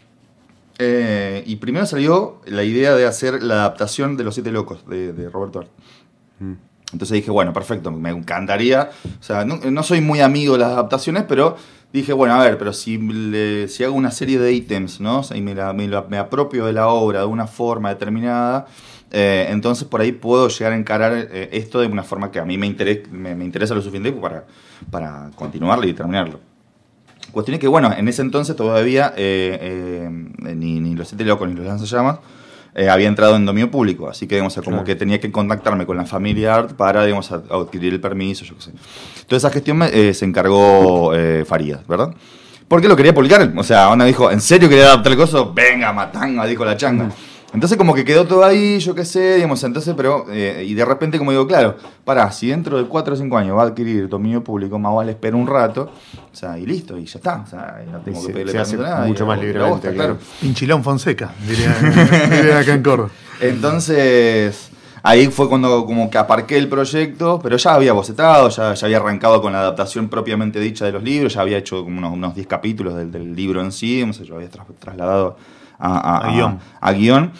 Eh, y primero salió la idea de hacer la adaptación de Los Siete Locos, de, de Roberto Art. Mm. Entonces dije, bueno, perfecto, me encantaría. O sea, no, no soy muy amigo de las adaptaciones, pero dije, bueno, a ver, pero si, le, si hago una serie de ítems, ¿no? O sea, y me, la, me, la, me apropio de la obra de una forma determinada, eh, entonces por ahí puedo llegar a encarar eh, esto de una forma que a mí me, interesa, me, me interesa lo suficiente para, para continuarlo y terminarlo. Cuestión es que, bueno, en ese entonces todavía eh, eh, ni, ni Los Siete Locos ni Los Lanzallamas eh, había entrado en dominio público, así que, digamos, como claro. que tenía que contactarme con la familia Art para, digamos, a, a adquirir el permiso, yo qué sé. Toda esa gestión me, eh, se encargó eh, Farías, ¿verdad? Porque lo quería publicar, o sea, Onda dijo, ¿en serio quería adaptar el coso? Venga, matanga, dijo la changa. Mm. Entonces como que quedó todo ahí, yo qué sé, digamos, entonces, pero, eh, y de repente como digo, claro, pará, si dentro de cuatro o cinco años va a adquirir dominio público, más vale esperar un rato, o sea, y listo, y ya está, o sea, no tengo se, que pedirle se hace nada. mucho y, más y libremente, bosta, claro. Pinchilón Fonseca, diría, diría acá en Córdoba. Entonces, ahí fue cuando como que aparqué el proyecto, pero ya había bocetado, ya, ya había arrancado con la adaptación propiamente dicha de los libros, ya había hecho como unos, unos diez capítulos del, del libro en sí, no sé, yo había tras, trasladado a, a, a, a guión. A, a guión.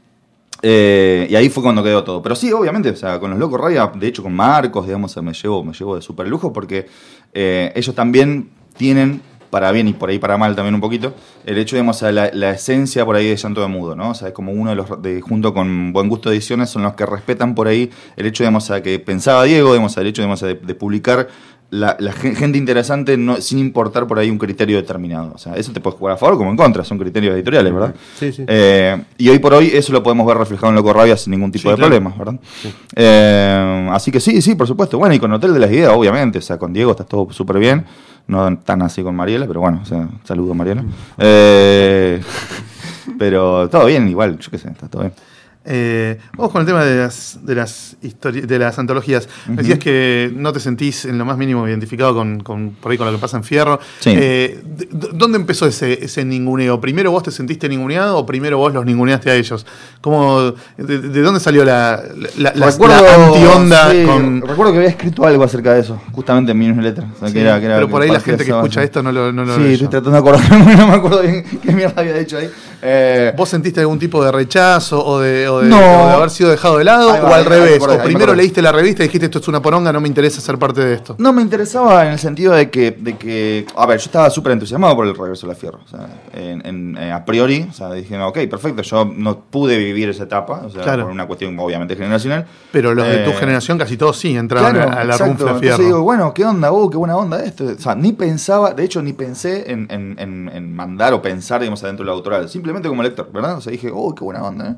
Eh, y ahí fue cuando quedó todo. Pero sí, obviamente, o sea, con los Locos Rabia, de hecho con Marcos, digamos, me llevo, me llevo de súper lujo porque eh, ellos también tienen, para bien y por ahí para mal también un poquito, el hecho, digamos, la, la esencia por ahí de Llanto de Mudo, ¿no? O sea, es como uno de los, de, junto con Buen Gusto Ediciones, son los que respetan por ahí el hecho, digamos, a que pensaba Diego, digamos, el hecho, digamos, de, de publicar La, la gente interesante no, sin importar por ahí un criterio determinado. O sea, eso te puede jugar a favor como en contra, son criterios editoriales, ¿verdad? Sí, sí. Eh, y hoy por hoy eso lo podemos ver reflejado en Loco Rabia sin ningún tipo sí, de claro. problemas, ¿verdad? Sí. Eh, así que sí, sí, por supuesto. Bueno, y con Hotel de las Ideas, obviamente. O sea, con Diego está todo súper bien. No tan así con Mariela, pero bueno, o sea, saludo a Mariela. Eh, pero todo bien, igual, yo qué sé, está todo bien. Eh, vamos con el tema de las de las histori- de las antologías. Uh-huh. Decías que no te sentís en lo más mínimo identificado con, con por ahí con lo que pasa en Fierro. Sí. Eh, d- ¿Dónde empezó ese, ese ninguneo? ¿Primero vos te sentiste ninguneado o primero vos los ninguneaste a ellos? ¿Cómo, de, de dónde salió la, la, la, recuerdo, la anti-onda? Sí, con... Recuerdo que había escrito algo acerca de eso, justamente en mi newsletter. O sea, Sí, que era, que era pero por ahí la gente que eso, escucha esto no lo, no lo Sí, leyó. estoy tratando de acordarme, no me acuerdo bien qué mierda había hecho ahí. Eh, ¿Vos sentiste algún tipo de rechazo o de, o de, No. o de haber sido dejado de lado? Ahí va, ¿O al ahí va, revés? ahí me acordé, ¿O ahí me primero acordé. leíste la revista y dijiste esto es una poronga, no me interesa ser parte de esto? No me interesaba en el sentido de que, de que a ver, yo estaba súper entusiasmado por el regreso de la Fierro. O sea, en, en, en- a priori, o sea, dije, no, ok, perfecto, yo no pude vivir esa etapa, o sea, Claro. por una cuestión obviamente generacional. Pero los de tu Eh, generación casi todos sí entraban Claro, a, a la exacto. Runfla Entonces Fierro. digo, bueno, ¿qué onda? Uh, qué buena onda esto. O sea, ni pensaba, de hecho, ni pensé en, en, en, en mandar o pensar, digamos, adentro de la autoral. Simplemente como lector, ¿verdad? O sea, dije, oh, qué buena onda, ¿eh?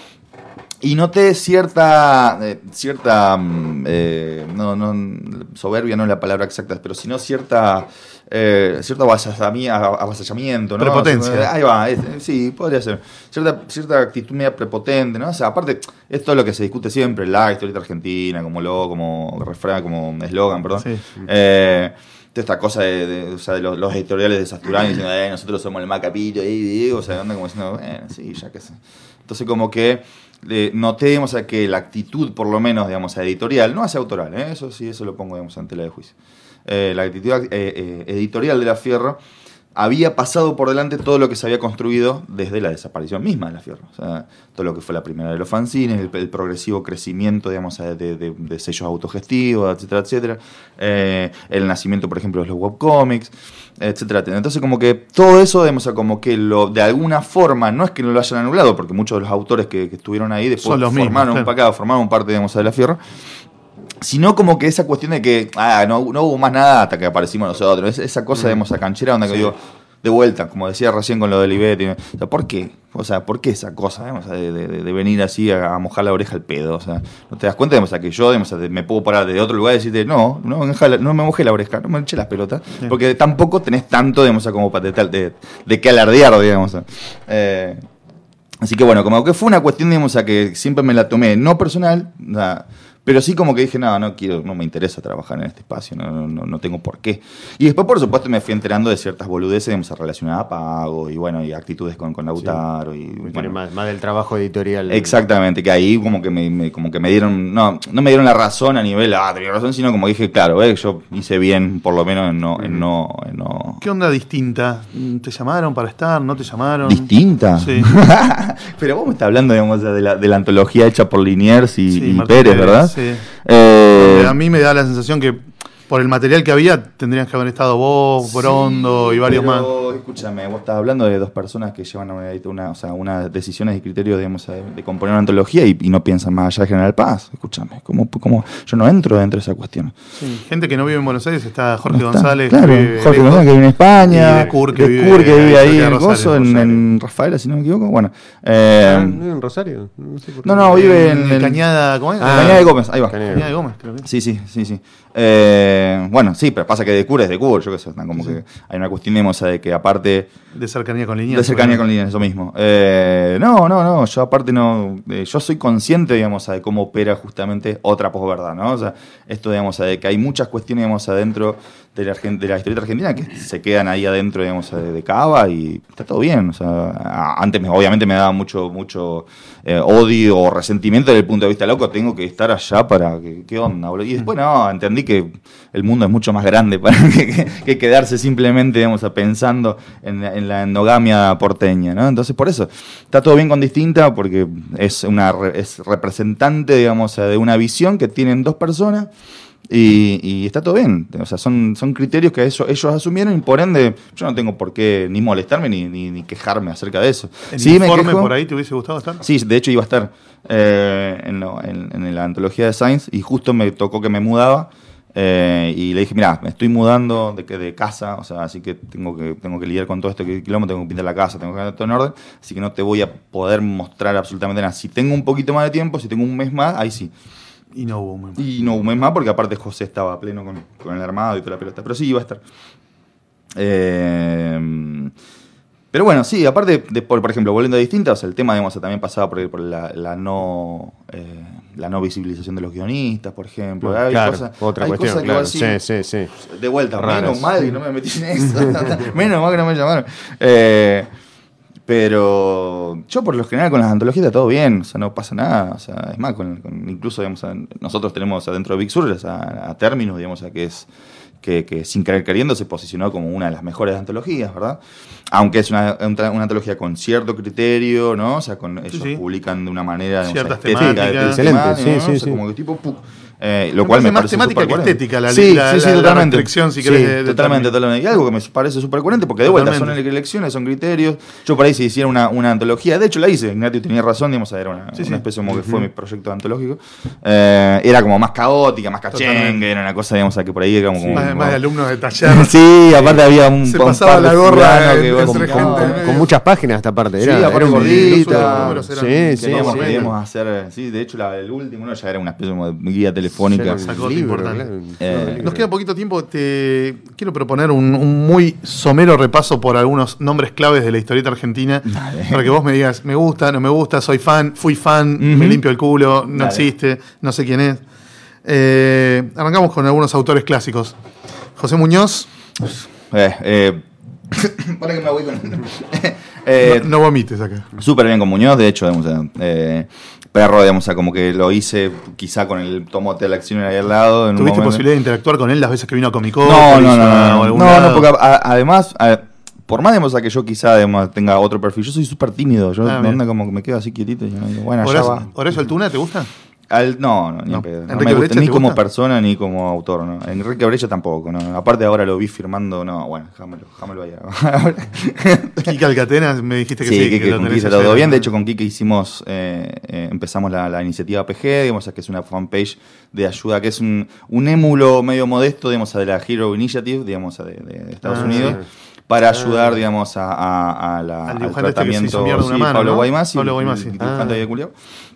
Y noté cierta, eh, cierta, mm, eh, no, no, soberbia no es la palabra exacta, pero sino cierta, eh, cierto avasallami- avasallamiento, ¿no? Prepotencia. O sea, ahí va, es- sí, podría ser. Cierta, cierta actitud media prepotente, ¿no? O sea, aparte, esto es lo que se discute siempre, la historieta argentina, como logo, como refrán, como eslogan, perdón. Sí. Eh, toda esta cosa de, de, o sea, de los, los editoriales de Sasturán diciendo, eh, nosotros somos el más capillo, y, o sea, andan como diciendo, bueno, sí, ya que sé. Entonces, como que eh, noté, digamos, a que la actitud, por lo menos, digamos, editorial, no hacia autoral, ¿eh? Eso sí, eso lo pongo, digamos, ante la de juicio. Eh, la actitud eh, eh, editorial de la Fierro había pasado por delante todo lo que se había construido desde la desaparición misma de la Fierro. O sea, todo lo que fue la primera de los fanzines, el, el progresivo crecimiento, digamos, de, de, de sellos autogestivos, etcétera, etcétera. Eh, el nacimiento, por ejemplo, de los webcomics, etcétera, etcétera. Entonces, como que todo eso, digamos, como que lo, de alguna forma, no es que no lo hayan anulado, porque muchos de los autores que, que estuvieron ahí después Son los mismos, formaron, claro. un pacado, formaron parte, digamos, de la Fierro. Sino como que esa cuestión de que ah, no, no hubo más nada hasta que aparecimos nosotros. Es- esa cosa, digamos, esa canchera donde que digo, de vuelta, como decía recién con lo de Olivetti. O sea, ¿por qué? O sea, ¿por qué esa cosa, digamos, de, de- de venir así a, a mojar la oreja al pedo? O sea, ¿no te das cuenta, digamos, a que yo, digamos, me puedo parar de otro lugar y decirte, no, no, me mojé la- no me mojé la oreja, no me eché las pelotas? Sí. Porque tampoco tenés tanto, digamos, como para de, de, de qué alardear, digamos. Eh, Así que bueno, como que fue una cuestión, digamos, a que siempre me la tomé, no personal, nada, pero sí como que dije, no, no quiero, no me interesa trabajar en este espacio, no, no, no, no tengo por qué. Y después, por supuesto, me fui enterando de ciertas boludeces, digamos, relacionadas a pago y bueno, y actitudes con, con Lautaro. Y, Tiene bueno, más, más del trabajo editorial. exactamente, que ahí como que me, me- como que me dieron, no, no me dieron la razón a nivel, ah, tenía razón, sino como dije, claro, eh, yo hice bien, por lo menos en no, en no, en no. ¿Qué onda distinta? ¿Te llamaron para estar? ¿No te llamaron? ¿Distinta? Sí. Pero vos me estás hablando, digamos, de la, de la antología hecha por Liniers y, Sí, y Martín Pérez, Pérez, ¿verdad? sí. Eh, Donde a mí me da la sensación que por el material que había tendrían que haber estado vos, Brondo sí, y varios más. pero, escúchame, vos estás hablando de dos personas que llevan una, una, o sea, unas decisiones y criterios, digamos, de, de componer una antología y, y no piensan más allá de General Paz. Escúchame, ¿cómo, cómo? Yo no entro dentro de esa cuestión. Sí, gente que no vive en Buenos Aires, está Jorge No está, González, claro, que vive Jorge lejos, González que vive en España, y de Cur, que de vive, Cur, que vive ahí cerca de en Rosario, Gozo, en, Rosario. en Rafaela, si no me equivoco. Bueno, eh, Ah, ¿vive en Rosario? No, sé por qué. no, no, vive en, en el- Cañada, ¿cómo es? Ah, Cañada de Gómez, ahí va. Cañada. Cañada de Gómez, creo que. Sí, sí, sí, sí. Eh, bueno, sí, pero pasa que de cura es de cura, yo qué sé, están como que hay una cuestión, digamos, de que aparte De cercanía con Liniers. de cercanía con bueno. líneas, eso mismo. Eh, no, no, no, yo aparte no, eh, yo soy consciente, digamos, de cómo opera justamente otra posverdad, ¿no? O sea, esto, digamos, de que hay muchas cuestiones, digamos, adentro de la, argen- de la historieta argentina que se quedan ahí adentro, digamos, de, de Cava y está todo bien. O sea, a- antes me- obviamente me daba mucho, mucho eh, odio o resentimiento desde el punto de vista loco, tengo que estar allá para que, ¿qué onda, boludo? Y después no, entendí que el mundo es mucho más grande para que, que- que quedarse simplemente, digamos, pensando en, en la endogamia porteña, ¿no? Entonces, por eso, está todo bien con Distinta, porque es una re- es representante, digamos, de una visión que tienen dos personas. Y, y está todo bien, o sea, son, son criterios que eso, ellos asumieron y por ende yo no tengo por qué ni molestarme ni, ni, ni quejarme acerca de eso. ¿El Sí, me informe quejo- por ahí te hubiese gustado estar? Sí, de hecho iba a estar eh, en, lo- en- en la antología de Science y justo me tocó que me mudaba eh, y le dije, mira, me estoy mudando de, que- de casa, o sea, así que tengo que tengo que lidiar con todo esto quilombo, tengo que pintar la casa, tengo que hacer todo en orden, así que no te voy a poder mostrar absolutamente nada. Si tengo un poquito más de tiempo, si tengo un mes más, ahí sí. Y no hubo muy mal. Y no un mes más porque aparte José estaba a pleno con, con el armado y toda la pelota. Pero sí iba a estar. Eh, pero bueno, sí, aparte, de, por, por ejemplo, volviendo a distintas, el tema, digamos, también pasaba por, por la, la no eh, la no visibilización de los guionistas, por ejemplo. Bueno, hay claro, cosas, otra hay cuestión, cosas que claro. vos Sí, decís, sí, sí. de vuelta, Raras. menos mal que no me metí en eso. Menos mal que no me llamaron. Eh, pero yo por lo general con las antologías está todo bien, o sea, no pasa nada. O sea, es más, con, con- incluso digamos, a- nosotros tenemos adentro de Big Sur a, a Terminus, digamos, a que es que, que sin querer queriendo se posicionó como una de las mejores antologías, ¿verdad? Aunque es una, una, una antología con cierto criterio, ¿no? O sea, con, ellos sí. publican de una manera ciertas estética, temáticas. Excelente, tema, sí, ¿no? sí, O sea, sí. como que tipo... Pu, Eh, lo cual me más parece temática súper que coherente. estética, la, sí, la, sí, sí, la, totalmente. la restricción, si sí, querés. de- de totalmente, término. totalmente. Y algo que me parece súper coherente, porque de vuelta son Totalmente. elecciones, son criterios. Yo por ahí si hiciera una, una antología, de hecho la hice, Ignatius tenía razón, digamos, era una, Sí, una sí. especie como que fue mi proyecto antológico. Eh, era como más caótica, más Totalmente. cachengue, era una cosa, digamos, que por ahí era como... como- Más, más de alumnos de taller. Sí, aparte había un, Se un pasaba par de la gorra fulanos que entre vos- gente, como- ¿no? Con muchas páginas esta parte. Sí, Era, aparte era un gordita. los números eran- Sí, sí, Queríamos, sí. queríamos hacer, sí, de hecho la, el último uno ya era una especie como de guía telefónica. Era un Sacó libro, importante. claro, un Eh, libro. Nos queda poquito tiempo. Te quiero proponer un, un muy somero repaso por algunos nombres claves de la historieta argentina. Dale. Para que vos me digas, me gusta, no me gusta, soy fan, fui fan, Ujú. me limpio el culo, no Dale. existe, no sé quién es. Eh, arrancamos con algunos autores clásicos. José Muñoz, Eh, eh, para que me voy con... eh, no, no vomites acá. Súper bien con Muñoz, de hecho, digamos, eh, Perro, digamos, o sea, como que lo hice quizá con el tomote de la acción ahí al lado. En un ¿Tuviste momento. posibilidad de interactuar con él las veces que vino a Comic Con? No, no, no, no, no, o algún no, no, lado? porque a- además, a- por más digamos, a que yo quizá digamos, tenga otro perfil, yo soy súper tímido, yo Ah, me bien. onda como que me quedo así quietito y yo digo, bueno, ya va. Horacio, Horacio Altuna, ¿te gusta? Al- no, no, ni No. en pedo. No ¿Enrique me gusta, Brecha ni te como gusta? persona ni como autor, ¿no? Enrique Brecha tampoco, ¿no? Aparte ahora lo vi firmando, no, bueno, jámelo, jámelo allá. Kike Alcatena, me dijiste que Sí, sí. Kike, lo con tenés Kike ayer. todo bien. De hecho, con Kike hicimos, eh, eh, empezamos la, la iniciativa P G, digamos, que es una fanpage de ayuda, que es un, un émulo medio modesto, digamos, de la Hero Initiative, digamos, de, de Estados Ah, Unidos, sí. para ayudar, digamos, a, a, a la, Al al dibujante este que se tratamiento. hizo mierda una sí, mano, Pablo ¿no? Guaymasi, Pablo el- Guaymasi. el dibujante Ah. de Culiao.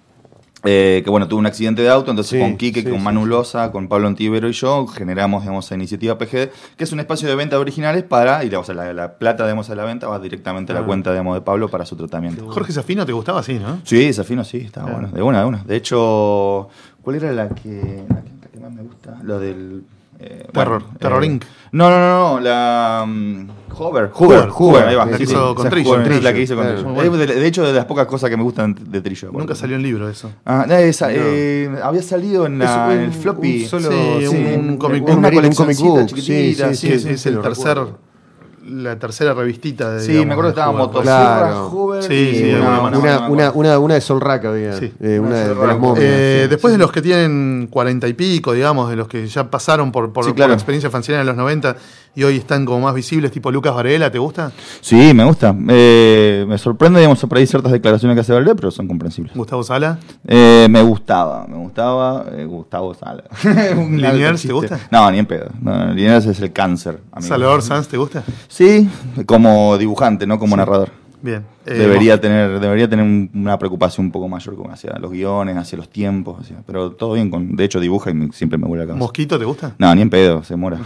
Eh, que bueno, tuvo un accidente de auto, entonces Sí, con Quique, sí, con sí, Manu sí. Loza, con Pablo Antivero y yo generamos digamos, esa iniciativa P G, que es un espacio de venta de originales para, y digamos, la, la plata digamos, de la venta va directamente a la Ah. cuenta digamos, de Pablo para su tratamiento. Jorge Safino, ¿te gustaba así, no? Sí, Safino sí, estaba Ah. bueno, de una, de una. De hecho, ¿cuál era la que, la que, la que más me gusta? Lo del... eh, Terror, Terror eh, Inc. No, no, no, no, la... um, Hover, Hoover, Hoover, Hoover, ahí va. la que sí, hizo sí, con esa Trillo. Hoover, Trillo, La que hizo con claro. Trillo. Muy bueno. Eh, De, de hecho, de las pocas cosas que me gustan de Trillo. Nunca porque- salió en libro eso. Ah, no, esa, No. eh, había salido en, la- Es un- en el floppy. un solo- Sí, sí, un, un comic un- book. una un comic coleccioncita book, chiquitita, sí, Sí, sí, es, sí, es sí, el lo tercer, recuerdo. la tercera revistita. De, Sí, digamos, me acuerdo que estaba de Hoover. Motosierra, Claro. Hoover Sí, y sí, una, bueno, una- Una, una- una, una, una de Sol Rack había. Sí. eh, una Una de, de de Sol las Rack. momias. Eh, sí. después de los que tienen cuarenta y pico, digamos, de los que ya pasaron por, por, Sí, por claro. la experiencia fanciera en los noventa y hoy están como más visibles, tipo Lucas Varela, ¿te gusta? Sí, me gusta. Eh, me sorprende, digamos, por ahí ciertas declaraciones que hace Valdés, pero son comprensibles. Gustavo Sala. Eh, me gustaba, me gustaba eh, Gustavo Sala. Un Liniers, alto ¿te chiste. gusta? No, ni en pedo. No, Liniers es el cáncer. amigo. Salvador Sanz, ¿te gusta? Sí, como dibujante, no como narrador. Bien. Eh, Debería tener, debería tener un- una preocupación un poco mayor como hacia los guiones, hacia los tiempos, hacia- pero todo bien. Con, de hecho, dibuja y me- siempre me vuelve a casa. ¿Mosquito te gusta? No, ni en pedo, se mora.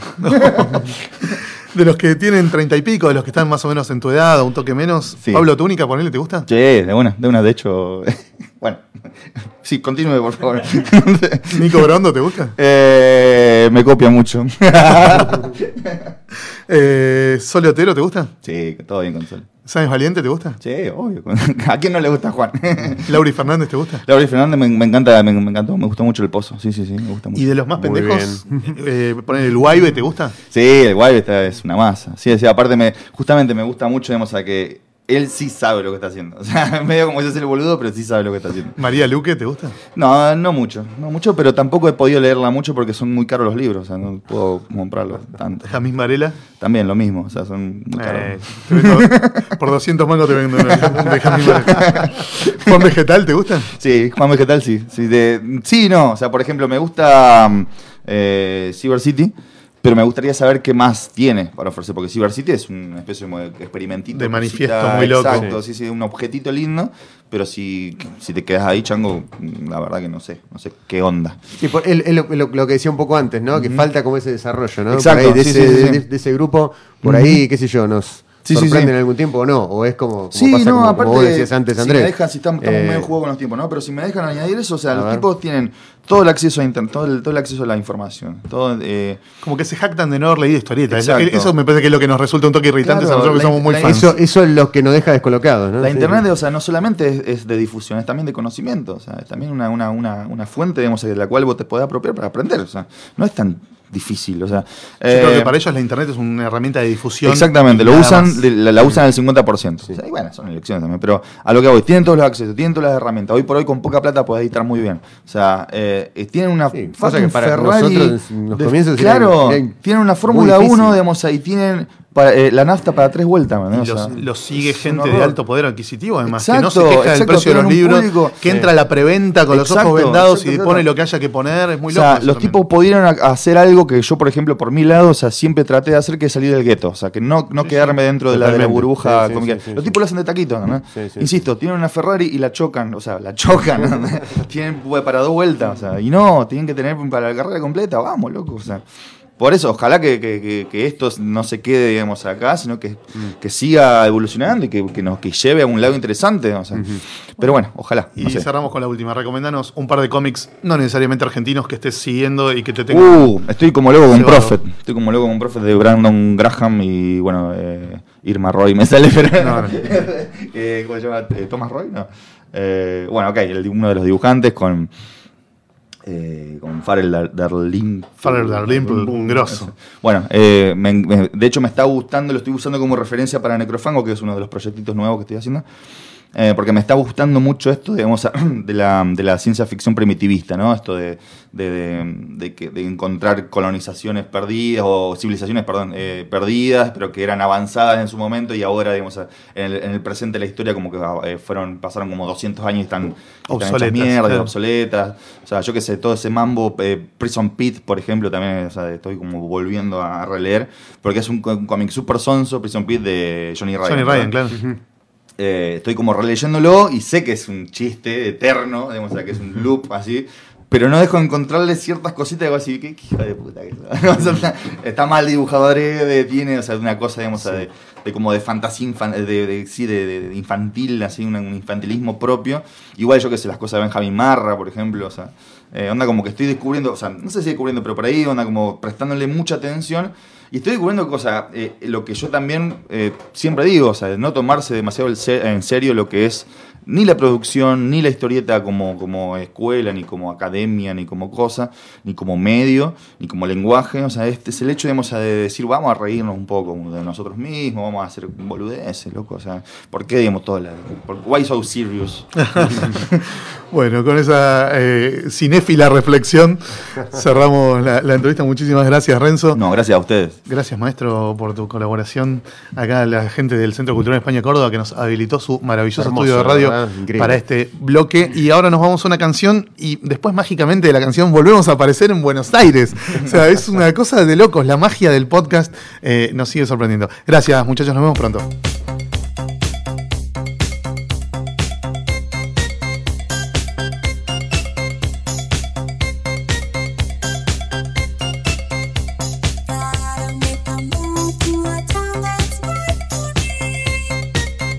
De los que tienen treinta y pico, de los que están más o menos en tu edad o un toque menos, Sí. Pablo Túnica, ponele, ¿te gusta? Sí, de una, de una, de hecho. Bueno, sí, continúe, por favor. Nico Brondo, ¿te gusta? Eh, me copia mucho. Eh, Sole Otero, ¿te gusta? Sí, todo bien con Sol. ¿Sáenz Valiente, te gusta? Sí, obvio. ¿A quién no le gusta Juan? Lauri Fernández, ¿te gusta? Laura Fernández me, me encanta, me, me encantó, me gustó mucho el pozo. Sí, sí, sí, me gusta mucho. Y de los más Muy pendejos, eh, poner el Guaybe, ¿te gusta? Sí, el Guay está, es una masa. Sí, sí, aparte me, justamente me gusta mucho, digamos, a que él sí sabe lo que está haciendo. O sea, medio como yo soy el boludo, pero sí sabe lo que está haciendo. María Luque, ¿te gusta? No, no mucho, no mucho, pero tampoco he podido leerla mucho porque son muy caros los libros, o sea, no puedo comprarlos tanto. Jamín Varela. También lo mismo, o sea, son muy caros. Eh, te vendo- por doscientos mangos te vendo una de Jamín Varela. Juan Vegetal, ¿te gusta? Sí, Juan Vegetal sí. Sí, de, sí, no, o sea, por ejemplo, me gusta um, eh, Cyber City, pero me gustaría saber qué más tiene para ofrecer, porque Cyber City es una especie de experimentito. De manifiesto cosita, muy loco. Exacto, sí, sí, un objetito lindo, pero si, si te quedas ahí, chango, la verdad que no sé, no sé qué onda. Sí, por- es es lo, lo- lo que decía un poco antes, ¿no? Que Ujú. falta como ese desarrollo, ¿no? Exacto, Por ahí de, sí, ese, sí, sí, sí. de- de ese grupo, por ahí, qué sé yo, nos Sí, sí, sorprenden sí. en algún tiempo o no, o es como, como Sí, pasa no, como, aparte, como vos decías antes, si Andrés. me dejan, si estamos, estamos Eh, medio juego con los tiempos, ¿no? Pero si me dejan añadir eso, o sea, A los ver. tipos tienen todo el acceso a internet, todo el, todo el acceso a la información, todo... Eh, Como que se jactan de no haber leído historieta. Eso, Exacto. eso me parece que es lo que nos resulta un toque irritante Claro, a nosotros que la- somos muy la- fans. Eso, eso es lo que nos deja descolocados, ¿no? La Sí. internet, o sea, no solamente es, es de difusión, es también de conocimiento, o sea, es también una, una, una, una fuente, digamos, de la cual vos te podés apropiar para aprender, o sea, no es tan, difícil. O sea, Yo eh, creo que para ellos la internet es una herramienta de difusión. exactamente, lo nada usan, más. la, la usan al cincuenta por ciento. O sea, y bueno, son elecciones también, pero a lo que voy, tienen todos los accesos, tienen todas las herramientas. Hoy por hoy con poca plata podés editar muy bien. O sea, eh, tienen una Sí, fucking cosa que para Ferrari nosotros en los de- comienzos era- claro, era tienen una muy Fórmula difícil. uno, digamos, y tienen para, eh, la nafta para tres vueltas. ¿no? Y O sea, los, los sigue es un gente de horror. alto poder adquisitivo, además, Exacto, que no se queja del exacto, precio de los tienen un libros, público- que sí. entra a la preventa con los Exacto, ojos vendados exacto, y exacto. pone lo que haya que poner, es muy o loco. sea, eso los también. tipos pudieron a- hacer algo que yo, por ejemplo, por mi lado, o sea, siempre traté de hacer, que es salir del gueto. O sea, que no, no quedarme dentro de la, de la Totalmente. burbuja Sí, sí, cómica. sí, sí, los sí. tipos lo hacen de taquito, ¿no? Sí, sí, Insisto, tienen una Ferrari y la chocan, o sea, la chocan, ¿no? Tienen para dos vueltas, o sea, y no, tienen que tener para la carrera completa, vamos, loco, o sea. Por eso, ojalá que, que, que, que esto no se quede, digamos, acá, sino que, que siga evolucionando y que, que nos que lleve a un lado interesante. O sea. Pero bueno, ojalá. Y no sé. cerramos con la última. Recomendanos un par de cómics, no necesariamente argentinos, que estés siguiendo y que te tengan. Uh, estoy como loco con Cebado. Prophet. Estoy como loco con Prophet de Brandon Graham y, bueno, eh, Irma Roy me sale, pero. No, no. eh, ¿Cómo se llama? Eh, ¿Thomas Roy? No. Eh, bueno, ok, el, uno de los dibujantes con. Eh, con Farrell Dar- Darling. Farrell Dalrymple, un grosso. Bueno, eh, me- me- de hecho me está gustando, lo estoy usando como referencia para Necrofango, que es uno de los proyectitos nuevos que estoy haciendo. Eh, porque me está gustando mucho esto, digamos, de la, de la ciencia ficción primitivista, ¿no? Esto de, de, de, de que- de encontrar colonizaciones perdidas, o civilizaciones, perdón, eh, perdidas, pero que eran avanzadas en su momento y ahora, digamos, en el, en el presente de la historia como que eh, fueron pasaron como doscientos años y están, están hechas Obsoletas, mierda, claro. obsoletas. O sea, yo qué sé, todo ese mambo, eh, Prison Pit, por ejemplo, también, o sea, estoy como volviendo a releer, porque es un, co- un cómic super sonso, Prison Pit de Johnny Ryan. Johnny ¿verdad? Ryan, claro. Eh, estoy como releyéndolo y sé que es un chiste eterno, digamos, o sea, que es un loop así, pero no dejo de encontrarle ciertas cositas que voy a decir, ¿qué, qué hijo de puta que es? O sea, está mal dibujado adrede, tiene, o sea, una cosa, digamos, de, de como de fantasía infan- de, de- sí, de, de- de infantil, así, un, un infantilismo propio. Igual yo que sé, las cosas de Benjamin Marra, por ejemplo, o sea, eh, onda como que estoy descubriendo, o sea, no sé si descubriendo, pero por ahí onda como prestándole mucha atención. Y estoy descubriendo cosas, eh, lo que yo también eh, siempre digo, o sea, no tomarse demasiado el se- en serio lo que es ni la producción, ni la historieta como, como escuela, ni como academia, ni como cosa, ni como medio, ni como lenguaje. O sea, este es el hecho, digamos, de decir, vamos a reírnos un poco de nosotros mismos, vamos a hacer boludeces, loco. O sea, ¿por qué, digamos, todo la... por- why so serious? Bueno, con esa eh, cinéfila reflexión cerramos la, la entrevista. Muchísimas gracias, Renzo. No, gracias a ustedes. Gracias, maestro, por tu colaboración. Acá la gente del Centro Cultural España Córdoba, que nos habilitó su maravilloso Hermoso, estudio de radio ¿verdad? Increíble. para este bloque. Y ahora nos vamos a una canción y después mágicamente de la canción volvemos a aparecer en Buenos Aires. O sea, es una cosa de locos. La magia del podcast eh, nos sigue sorprendiendo. Gracias, muchachos. Nos vemos pronto. Gotta make a move to a town that's right for me.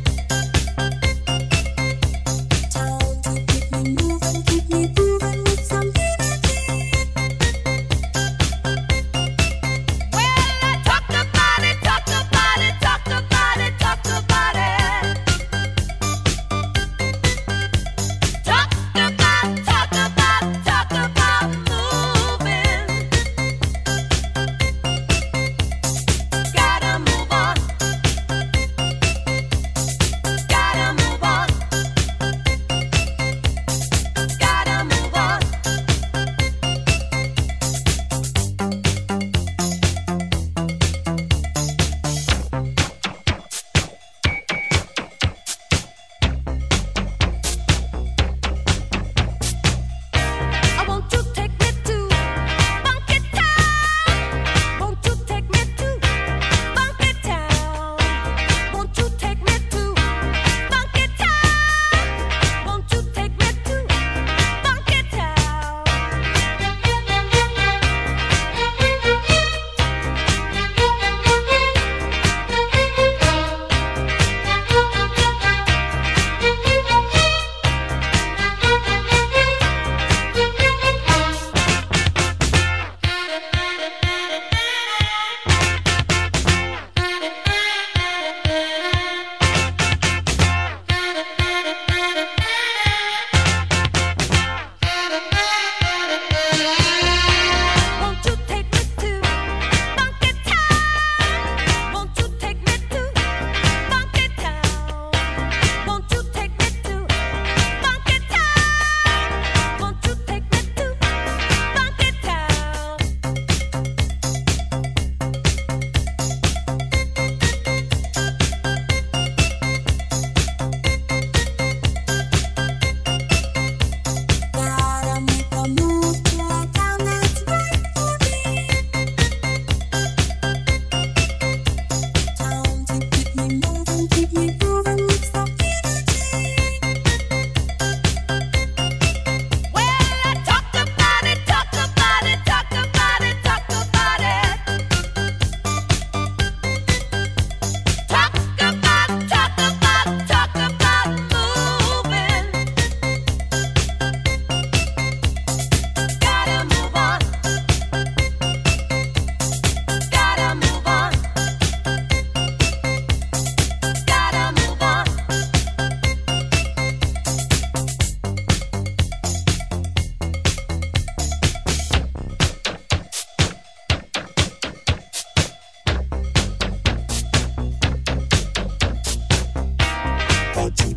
Town to keep me moving, keep me moving with some energy. Well, I talked about it, talked about it, talked about it, talked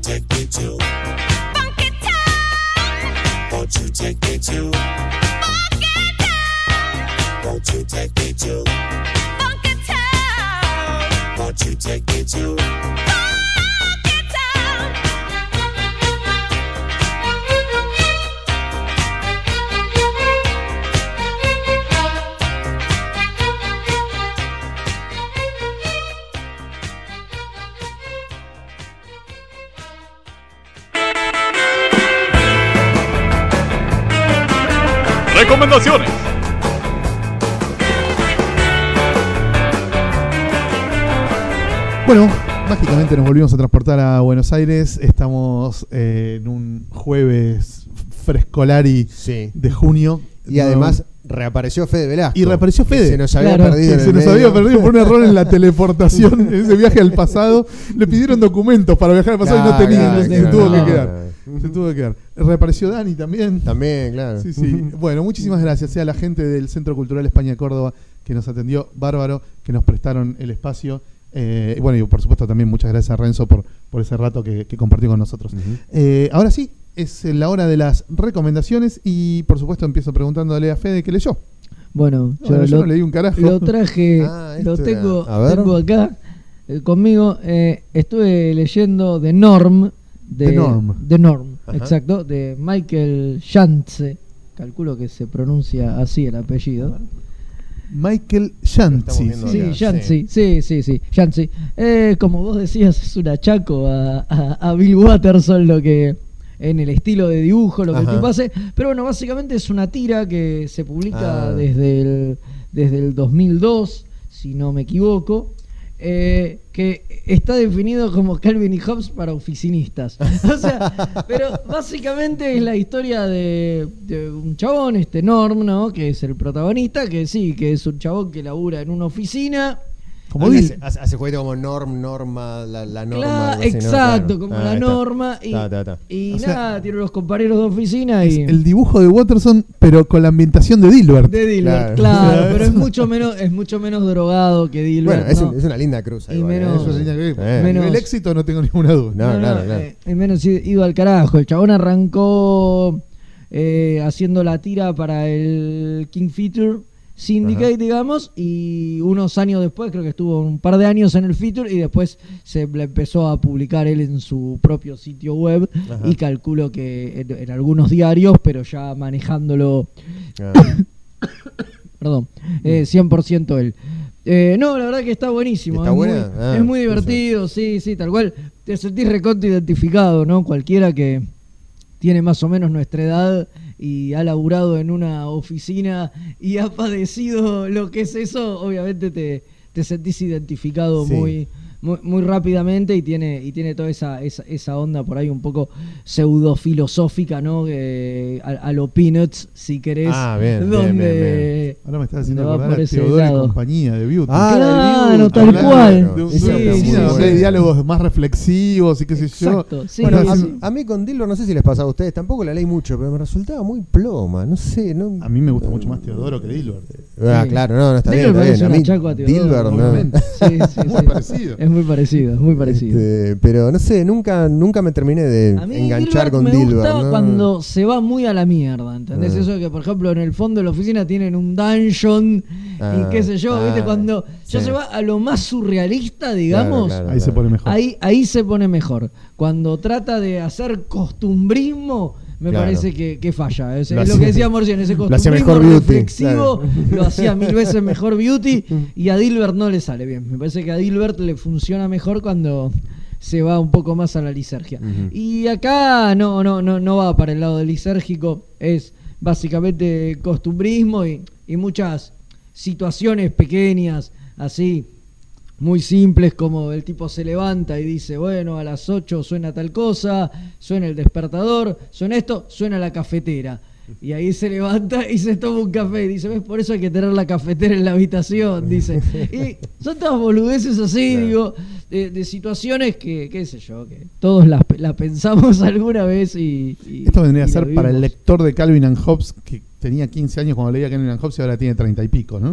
take me to Funky Town? Won't you take me to Funky Town? Won't you take me to Funky Town? Won't you take me to Funky Town? Recomendaciones. Bueno, mágicamente nos volvimos a transportar a Buenos Aires. Estamos eh, en un jueves frescolari Sí. de junio. Y además reapareció Fede Velasco. Y reapareció Fede. Que se nos había Claro. perdido. Que en el se nos medio. había perdido por un error en la teleportación, en ese viaje al pasado. Le pidieron documentos para viajar al pasado Claro, y no tenía. claro, se claro, tuvo claro. que quedar. Se tuvo que quedar. Reapareció Dani también. También, claro. Sí, sí. Bueno, muchísimas gracias a la gente del Centro Cultural España de Córdoba que nos atendió bárbaro, que nos prestaron el espacio. Eh, bueno, y por supuesto también muchas gracias a Renzo por, por ese rato que, que compartió con nosotros. Ujú. Eh, ahora sí, es la hora de las recomendaciones y por supuesto empiezo preguntándole a Fede qué leyó. Bueno, Bueno, yo, yo lo, no leí un carajo. lo traje, Ah, esto lo tengo, era- a ver. tengo acá eh, conmigo. Eh, estuve leyendo The Norm. De, The Norm. The Norm, Ajá. exacto, de Michael Schantze. Calculo que se pronuncia así el apellido. Michael Lo estamos Shanzi. viendo Sí, acá, Schantze, sí, sí, sí, Schantze. Eh, como vos decías, es un achaco a, a, a Bill Watterson, lo que en el estilo de dibujo, lo que Ajá. el tipo hace. Pero bueno, básicamente es una tira que se publica Ah. desde el, desde el dos mil dos, si no me equivoco. Eh, que está definido como Calvin y Hobbes para oficinistas. O sea, pero básicamente es la historia de, de un chabón, este Norm, ¿no? Que es el protagonista, que sí, que es un chabón que labura en una oficina. Como Hace, dice. hace, hace jueguito como norm, norma, la, la norma. Claro, algo así, ¿no? exacto, Claro. como Ah, la ahí está. norma. Y, Ta, ta, ta. y O sea, nada, tiene unos compañeros de oficina Es y. el dibujo de Watterson, pero con la ambientación de Dilbert. de Dilbert, Claro. claro, pero es mucho menos, es mucho menos drogado que Dilbert. Bueno, es, ¿no? un- es una linda cruz. Y igual, ¿eh? menos- Eso es línea que- Eh. A menos- nivel éxito no tengo ninguna duda. No, claro, claro. eh, y menos i- ido al carajo. El chabón arrancó eh, haciendo la tira para el King Feature Syndicate, Ajá. digamos, y unos años después, creo que estuvo un par de años en el Feature, y después se le empezó a publicar él en su propio sitio web, Ajá. y calculo que en, en algunos diarios, pero ya manejándolo, Ah. perdón, eh, cien por ciento él. Eh, no, la verdad que está buenísimo. ¿Está es, buena? Muy, Ah, es muy divertido, sí, sí, tal cual. Te sentís recontra identificado, ¿no? Cualquiera que tiene más o menos nuestra edad y ha laburado en una oficina y ha padecido lo que es eso, obviamente te, te sentís identificado Sí. muy, muy muy rápidamente y tiene y tiene toda esa, esa, esa onda por ahí un poco pseudo filosófica, ¿no? Que, a, a lo Peanuts, si querés. Ah, bien, bien, donde bien, Ahora me estás haciendo donde va acordar por a ese Teodoro y lado. compañía de Beauty. Ah, la Claro, del Beauty, tal claro. cual. De, un- de Esa una está oficina muy donde buena. hay diálogos más reflexivos y qué sé yo. Exacto, sí, Bueno, a, sí. a mí con Dilbert, no sé si les pasaba a ustedes, tampoco la leí mucho, pero me resultaba muy ploma, no sé. No, A mí me gusta mucho más Teodoro que Dilbert. Ah, Sí. claro, no, no está Dilbert bien, está parece bien. A un mí, achaco a Teodoro, Dilbert, no. obviamente. Sí, sí, Muy sí. parecido. Es muy parecido, es muy parecido. Este, pero no sé, nunca, nunca me terminé de A mí enganchar Dilbert con me Dilbert. gusta ¿no? cuando se va muy a la mierda, ¿entendés? Ah. Eso de que, por ejemplo, en el fondo de la oficina tienen un dungeon Ah, y qué sé yo, ¿viste? ah, Cuando ya sí. se va a lo más surrealista, digamos, Claro, claro, Ahí se pone mejor. ahí, ahí se pone mejor. Cuando trata de hacer costumbrismo, me Claro. parece que, que falla. Es, Lo es lo hacía- que decía Morcien, ese lo hacía costumbrismo mejor Beauty, reflexivo claro. lo hacía mil veces mejor Beauty y a Dilbert no le sale bien. Me parece que a Dilbert le funciona mejor cuando se va un poco más a la lisergia. Ujú. Y acá no, no, no, no va para el lado del lisérgico, es básicamente costumbrismo y, y muchas situaciones pequeñas, así, muy simples, como el tipo se levanta y dice, bueno, a las ocho suena tal cosa, suena el despertador, suena esto, suena la cafetera. Y ahí se levanta y se toma un café y dice, ¿ves? Por eso hay que tener la cafetera en la habitación, dice. Y son todas boludeces así, Claro. digo, de, de situaciones que, qué sé yo, que todos las la pensamos alguna vez y... y- Esto vendría a y la ser para el vivimos. lector de Calvin and Hobbes que tenía quince años cuando leía Calvin and Hobbes y ahora tiene treinta y pico, ¿no?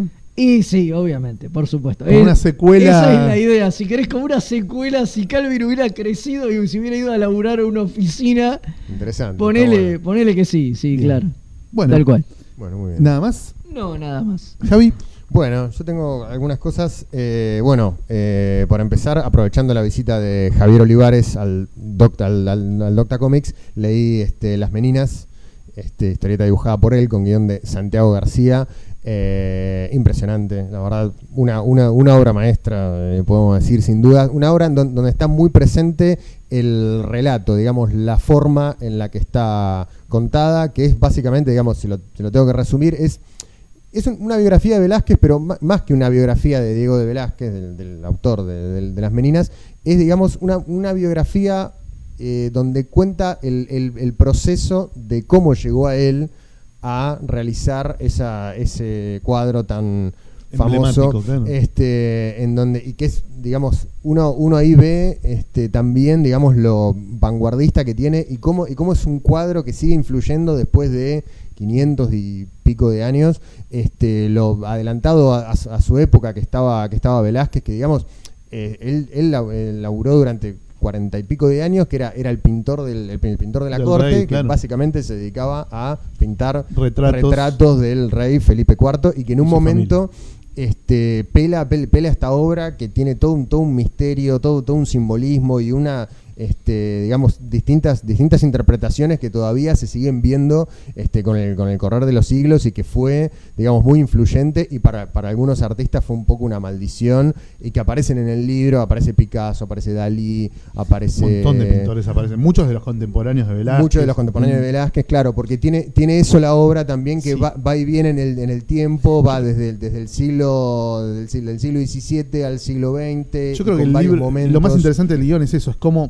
Y sí, obviamente, por supuesto. Como Es- una secuela. Esa es la idea. Si querés como una secuela, si Calvin hubiera crecido y si hubiera ido a laburar a una oficina, Interesante. ponele, está bueno. ponele que sí, sí, Bien. claro. Bueno, Tal cual. Bueno, muy bien. nada más. No, nada más. Javi, Bueno, yo tengo algunas cosas. eh, bueno, eh, por empezar, aprovechando la visita de Javier Olivares al Docta, al, al- al Docta Comics, leí este, Las Meninas, este, historieta dibujada por él con guión de Santiago García. Eh, impresionante, la verdad, una, una, una obra maestra, eh, podemos decir sin duda, una obra en don- donde está muy presente el relato, digamos, la forma en la que está contada, que es básicamente, digamos, si lo, si lo tengo que resumir, es es un- una biografía de Velázquez, pero ma- más que una biografía de Diego de Velázquez, del, del autor de, del- de Las Meninas, es, digamos, una, una biografía eh, donde cuenta el, el- el proceso de cómo llegó a él a realizar esa, ese cuadro tan famoso, Emblemático, claro. este, en donde, y que es, digamos, uno, uno ahí ve este, también, digamos, lo vanguardista que tiene y cómo, y cómo es un cuadro que sigue influyendo después de quinientos y pico de años, este, lo adelantado a, a su- a su época que estaba, que estaba Velázquez, que digamos, eh, él, él lab- eh, laburó durante cuarenta y pico de años, que era, era el pintor del el, el pintor de la Del corte, rey, que claro. básicamente se dedicaba a pintar Retratos. retratos del rey Felipe cuarto, y que en Y un su momento este, pela, pel- pela esta obra que tiene todo un, todo un misterio, todo, todo un simbolismo y una, este, digamos, distintas, distintas interpretaciones que todavía se siguen viendo este, con, el, con el correr de los siglos, y que fue, digamos, muy influyente, y para, para algunos artistas fue un poco una maldición, y que aparecen en el libro, aparece Picasso, aparece Dalí, aparece... Un montón de pintores aparecen. Muchos de los contemporáneos de Velázquez. Muchos de los contemporáneos de Velázquez, claro, porque tiene, tiene eso la obra también, que Sí. va, va y viene en el, en el tiempo, va desde el, desde el siglo del siglo, del siglo diecisiete al siglo veinte. Yo creo y que con el varios libro, momentos. lo más interesante del guión es eso, es cómo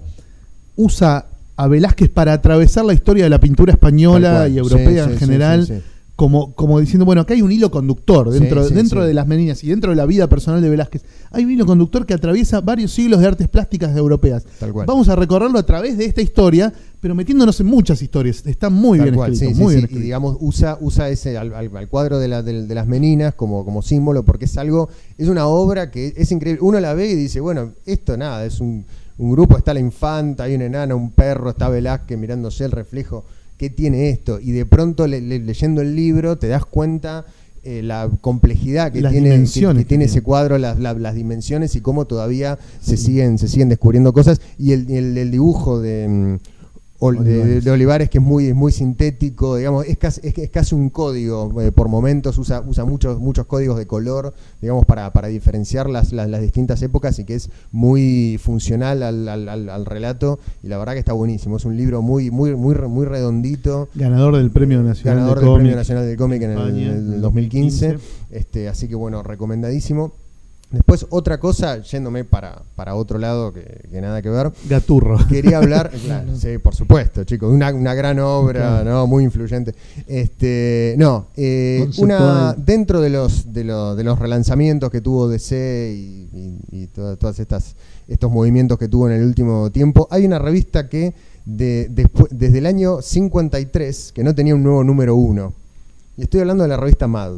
usa a Velázquez para atravesar la historia de la pintura española Tal cual. y europea Sí, en sí, general, sí, sí, sí. Como, como diciendo, bueno, acá hay un hilo conductor dentro, Sí, sí, dentro sí. de Las Meninas y dentro de la vida personal de Velázquez. Hay un hilo conductor que atraviesa varios siglos de artes plásticas europeas. Tal cual. Vamos a recorrerlo a través de esta historia, pero metiéndonos en muchas historias. Está muy Tal bien cual, escrito, sí, muy sí, bien sí. escrito. Y digamos, usa, usa ese al, al- al cuadro de, la, de, de las Meninas como, como símbolo, porque es algo, es una obra que es increíble. Uno la ve y dice, bueno, esto nada, es un, un grupo, está la infanta, hay un enano, un perro, está Velázquez mirándose el reflejo. ¿Qué tiene esto? Y de pronto le- le- leyendo el libro te das cuenta eh, la complejidad que Las tiene, que, dimensiones que que tiene tiene. ese cuadro, las, la- las dimensiones, y cómo todavía se siguen se siguen descubriendo cosas. Y el, el- el dibujo de, mm, Ol- de, de- Olivares. de Olivares, que es muy, muy sintético, digamos, es casi, es, es casi un código, eh, por momentos usa, usa muchos, muchos códigos de color, digamos, para, para diferenciar las, las, las distintas épocas, y que es muy funcional al, al, al- al relato, y la verdad que está buenísimo. Es un libro muy, muy, muy, re- muy redondito. Ganador del Premio Nacional Ganador de del Cómic. Premio Nacional del Cómic en el, España, en el dos mil quince. Este, así que bueno, recomendadísimo. Después, otra cosa, yéndome para, para otro lado, que, que nada que ver. Gaturro. Quería hablar, claro, sí, por supuesto, chicos, una, una gran obra, Claro. ¿no? Muy influyente. Este, no, eh, Conceptual. una dentro de los de, los de los relanzamientos que tuvo D C y, y, y todas, todas estas estos movimientos que tuvo en el último tiempo, hay una revista que de, despu- desde el año cincuenta y tres que no tenía un nuevo número uno. Y estoy hablando de la revista Mad.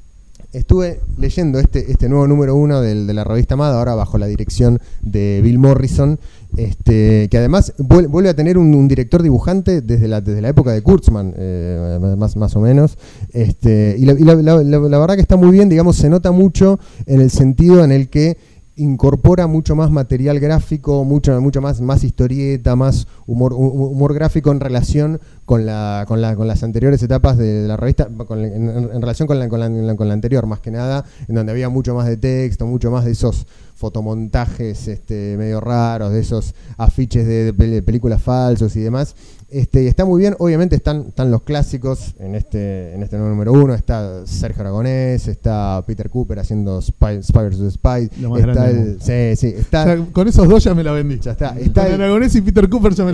Estuve leyendo este, este nuevo número uno del- de la revista Mad, ahora bajo la dirección de Bill Morrison, este, que además vuel- vuelve a tener un, un director dibujante desde la, desde la época de Kurtzman, eh, más, más o menos. Este, y la, y la- la- la- la verdad que está muy bien, digamos, se nota mucho en el sentido en el que incorpora mucho más material gráfico, mucho, mucho más, más historieta, más humor, hu- humor gráfico en relación con la, con la, con las anteriores etapas de la revista, con la- en, en relación con la, con, la, con la anterior, más que nada, en donde había mucho más de texto, mucho más de esos fotomontajes este, medio raros, de esos afiches de, de pel- películas falsos y demás. Este, y está muy bien, obviamente están, están los clásicos en este, en este nuevo número uno, está Sergio Aragonés, está Peter Cooper haciendo Spy, Spy versus. Spy, Lo más está grande del el, sí, sí, está, O sea, con esos dos ya me la vendí. ya está, está Con el- Aragonés y Peter Cooper ya me la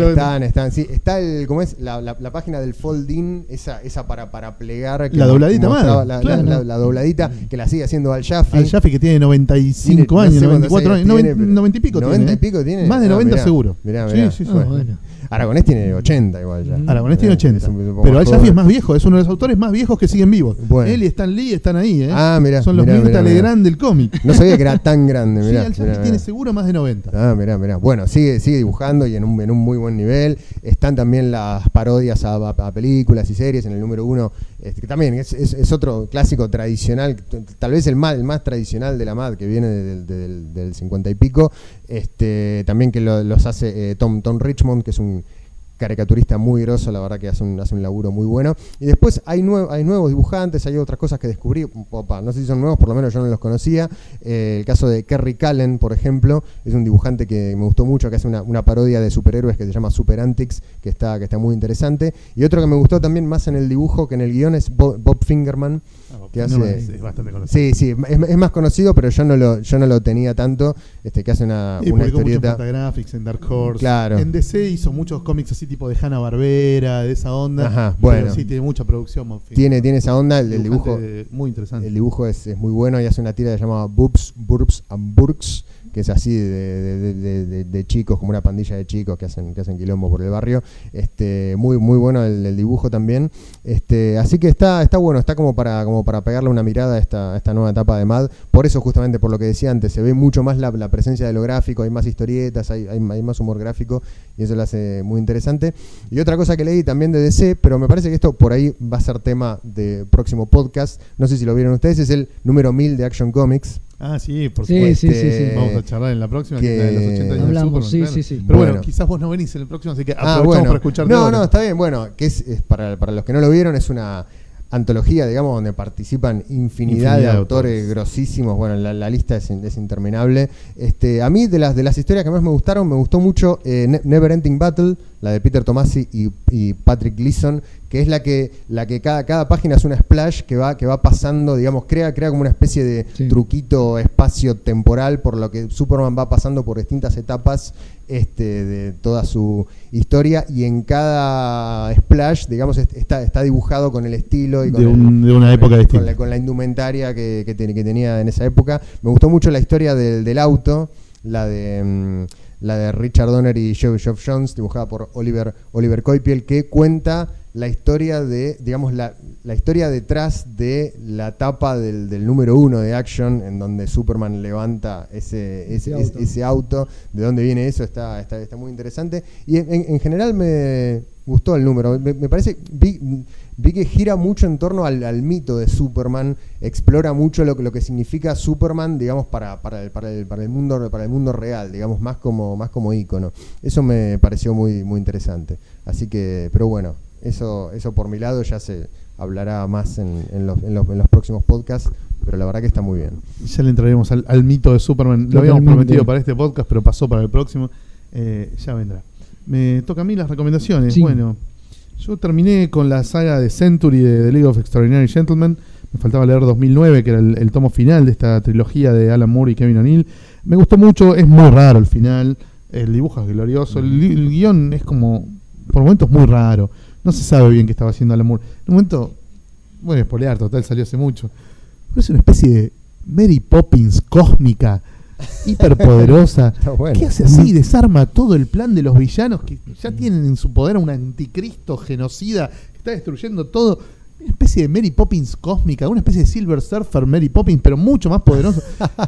lo Están, están, sí. Está el, ¿cómo es? La, la, la página del fold-in, esa, esa para, para plegar. Que La dobladita, mostraba madre, la, claro. la, la, la dobladita, que la sigue haciendo Al Jaffe. Al Jaffe que tiene noventa y cinco Tiene- no años, sé noventa y cuatro cuántos años, años tiene, noventa y pico noventa tiene. y ¿eh? pico tiene. Más de Ah, noventa mirá, seguro. mirá, Sí, mirá. sí, sí. Ah, bueno. Aragonés tiene ochenta igual ya. Aragonés tiene Eh, ochenta. es un- un poco Pero más Al Jaffe joven. es más viejo, es uno de los autores más viejos que siguen vivos. Bueno. Él y Stan Lee están ahí, ¿eh? Ah, mirá, Son los mirá, Mirta mirá, mirá. Legrand del cómic. No sabía que era tan grande, Sí, mirá. Al Jaffe mirá, tiene mirá. seguro más de noventa. Ah, mirá, mirá. Bueno, sigue, sigue dibujando y en un, en un muy buen nivel. Están también las parodias a, a- a películas y series en el número uno, este, que también es, es- es otro clásico tradicional, t- tal vez el más, el más tradicional de la M A D, que viene del, del- del cincuenta y pico. Este, también que lo- los hace eh, Tom, Tom Richmond, que es un caricaturista muy grosso, la verdad que hace un, hace un laburo muy bueno. Y después hay, nue- hay nuevos dibujantes, hay otras cosas que descubrí, opa, no sé si son nuevos, por lo menos yo no los conocía. Eh, el caso de Kerry Callen, por ejemplo, es un dibujante que me gustó mucho, que hace una, una parodia de superhéroes que se llama Super Antics, que está, que está muy interesante. Y otro que me gustó también más en el dibujo que en el guión es Bob, Bob Fingerman, que hace... No, es, es bastante conocido. Sí, sí, es, es más conocido, pero yo no lo, yo no lo tenía tanto, este, que hace una, Y una publicó mucho en historieta... Fantagraphics, en Dark Horse. Claro. En D C hizo muchos cómics así tipo de Hanna-Barbera, de esa onda. Ajá, Pero bueno. sí, tiene mucha producción. Bob Fincher. Tiene, tiene esa onda, el, el dibujo... Dibujante muy interesante. El dibujo es, es muy bueno y hace una tira que se llama Boobs, Burbs and Burks, que es así de, de- de- de- de- de chicos, como una pandilla de chicos que hacen, que hacen quilombo por el barrio. Este, muy, muy bueno el, el dibujo también. Este, así que está, está bueno, está como para, como para pegarle una mirada a esta, a esta nueva etapa de M A D. Por eso, justamente por lo que decía antes, se ve mucho más la, la presencia de lo gráfico, hay más historietas, hay, hay, hay más humor gráfico y eso lo hace muy interesante. Y otra cosa que leí también de D C, pero me parece que esto por ahí va a ser tema de próximo podcast, no sé si lo vieron ustedes, es el número mil de Action Comics. Ah, sí, por Sí, supuesto. sí, sí, sí. Vamos a charlar en la próxima, que, que- es la de los ochenta años Hablamos, del sí, Superman, sí, claro. sí. Pero bueno, Bueno. quizás vos no venís en el próximo, así que Ah, aprovechamos bueno. para escuchar. No, no, está bien. Bueno, que es, es para, para los que no lo vieron, es una antología, digamos, donde participan infinidad, Infinidad de de autores autores. grosísimos. Bueno, la, la lista es, in- es interminable. Este, a mí, de las, de las historias que más me gustaron, me gustó mucho eh, Ne- Never Ending Battle, la de Peter Tomasi y, y Patrick Gleason, que es la que, la que cada, cada página es una splash que va, que va pasando, digamos, crea, crea como una especie de Sí. truquito espacio-temporal por lo que Superman va pasando por distintas etapas este, de toda su historia, y en cada splash, digamos, est- está, está dibujado con el estilo y con, De el- un- de una con el- época con distinta. la, con la indumentaria que, que ten- que tenía en esa época. Me gustó mucho la historia del, del auto, la de mm, la de Richard Donner y Geoff Geoff Jones, dibujada por Oliver Oliver Coipel, que cuenta la historia de, digamos, la, la historia detrás de la tapa del, del número uno de Action, en donde Superman levanta ese, ese, Ese ese- auto. ese auto, de dónde viene eso, está, está, está muy interesante. Y en, en- en general me gustó el número. Me, me parece, vi, vi que gira mucho en torno al, al mito de Superman, explora mucho lo, que- lo que significa Superman, digamos, para, para, el, para, el, para, el mundo, para el mundo real, digamos, más como, más como ícono. Eso me pareció muy, muy interesante. Así que, pero bueno, eso, eso por mi lado ya se hablará más en, en, los, en, los, en los próximos podcasts, pero la verdad que está muy bien. Ya le entraremos al, al mito de Superman. Lo habíamos Totalmente. prometido para este podcast, pero pasó para el próximo. Eh, ya vendrá. Me toca a mí las recomendaciones. Sí. Bueno, yo terminé con la saga de Century de The League of Extraordinary Gentlemen. Me faltaba leer dos mil nueve, que era el, el tomo final de esta trilogía de Alan Moore y Kevin O'Neill. Me gustó mucho, es muy raro el final. El dibujo es glorioso. El, li- el guión es como, por momentos, muy raro. No se sabe bien qué estaba haciendo Alan Moore. En un momento, bueno, spoilear, total, salió hace mucho. Pero es una especie de Mary Poppins cósmica, hiperpoderosa. Está bueno. ¿Qué hace así? Desarma todo el plan de los villanos que ya tienen en su poder a un anticristo genocida que está destruyendo todo. Una especie de Mary Poppins cósmica, una especie de Silver Surfer Mary Poppins, pero mucho más poderoso.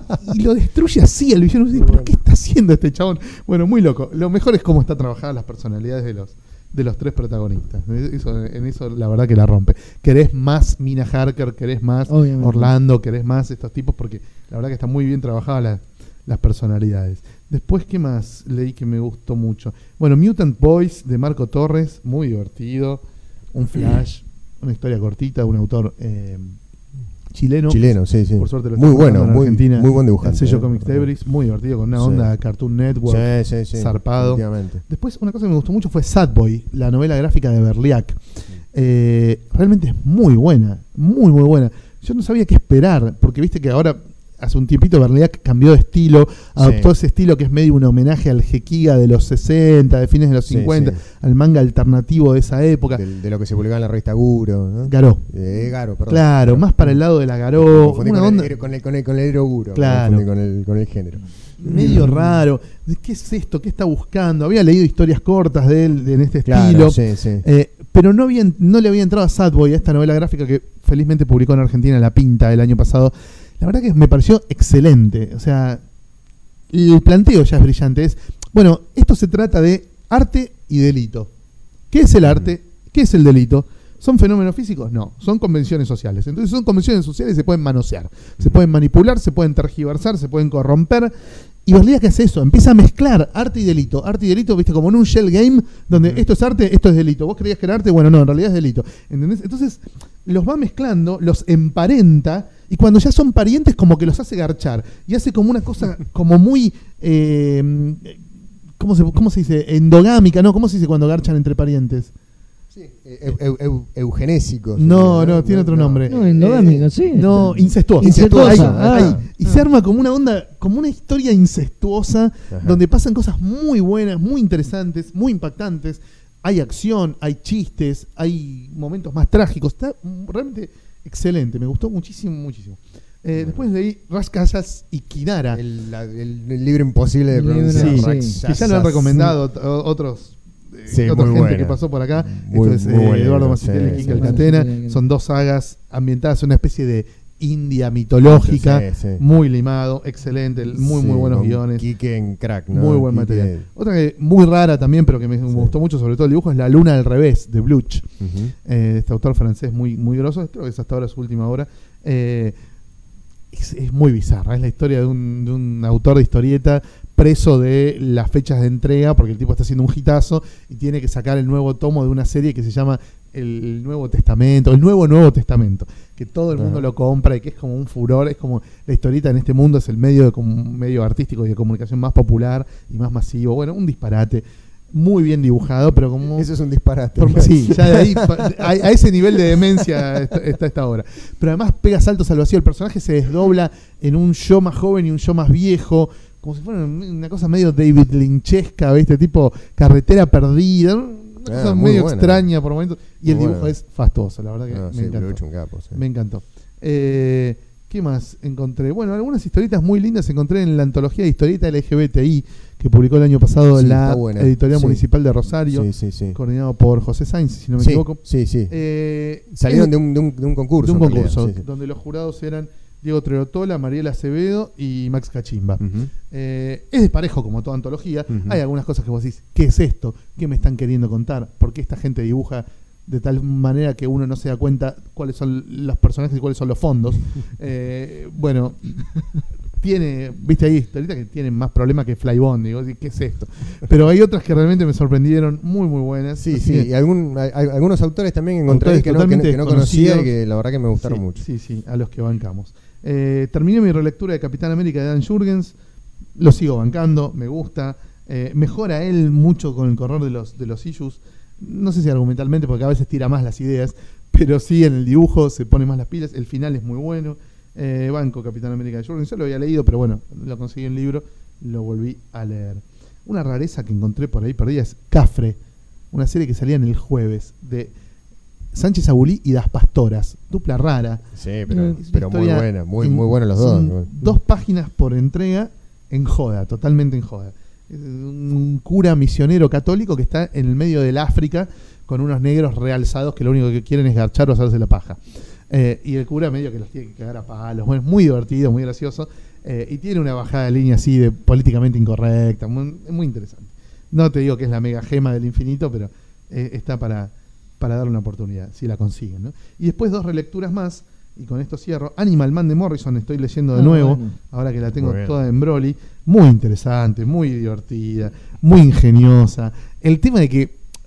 Y lo destruye así el villano. Dice, ¿pero qué está haciendo este chabón? Bueno, muy loco. Lo mejor es cómo está trabajadas las personalidades de los de los tres protagonistas. Eso, en eso la verdad que la rompe. Querés más Mina Harker, querés más Obviamente. Orlando, querés más estos tipos, porque la verdad que están muy bien trabajadas las, las personalidades. Después, ¿qué más leí que me gustó mucho? Bueno, Mutant Boys de Marco Torres, muy divertido. Un flash, una historia cortita, un autor eh, chileno. Chileno, sí, sí. Por suerte lo Muy están bueno, sacando en muy, Argentina, muy buen dibujante. el sello eh. Comics Debris, muy divertido, con una Sí. onda Cartoon Network. Sí, sí, sí. zarpado. Efectivamente. Después, una cosa que me gustó mucho fue Sad Boy, la novela gráfica de Berliak. Eh, realmente es muy buena, muy, muy buena. Yo no sabía qué esperar, porque viste que ahora hace un tiempito Berliak cambió de estilo, adoptó Sí. ese estilo que es medio un homenaje al Gekiga de los sesenta, de fines de los Sí, cincuenta, sí. al manga alternativo de esa época. De, de lo que se publicaba en la revista Guro, ¿no? Garó. Eh, Garo, perdón. Claro, más para el lado de la Me Garó, confundí una con, onda el, con, el, con, el, con el Ero Guro. me Claro. confundí Con el, con el género. medio raro. ¿Qué es esto? ¿Qué está buscando? Había leído historias cortas de él de- en este Claro, estilo. sí, sí. Eh, pero no, había, no le había entrado a Sadboy, a esta novela gráfica que felizmente publicó en Argentina La Pinta el año pasado. La verdad que me pareció excelente. O sea, el planteo ya es brillante. Es, bueno, esto se trata de arte y delito. ¿Qué es el arte? ¿Qué es el delito? ¿Son fenómenos físicos? No, son convenciones sociales. Entonces son convenciones sociales y se pueden manosear, se pueden manipular, se pueden tergiversar, se pueden corromper. Y Berliak que hace eso, empieza a mezclar arte y delito. Arte y delito, viste, como en un shell game, donde esto es arte, esto es delito. Vos creías que era arte, bueno, no, en realidad es delito. ¿Entendés? Entonces los va mezclando, los emparenta, y cuando ya son parientes, como que los hace garchar. Y hace como una cosa, como muy. Eh, ¿cómo, se, ¿Cómo se dice? Endogámica, ¿no? ¿Cómo se dice cuando garchan entre parientes? Sí, eu, eu, eu, eugenésicos. No, no, tiene otro nombre. No, endogámico, sí. No, incestuosa. Incestuosa, Ahí, ah. ahí. Y Ah. se arma como una onda, como una historia incestuosa, Ajá. donde pasan cosas muy buenas, muy interesantes, muy impactantes. Hay acción, hay chistes, hay momentos más trágicos. Está mm, realmente excelente, me gustó muchísimo, muchísimo. Eh, después leí Raskasas y Kinara. El, la- el- el libro imposible de El libro, pronunciar. Sí, Raksasas. que ya lo han recomendado ot- o- otros eh, Sí, otra muy gente buena. que pasó por acá. Muy- Esto es muy eh, buen Eduardo libro, Macitelli sí, y sí. Kike Alcatena. Sí. Son dos sagas ambientadas en una especie de India mitológica, Sí, sí. muy limado, excelente, muy muy Sí, buenos con guiones. Quique en crack, ¿no? Muy buen Quique- material. Otra que muy rara también, pero que me, me Sí. gustó mucho, sobre todo el dibujo, es La Luna al Revés, de Bluch. Ujú. Eh, este autor francés muy, muy grosso, creo que es hasta ahora su última obra. Eh, es, es muy bizarra, es la historia de un, de un autor de historieta preso de las fechas de entrega, porque el tipo está haciendo un hitazo y tiene que sacar el nuevo tomo de una serie que se llama El Nuevo Testamento, el Nuevo Nuevo Testamento, que todo el mundo Ajá. lo compra y que es como un furor, es como la historieta en este mundo es el medio, de, como un medio artístico y de comunicación más popular y más masivo. Bueno, un disparate, muy bien dibujado, pero como... Eso es un disparate. Por- sí, ya de ahí, pa- a, a ese nivel de demencia está, está esta obra. Pero además pega saltos al vacío. El personaje se desdobla en un yo más joven y un yo más viejo, como si fuera una cosa medio David Lynchesca, ¿viste? Tipo carretera perdida, una Ah, cosa muy medio buena. extraña por momentos. Y Muy el dibujo buena. es fastuoso, la verdad que Ah, me sí, encantó. Bluch, un capo, sí. Me encantó. Eh, ¿Qué más encontré? Bueno, algunas historietas muy lindas encontré en la antología de historieta L G B T I que publicó el año pasado Sí, la está buena. Editorial Sí. Municipal de Rosario, Sí, sí, sí. coordinado por José Sainz, si no me Sí, equivoco. sí, sí. Eh, Salieron es- de un, de, un, de un concurso. de un en realidad, concurso, sí, sí. donde los jurados eran Diego Trerotola, Mariela Acevedo y Max Cachimba. Ujú. Eh, es desparejo como toda antología. Ujú. Hay algunas cosas que vos decís, ¿qué es esto? ¿Qué me están queriendo contar? ¿Por qué esta gente dibuja de tal manera que uno no se da cuenta cuáles son los personajes y cuáles son los fondos? Eh, bueno, tiene, viste ahí historietas que tienen más problemas que Flybond, digo, ¿qué es esto? Pero hay otras que realmente me sorprendieron, muy muy buenas. Sí, Así sí. que- Y algún, hay- hay- algunos autores también encontré Autores que no, que, no- totalmente que no conocía y desconocidos. que la verdad que me gustaron sí, mucho. Sí, sí, a los que bancamos. Eh, terminé mi relectura de Capitán América de Dan Jurgens. Lo sigo bancando, me gusta. Eh, mejora él mucho con el correr de los, de los issues. No sé si argumentalmente, porque a veces tira más las ideas, pero sí en el dibujo se pone más las pilas. El final es muy bueno. Eh, banco Capitán América de Jurgens. Yo lo había leído, pero bueno, lo conseguí en libro, lo volví a leer. Una rareza que encontré por ahí perdida es Cafre, una serie que salía en el jueves de Sánchez Abulí y Das Pastoras, dupla rara. Sí, pero, Es una pero muy historia buena, muy, en- muy buenos los dos. son dos páginas por entrega en joda, totalmente en joda. Es un cura misionero católico que está en el medio del África con unos negros realzados que lo único que quieren es garchar o hacerse la paja. Eh, y el cura medio que los tiene que cagar a palos. Bueno, es muy divertido, muy gracioso. eh, y tiene una bajada de línea así de políticamente incorrecta. Muy, muy interesante. No te digo que es la mega gema del infinito, pero eh, está para, para darle una oportunidad, si la consiguen, ¿no? Y después dos relecturas más, y con esto cierro. Animal Man de Morrison, estoy leyendo de Ah, nuevo, bueno. ahora que la tengo Muy bien. toda en Broly. Muy interesante, muy divertida, muy ingeniosa. El tema de que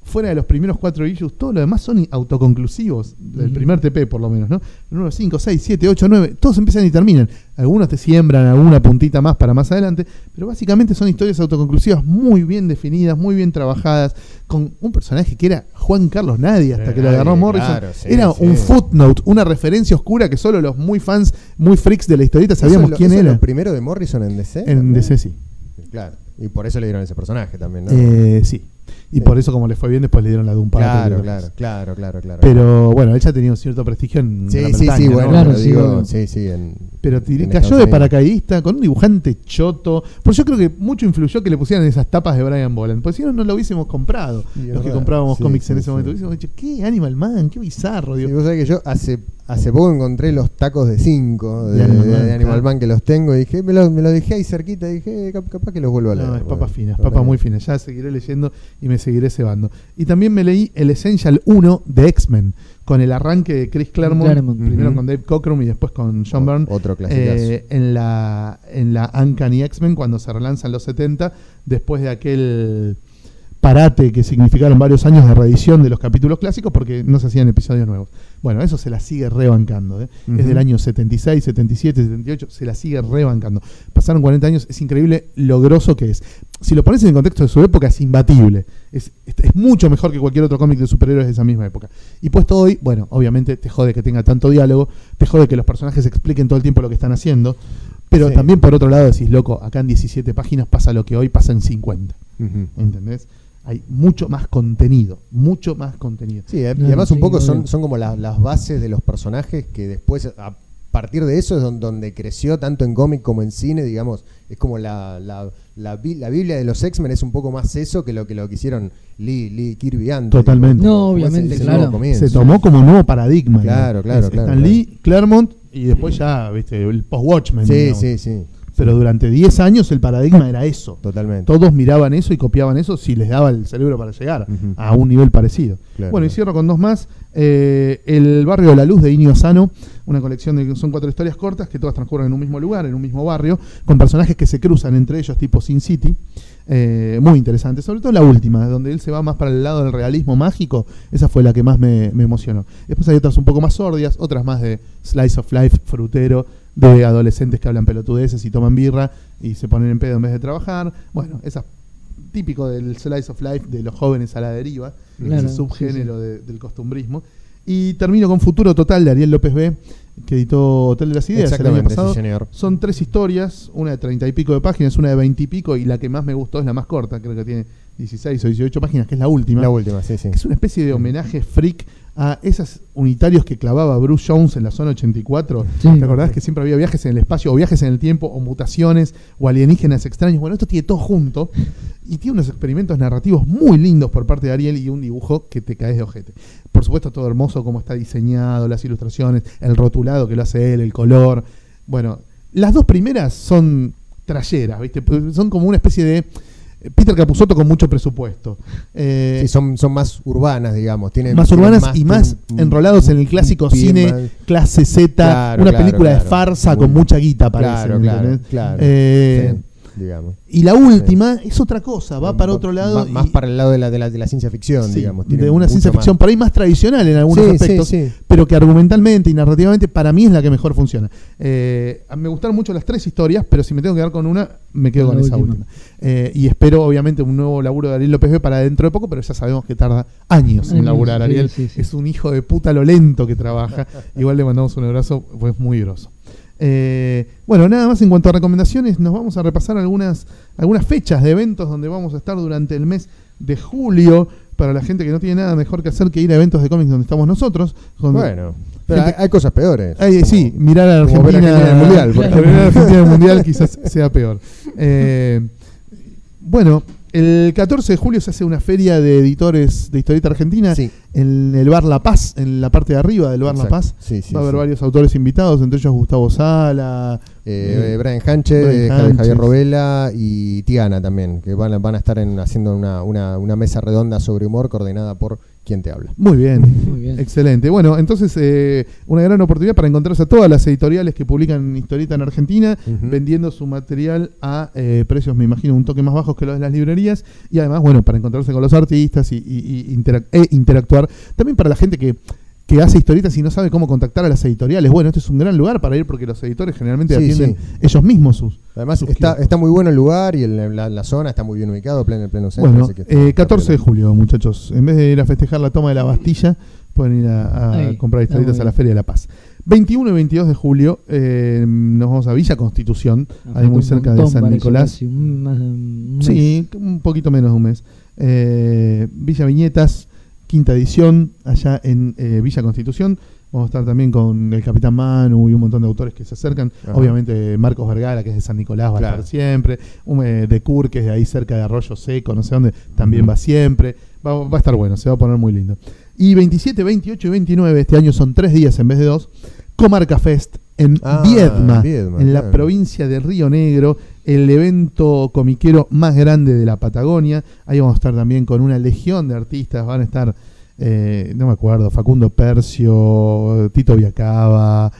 fuera de los primeros cuatro issues, todo lo demás son autoconclusivos, del Ujú. primer T P por lo menos, ¿no? El uno, cinco, seis, siete, ocho, nueve, todos empiezan y terminan. Algunos te siembran alguna puntita más para más adelante, pero básicamente son historias autoconclusivas muy bien definidas, muy bien trabajadas, con un personaje que era Juan Carlos Nadie, hasta Eh, que lo agarró Nadie, Morrison. claro, sí, era sí. un footnote, una referencia oscura que solo los muy fans, muy freaks de la historieta sabíamos ¿Eso es lo- quién eso es era. lo primero de Morrison en D C? En también? D C sí. Claro. Y por eso le dieron ese personaje también, ¿no? Eh, sí. Y Sí. por eso, como le fue bien, después le dieron la de un par. claro, claro, claro, claro, claro. Pero bueno, él ya tenía un cierto prestigio en Sí, Gran sí, Bretaña, sí, ¿no? bueno, Claro, pero sí, digo, obvio. sí, sí. En, Pero tiré- en cayó Estados de Unidos. paracaidista con un dibujante choto. Pues yo creo que mucho influyó que le pusieran esas tapas de Brian Boland. Porque si no, no lo hubiésemos comprado. Sí, es los que verdad. comprábamos Sí, cómics en sí, ese momento. sí. Hubiésemos dicho, ¿qué Animal Man? ¿Qué bizarro? Sí, Digo, vos sabés que yo hace, hace poco encontré los tacos de cinco de, De Animal de Man, Animal claro. Man que los tengo y dije, me los me lo dejé ahí cerquita y dije, eh, cap- capaz que los vuelvo a leer. no, es Bueno, papa fina, es ahora papa que- muy fina. Ya seguiré leyendo y me seguiré cebando. Y también me leí el Essential uno de X-Men, con el arranque de Chris Claremont, Claremont. primero Ujú. con Dave Cockrum y después con John O- Byrne. otro clasicazo. eh, en la en la Uncanny X-Men cuando se relanzan los setenta, después de aquel parate que significaron varios años de reedición de los capítulos clásicos porque no se hacían episodios nuevos. Bueno, eso se la sigue rebancando, ¿eh? Ujú. Es del año setenta y seis, setenta y siete, setenta y ocho, se la sigue rebancando. Pasaron cuarenta años, es increíble lo grosso que es. Si lo pones en el contexto de su época, es imbatible. Es, es, es mucho mejor que cualquier otro cómic de superhéroes de esa misma época. Y puesto hoy, bueno, obviamente te jode que tenga tanto diálogo, te jode que los personajes expliquen todo el tiempo lo que están haciendo, pero Sí. también por otro lado decís, loco, acá en diecisiete páginas pasa lo que hoy pasa en cincuenta. Ujú. ¿Entendés? Hay mucho más contenido, mucho más contenido. Sí, eh, y Claro, además un sí, poco obvio. son, son como las, las bases de los personajes que después, a partir de eso es don- donde creció tanto en cómic como en cine, digamos, es como la, la, la, bi- la Biblia de los X-Men es un poco más eso que lo que lo que hicieron Lee, Lee Kirby antes. Totalmente. digamos, No, como obviamente, ese- ese claro. nuevo comienzo. Se tomó como nuevo paradigma. Claro, digamos. claro, Es claro, Stan Lee, Claremont y después ya, viste, el post-Watchmen. Sí, digamos. sí, sí. Pero durante diez años el paradigma era eso. Totalmente. Todos miraban eso y copiaban eso si les daba el cerebro para llegar Ujú. a un nivel parecido. Claro. Bueno, y cierro con dos más. Eh, el Barrio de la Luz de Inio Asano, una colección de son cuatro historias cortas que todas transcurren en un mismo lugar, en un mismo barrio, con personajes que se cruzan entre ellos, tipo Sin City. Eh, muy interesante, sobre todo la última, donde él se va más para el lado del realismo mágico. Esa fue la que más me, me emocionó. Después hay otras un poco más sordias, otras más de slice of life frutero, de adolescentes que hablan pelotudeces y toman birra y se ponen en pedo en vez de trabajar. Bueno, esa típico del slice of life de los jóvenes a la deriva, Claro, ese subgénero sí, de- del costumbrismo. Y termino con Futuro Total de Ariel López B, que editó Hotel de las Ideas el año Exactamente, pasado. sí, señor. Son tres historias, una de treinta y pico de páginas, una de veinte y pico, y la que más me gustó es la más corta, creo que tiene dieciséis o dieciocho páginas, que es la última. La última, sí, sí. Que es una especie de homenaje freak a esos unitarios que clavaba Bruce Jones en la zona ochenta y cuatro. Sí. ¿Te acordás que siempre había viajes en el espacio, o viajes en el tiempo, o mutaciones, o alienígenas extraños? Bueno, esto tiene todo junto y tiene unos experimentos narrativos muy lindos por parte de Ariel y un dibujo que te caes de ojete. Por supuesto, todo hermoso, cómo está diseñado, las ilustraciones, el rotulado que lo hace él, el color. Bueno, las dos primeras son trayeras, ¿viste? Son como una especie de Peter Capusotto con mucho presupuesto. Eh, Sí, son, son más urbanas, digamos. Tienen, más tienen urbanas y más un- enrolados en el un clásico pie cine más- clase Z, Claro, una claro, película de claro. farsa Muy- con mucha guita, parece. Claro, ¿me claro, entendés? claro. Eh, Sí, digamos. Y la última es otra cosa, va para otro lado. Va- más y- para el lado de la, de la, de la ciencia ficción, sí, digamos. Tiene de una mucho ciencia más- ficción por ahí más tradicional en algunos Sí, sí, aspectos, sí. pero que argumentalmente y narrativamente para mí es la que mejor funciona. Eh, me gustaron mucho las tres historias, pero si me tengo que quedar con una, me quedo Con con la esa última. última. Eh, y espero obviamente un nuevo laburo de Ariel López B para dentro de poco, pero ya sabemos que tarda años en Años, laburar. sí, Ariel sí, sí. es un hijo de puta lo lento que trabaja. Igual le mandamos un abrazo, pues muy groso. Eh, bueno, nada más en cuanto a recomendaciones, nos vamos a repasar algunas, algunas fechas de eventos donde vamos a estar durante el mes de julio, para la gente que no tiene nada mejor que hacer que ir a eventos de cómics donde estamos nosotros. Donde- Bueno, pero hay, gente- hay cosas peores. Ay, como- sí, mirar a como ver a Argentina, Argentina en el Mundial, por Claro, ejemplo. mirar a Argentina en el Mundial quizás sea peor. Eh, bueno, el catorce de julio se hace una feria de editores de historieta argentina Sí. en el Bar La Paz, en la parte de arriba del Bar La Exacto. Paz. Sí, sí, Va a haber sí. varios autores invitados, entre ellos Gustavo Sala, Eh, eh, Brian Hanche, Brian eh, Javier Hanches. Robela y Tiana también, que van, a- van a estar en, haciendo una, una, una mesa redonda sobre humor coordinada por quien te habla. Muy bien, Muy bien. excelente. Bueno, entonces eh, una gran oportunidad para encontrarse a todas las editoriales que publican historieta en Argentina, Ujú. vendiendo su material a eh, precios, me imagino, un toque más bajos que los de las librerías, y además, bueno, para encontrarse con los artistas y, y- y interac- e interactuar. También para la gente que, que hace historietas y no sabe cómo contactar a las editoriales. Bueno, este es un gran lugar para ir porque los editores generalmente Sí, atienden sí. ellos mismos sus... Además, sus está, kioscos. está muy bueno el lugar y el- la, la zona está muy bien ubicado, pleno, en pleno centro. Bueno, así que está- eh, está catorce de piola. julio, muchachos. En vez de ir a festejar la toma de la Bastilla, pueden ir a, a Ahí, comprar está historietas muy a la bien. Feria de la Paz. veintiuno y veintidós de julio eh, nos vamos a Villa Constitución, Nos ahí falta muy un cerca de montón San para eso, Nicolás. casi un- más de un mes. Sí, un poquito menos de un mes. Eh, Villa Viñetas, quinta edición, allá en eh, Villa Constitución. Vamos a estar también con el Capitán Manu y un montón de autores que se acercan. Ajá. Obviamente Marcos Vergara, que es de San Nicolás, va Claro. a estar siempre. Un, eh, de Cur, que es de ahí cerca de Arroyo Seco, no sé dónde, también Ujú. va siempre. Va, va a estar bueno, se va a poner muy lindo. Y veintisiete, veintiocho y veintinueve, este año son tres días en vez de dos, Comarca Fest en Ah, Viedma, Viedma, en la claro. provincia de Río Negro, el evento comiquero más grande de la Patagonia. Ahí vamos a estar también con una legión de artistas, van a estar, eh, no me acuerdo, Facundo Percio, Tito Viacaba,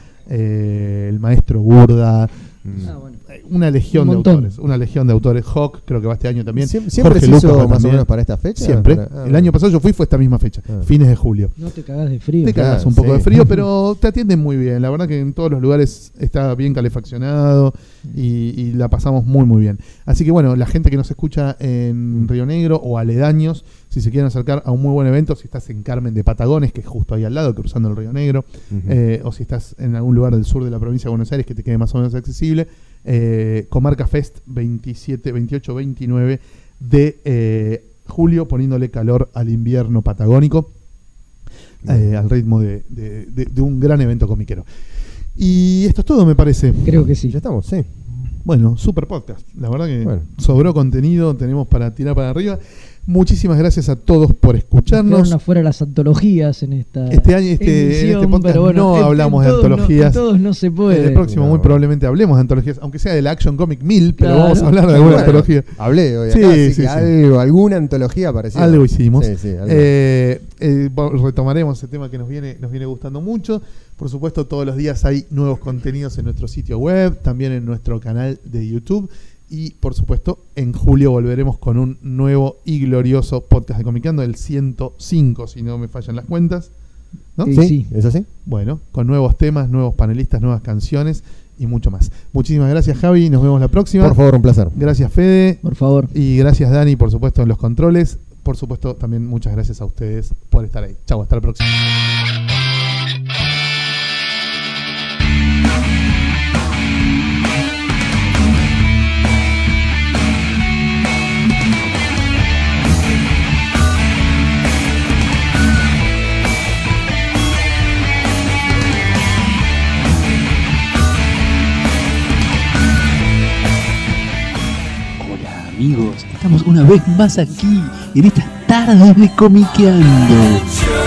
eh, el maestro Burda, Mm. Ah, bueno. una legión Un de montón. autores, una legión de autores. Hawk creo que va este año también. ¿Siem- ¿Siempre Jorge se hizo Lucas va más o también. menos para esta fecha? Siempre. Para- ah, El año pasado yo fui, fue esta misma fecha, Ah. fines de julio. No te cagás de frío. Te Claro, cagas un poco sí. de frío, pero te atienden muy bien. La verdad que en todos los lugares está bien calefaccionado y, y la pasamos muy, muy bien. Así que bueno, la gente que nos escucha en Río Negro o aledaños, si se quieren acercar a un muy buen evento, si estás en Carmen de Patagones, que es justo ahí al lado, cruzando el Río Negro, Ujú. eh, o si estás en algún lugar del sur de la provincia de Buenos Aires que te quede más o menos accesible, eh, Comarca Fest veintisiete, veintiocho, veintinueve de eh, julio, poniéndole calor al invierno patagónico, eh, al ritmo de, de- de- de un gran evento comiquero. Y esto es todo, me parece. Creo que sí. Ya estamos, sí. Bueno, super podcast. La verdad que Bueno. sobró contenido, tenemos para tirar para arriba. Muchísimas gracias a todos por escucharnos. Quedaron afuera las antologías en esta Este año, este, en emisión, este podcast pero bueno, no en- hablamos en de todos no- antologías. en todos no se puede. En el próximo No. muy probablemente hablemos de antologías, aunque sea de la Action Comic mil, pero Claro. vamos a hablar de alguna Bueno, antología. Hablé hoy Sí, acá, así sí, que sí. algo, alguna antología parecida. Algo hicimos. Sí, sí, algo. Eh, eh, va- retomaremos ese tema que nos viene, nos viene gustando mucho. Por supuesto, todos los días hay nuevos contenidos en nuestro sitio web, también en nuestro canal de YouTube. Y por supuesto, en julio volveremos con un nuevo y glorioso podcast de Comicando, el ciento cinco, si no me fallan las cuentas. ¿No? Sí. ¿Sí? ¿Es así? Bueno, con nuevos temas, nuevos panelistas, nuevas canciones y mucho más. Muchísimas gracias, Javi. Nos vemos la próxima. Por favor, un placer. Gracias, Fede. Por favor. Y gracias, Dani, por supuesto, en los controles. Por supuesto, también muchas gracias a ustedes por estar ahí. Chau, hasta la próxima. Hola amigos, estamos una vez más aquí en estas tardes de Comiqueando.